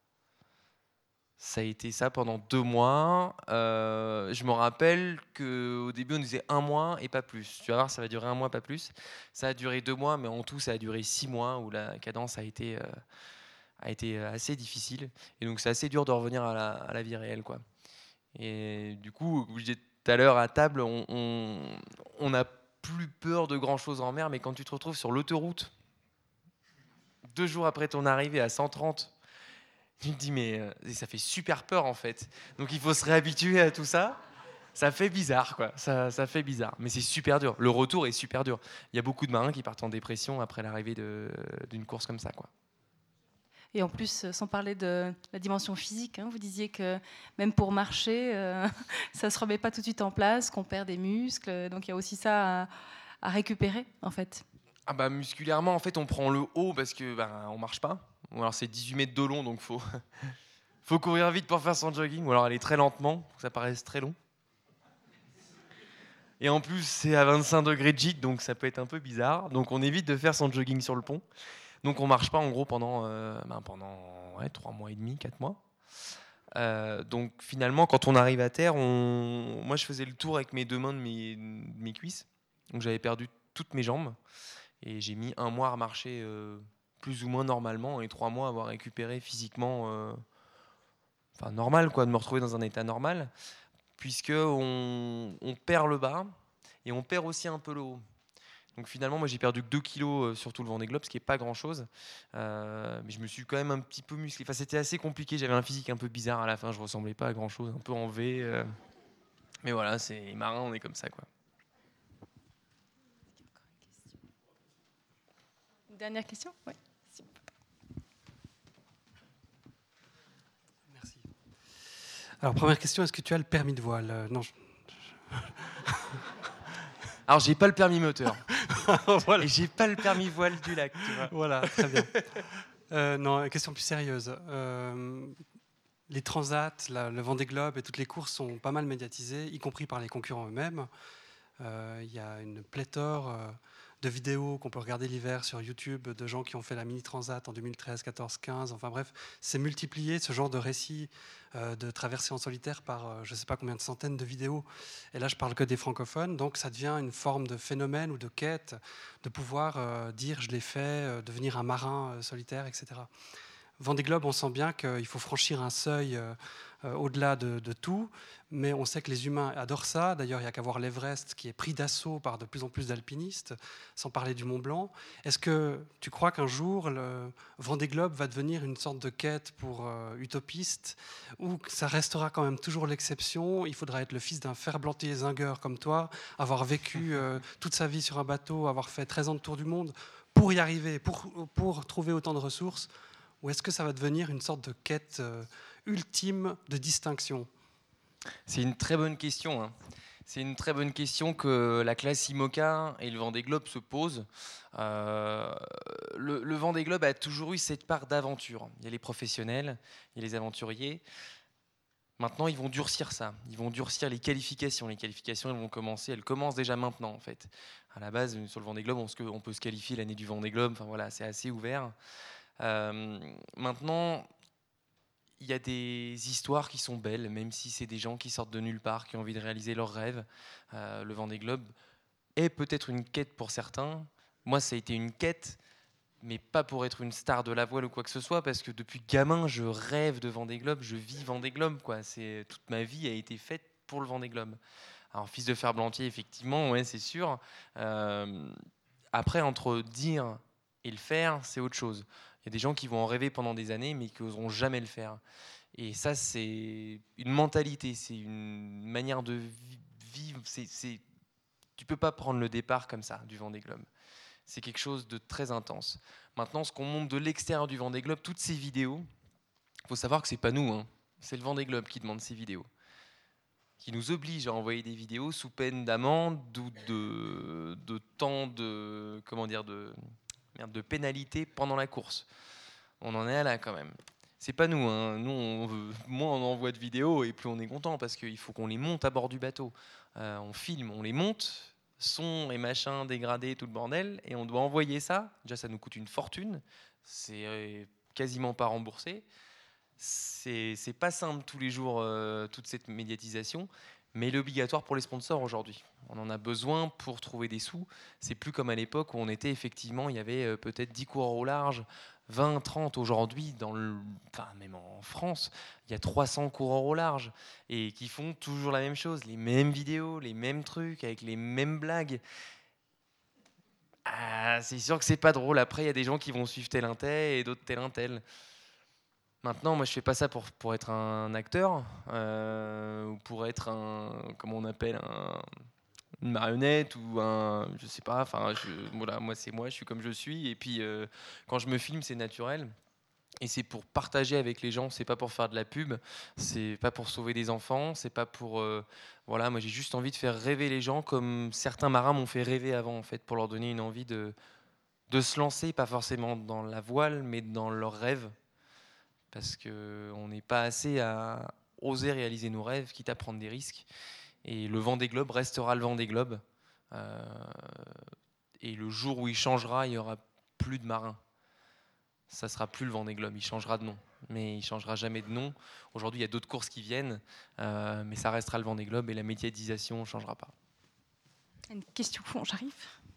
Ça a été ça pendant deux mois. Euh, je me rappelle qu'au début, on disait un mois et pas plus. Tu vas voir, ça va durer un mois, pas plus. Ça a duré deux mois, mais en tout, ça a duré six mois où la cadence a été, euh, a été assez difficile. Et donc, c'est assez dur de revenir à la, à la vie réelle, quoi. Et du coup, je disais tout à l'heure à table, on, on, on n'a plus peur de grand-chose en mer, mais quand tu te retrouves sur l'autoroute, deux jours après ton arrivée à cent trente, tu te dis, mais ça fait super peur en fait. Donc il faut se réhabituer à tout ça. Ça fait bizarre, quoi. Ça, ça fait bizarre, mais c'est super dur. Le retour est super dur. Il y a beaucoup de marins qui partent en dépression après l'arrivée de, d'une course comme ça, quoi. Et en plus, sans parler de la dimension physique, hein, vous disiez que même pour marcher, euh, ça ne se remet pas tout de suite en place, qu'on perd des muscles. Donc il y a aussi ça à, à récupérer, en fait. Ah bah, musculairement, en fait, on prend le haut parce qu'on bah, ne marche pas. Ou alors c'est dix-huit mètres de long, donc il faut, faut courir vite pour faire son jogging. Ou alors aller très lentement, pour que ça paraisse très long. Et en plus, c'est à vingt-cinq degrés de gîte, donc ça peut être un peu bizarre. Donc on évite de faire son jogging sur le pont. Donc on marche pas en gros pendant, euh, ben pendant ouais, trois mois et demi, quatre mois. Euh, donc finalement, quand on arrive à terre, on... moi je faisais le tour avec mes deux mains de mes, de mes cuisses. Donc j'avais perdu toutes mes jambes. Et j'ai mis un mois à marcher euh, plus ou moins normalement et trois mois à avoir récupéré physiquement, euh, enfin normal quoi, de me retrouver dans un état normal. Puisque on, on perd le bas et on perd aussi un peu le haut. Donc finalement, moi j'ai perdu que deux kilos sur tout le Vendée Globe, ce qui n'est pas grand-chose. Euh, mais je me suis quand même un petit peu musclé. Enfin, c'était assez compliqué, j'avais un physique un peu bizarre à la fin, je ne ressemblais pas à grand-chose, un peu en V. Euh. Mais voilà, c'est les marins, on est comme ça, quoi. Une dernière question ? Oui. Merci. Alors, première question, est-ce que tu as le permis de voile ? euh, Non, je... Alors, j'ai pas le permis moteur. Voilà. Et j'ai pas le permis voile du lac, tu vois. Voilà, très bien. Euh, non, question plus sérieuse. Euh, les transats, la, le Vendée Globe et toutes les courses sont pas mal médiatisées, y compris par les concurrents eux-mêmes. Euh, il y a une pléthore euh, de vidéos qu'on peut regarder l'hiver sur YouTube de gens qui ont fait la mini transat en deux mille treize, quatorze, quinze. Enfin bref, c'est multiplié ce genre de récits euh, de traversée en solitaire par euh, je ne sais pas combien de centaines de vidéos. Et là, je parle que des francophones. Donc ça devient une forme de phénomène ou de quête de pouvoir euh, dire je l'ai fait, euh, devenir un marin euh, solitaire, et cetera. Vendée Globe, on sent bien qu'il faut franchir un seuil euh, euh, au-delà de, de tout, mais on sait que les humains adorent ça. D'ailleurs, il n'y a qu'à voir l'Everest qui est pris d'assaut par de plus en plus d'alpinistes, sans parler du Mont Blanc. Est-ce que tu crois qu'un jour, le Vendée Globe va devenir une sorte de quête pour euh, utopistes, ou que ça restera quand même toujours l'exception ? Il faudra être le fils d'un ferblantier zingueur comme toi, avoir vécu euh, toute sa vie sur un bateau, avoir fait treize ans de tour du monde, pour y arriver, pour, pour trouver autant de ressources, ou est-ce que ça va devenir une sorte de quête euh, ultime de distinction? C'est une très bonne question. Hein. C'est une très bonne question que la classe IMOCA et le Vendée Globe se posent. Euh, le, le Vendée Globe a toujours eu cette part d'aventure. Il y a les professionnels, il y a les aventuriers. Maintenant, ils vont durcir ça. Ils vont durcir les qualifications. Les qualifications, elles vont commencer. Elles commencent déjà maintenant, en fait. À la base, sur le Vendée Globe, on, se, on peut se qualifier l'année du Vendée Globe. Enfin voilà, c'est assez ouvert. Euh, maintenant, il y a des histoires qui sont belles, même si c'est des gens qui sortent de nulle part, qui ont envie de réaliser leurs rêves. Euh, le Vendée Globe est peut-être une quête pour certains. Moi, ça a été une quête, mais pas pour être une star de la voile ou quoi que ce soit, parce que depuis gamin, je rêve de Vendée Globe, je vis Vendée Globe, quoi. C'est, toute ma vie a été faite pour le Vendée Globe. Alors, fils de ferblantier, effectivement, ouais, c'est sûr. Euh, après, entre dire et le faire, c'est autre chose. Il y a des gens qui vont en rêver pendant des années, mais qui n'oseront jamais le faire. Et ça, c'est une mentalité, c'est une manière de vivre. C'est, c'est... Tu ne peux pas prendre le départ comme ça du Vendée Globe. C'est quelque chose de très intense. Maintenant, ce qu'on montre de l'extérieur du Vendée Globe, toutes ces vidéos, il faut savoir que ce n'est pas nous, hein. C'est le Vendée Globe qui demande ces vidéos, qui nous oblige à envoyer des vidéos sous peine d'amende ou de, de temps de, comment dire, de, merde, de pénalité pendant la course. On en est là quand même. C'est pas nous, hein. Nous, on veut, moins on envoie de vidéos et plus on est content parce qu'il faut qu'on les monte à bord du bateau. Euh, on filme, on les monte, son et machin, dégradé, tout le bordel, et on doit envoyer ça. Déjà, ça nous coûte une fortune. C'est quasiment pas remboursé. C'est, c'est pas simple tous les jours, euh, toute cette médiatisation, mais il est obligatoire pour les sponsors aujourd'hui. On en a besoin pour trouver des sous. C'est plus comme à l'époque où on était effectivement, il y avait euh, peut-être dix coureurs au large, vingt, trente. Aujourd'hui, dans le, enfin, même en France, il y a trois cents coureurs au large et qui font toujours la même chose, les mêmes vidéos, les mêmes trucs, avec les mêmes blagues. Ah, c'est sûr que c'est pas drôle. Après, il y a des gens qui vont suivre tel un tel et d'autres tel un tel. Maintenant, moi, je fais pas ça pour, pour être un acteur euh, ou pour être un, comment on appelle, un, une marionnette ou un, je sais pas. Enfin, je, voilà, moi, c'est moi, je suis comme je suis. Et puis, euh, quand je me filme, c'est naturel. Et c'est pour partager avec les gens. C'est pas pour faire de la pub. C'est pas pour sauver des enfants. C'est pas pour, euh, voilà. Moi, j'ai juste envie de faire rêver les gens comme certains marins m'ont fait rêver avant, en fait, pour leur donner une envie de, de se lancer, pas forcément dans la voile, mais dans leurs rêves. Parce qu'on n'est pas assez à oser réaliser nos rêves, quitte à prendre des risques. Et le Vendée Globe restera le Vendée Globe. Euh, et le jour où il changera, il n'y aura plus de marins. Ça ne sera plus le Vendée Globe, il changera de nom. Mais il ne changera jamais de nom. Aujourd'hui, il y a d'autres courses qui viennent, euh, mais ça restera le Vendée Globe et la médiatisation ne changera pas. Une question, j'arrive.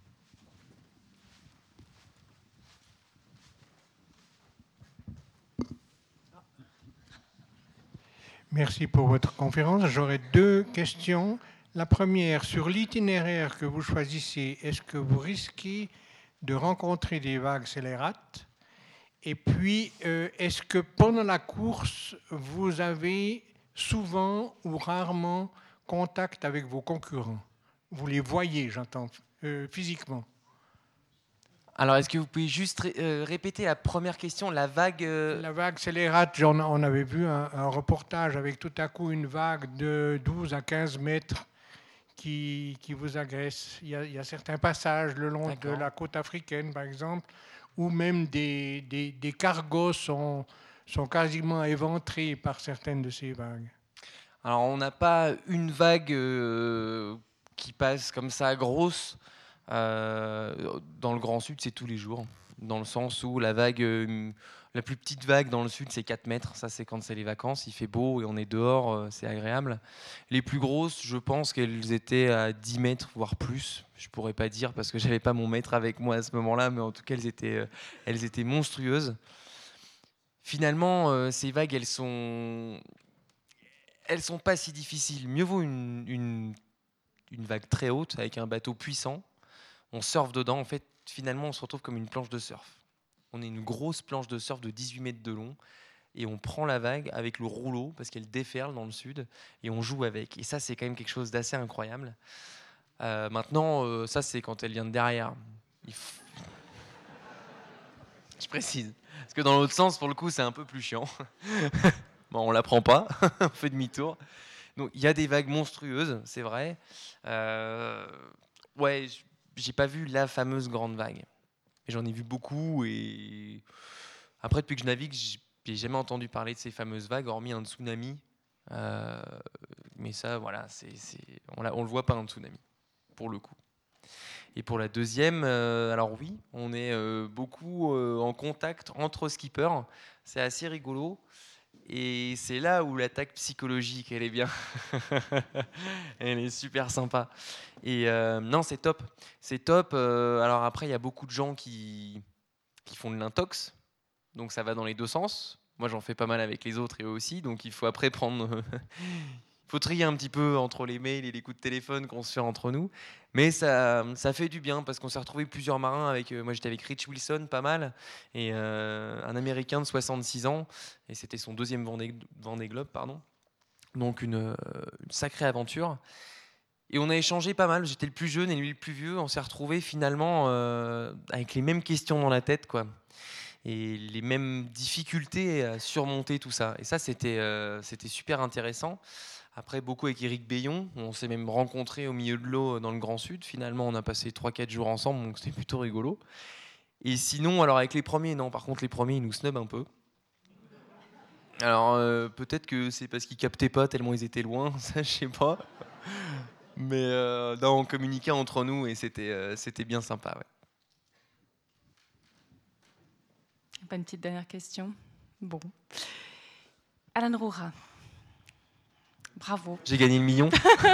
Merci pour votre conférence. J'aurais deux questions. La première, sur l'itinéraire que vous choisissez, est-ce que vous risquez de rencontrer des vagues scélérates? Et puis, euh, est-ce que pendant la course, vous avez souvent ou rarement contact avec vos concurrents? Vous les voyez, j'entends, euh, physiquement. Alors, est-ce que vous pouvez juste ré- euh, répéter la première question, la vague euh... La vague scélérate, on, on avait vu un, un reportage avec tout à coup une vague de douze à quinze mètres qui, qui vous agresse. Il y, a, il y a certains passages le long D'accord. de la côte africaine, par exemple, où même des, des, des cargos sont, sont quasiment éventrés par certaines de ces vagues. Alors, on n'a pas une vague euh, qui passe comme ça, grosse. Euh, dans le Grand Sud, c'est tous les jours, dans le sens où la vague, euh, la plus petite vague dans le Sud, c'est quatre mètres. Ça, c'est quand c'est les vacances, il fait beau et on est dehors, euh, c'est agréable. Les plus grosses, je pense qu'elles étaient à dix mètres, voire plus. Je pourrais pas dire parce que j'avais pas mon mètre avec moi à ce moment-là, mais en tout cas, elles étaient, euh, elles étaient monstrueuses. Finalement, euh, ces vagues, elles sont, elles sont pas si difficiles. Mieux vaut une, une, une vague très haute avec un bateau puissant. On surfe dedans, en fait, finalement, on se retrouve comme une planche de surf. On est une grosse planche de surf de dix-huit mètres de long et on prend la vague avec le rouleau parce qu'elle déferle dans le sud et on joue avec. Et ça, c'est quand même quelque chose d'assez incroyable. Euh, maintenant, euh, ça, c'est quand elle vient de derrière. Il f... je précise. Parce que dans l'autre sens, pour le coup, c'est un peu plus chiant. Bon, on la prend pas, on fait demi-tour. Donc, il y a des vagues monstrueuses, c'est vrai. Euh, ouais, j'ai pas vu la fameuse grande vague. Mais j'en ai vu beaucoup et après, depuis que je navigue, j'ai jamais entendu parler de ces fameuses vagues, hormis un tsunami. Euh, mais ça, voilà, c'est, c'est, on ne le voit pas un tsunami, pour le coup. Et pour la deuxième, euh, alors oui, on est euh, beaucoup euh, en contact entre skippers. C'est assez rigolo. Et c'est là où l'attaque psychologique, elle est bien. Elle est super sympa. Et euh, non, c'est top. C'est top. Euh, alors après, il y a beaucoup de gens qui, qui font de l'intox. Donc ça va dans les deux sens. Moi, j'en fais pas mal avec les autres et eux aussi. Donc il faut après prendre... Il faut trier un petit peu entre les mails et les coups de téléphone qu'on se fait entre nous. Mais ça, ça fait du bien parce qu'on s'est retrouvé plusieurs marins. Avec, euh, moi, j'étais avec Rich Wilson, pas mal, et euh, un Américain de soixante-six ans. Et c'était son deuxième Vendée, Vendée Globe, pardon. Donc une, euh, une sacrée aventure. Et on a échangé pas mal. J'étais le plus jeune et lui le plus vieux. On s'est retrouvés finalement euh, avec les mêmes questions dans la tête, quoi. Et les mêmes difficultés à surmonter tout ça. Et ça, c'était, euh, c'était super intéressant. Après, beaucoup avec Éric Bayon, on s'est même rencontrés au milieu de l'eau dans le Grand Sud. Finalement, on a passé trois quatre jours ensemble, donc c'était plutôt rigolo. Et sinon, alors avec les premiers, non, par contre, les premiers, ils nous snobent un peu. Alors, euh, peut-être que c'est parce qu'ils captaient pas tellement ils étaient loin, ça, je sais pas. Mais euh, non, on communiquait entre nous et c'était, euh, c'était bien sympa, ouais. Pas une petite dernière question. Bon. Alan Roura. Bravo. J'ai gagné le million.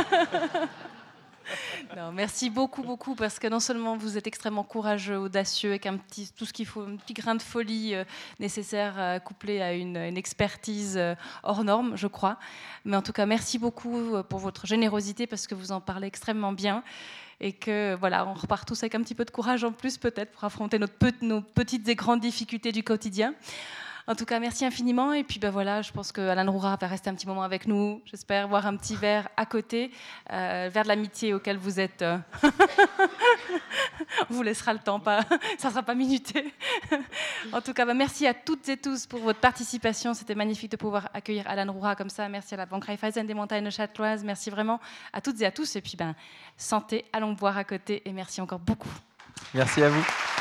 Non, merci beaucoup, beaucoup, parce que non seulement vous êtes extrêmement courageux, audacieux, avec un petit, tout ce qu'il faut, un petit grain de folie euh, nécessaire euh, couplé à une, une expertise euh, hors norme, je crois. Mais en tout cas, merci beaucoup euh, pour votre générosité, parce que vous en parlez extrêmement bien. Et que voilà, on repart tous avec un petit peu de courage en plus, peut-être, pour affronter notre pe- nos petites et grandes difficultés du quotidien. En tout cas, merci infiniment. Et puis, ben voilà, je pense que Alan Roura va rester un petit moment avec nous. J'espère boire un petit verre à côté, euh, verre de l'amitié auquel vous êtes. Euh... On vous laissera le temps, pas, ça ne sera pas minuté. En tout cas, ben merci à toutes et tous pour votre participation. C'était magnifique de pouvoir accueillir Alan Roura comme ça. Merci à la Banque Raiffeisen des Montagnes Châteloises. Merci vraiment à toutes et à tous. Et puis, ben, santé, allons boire à côté. Et merci encore beaucoup. Merci à vous.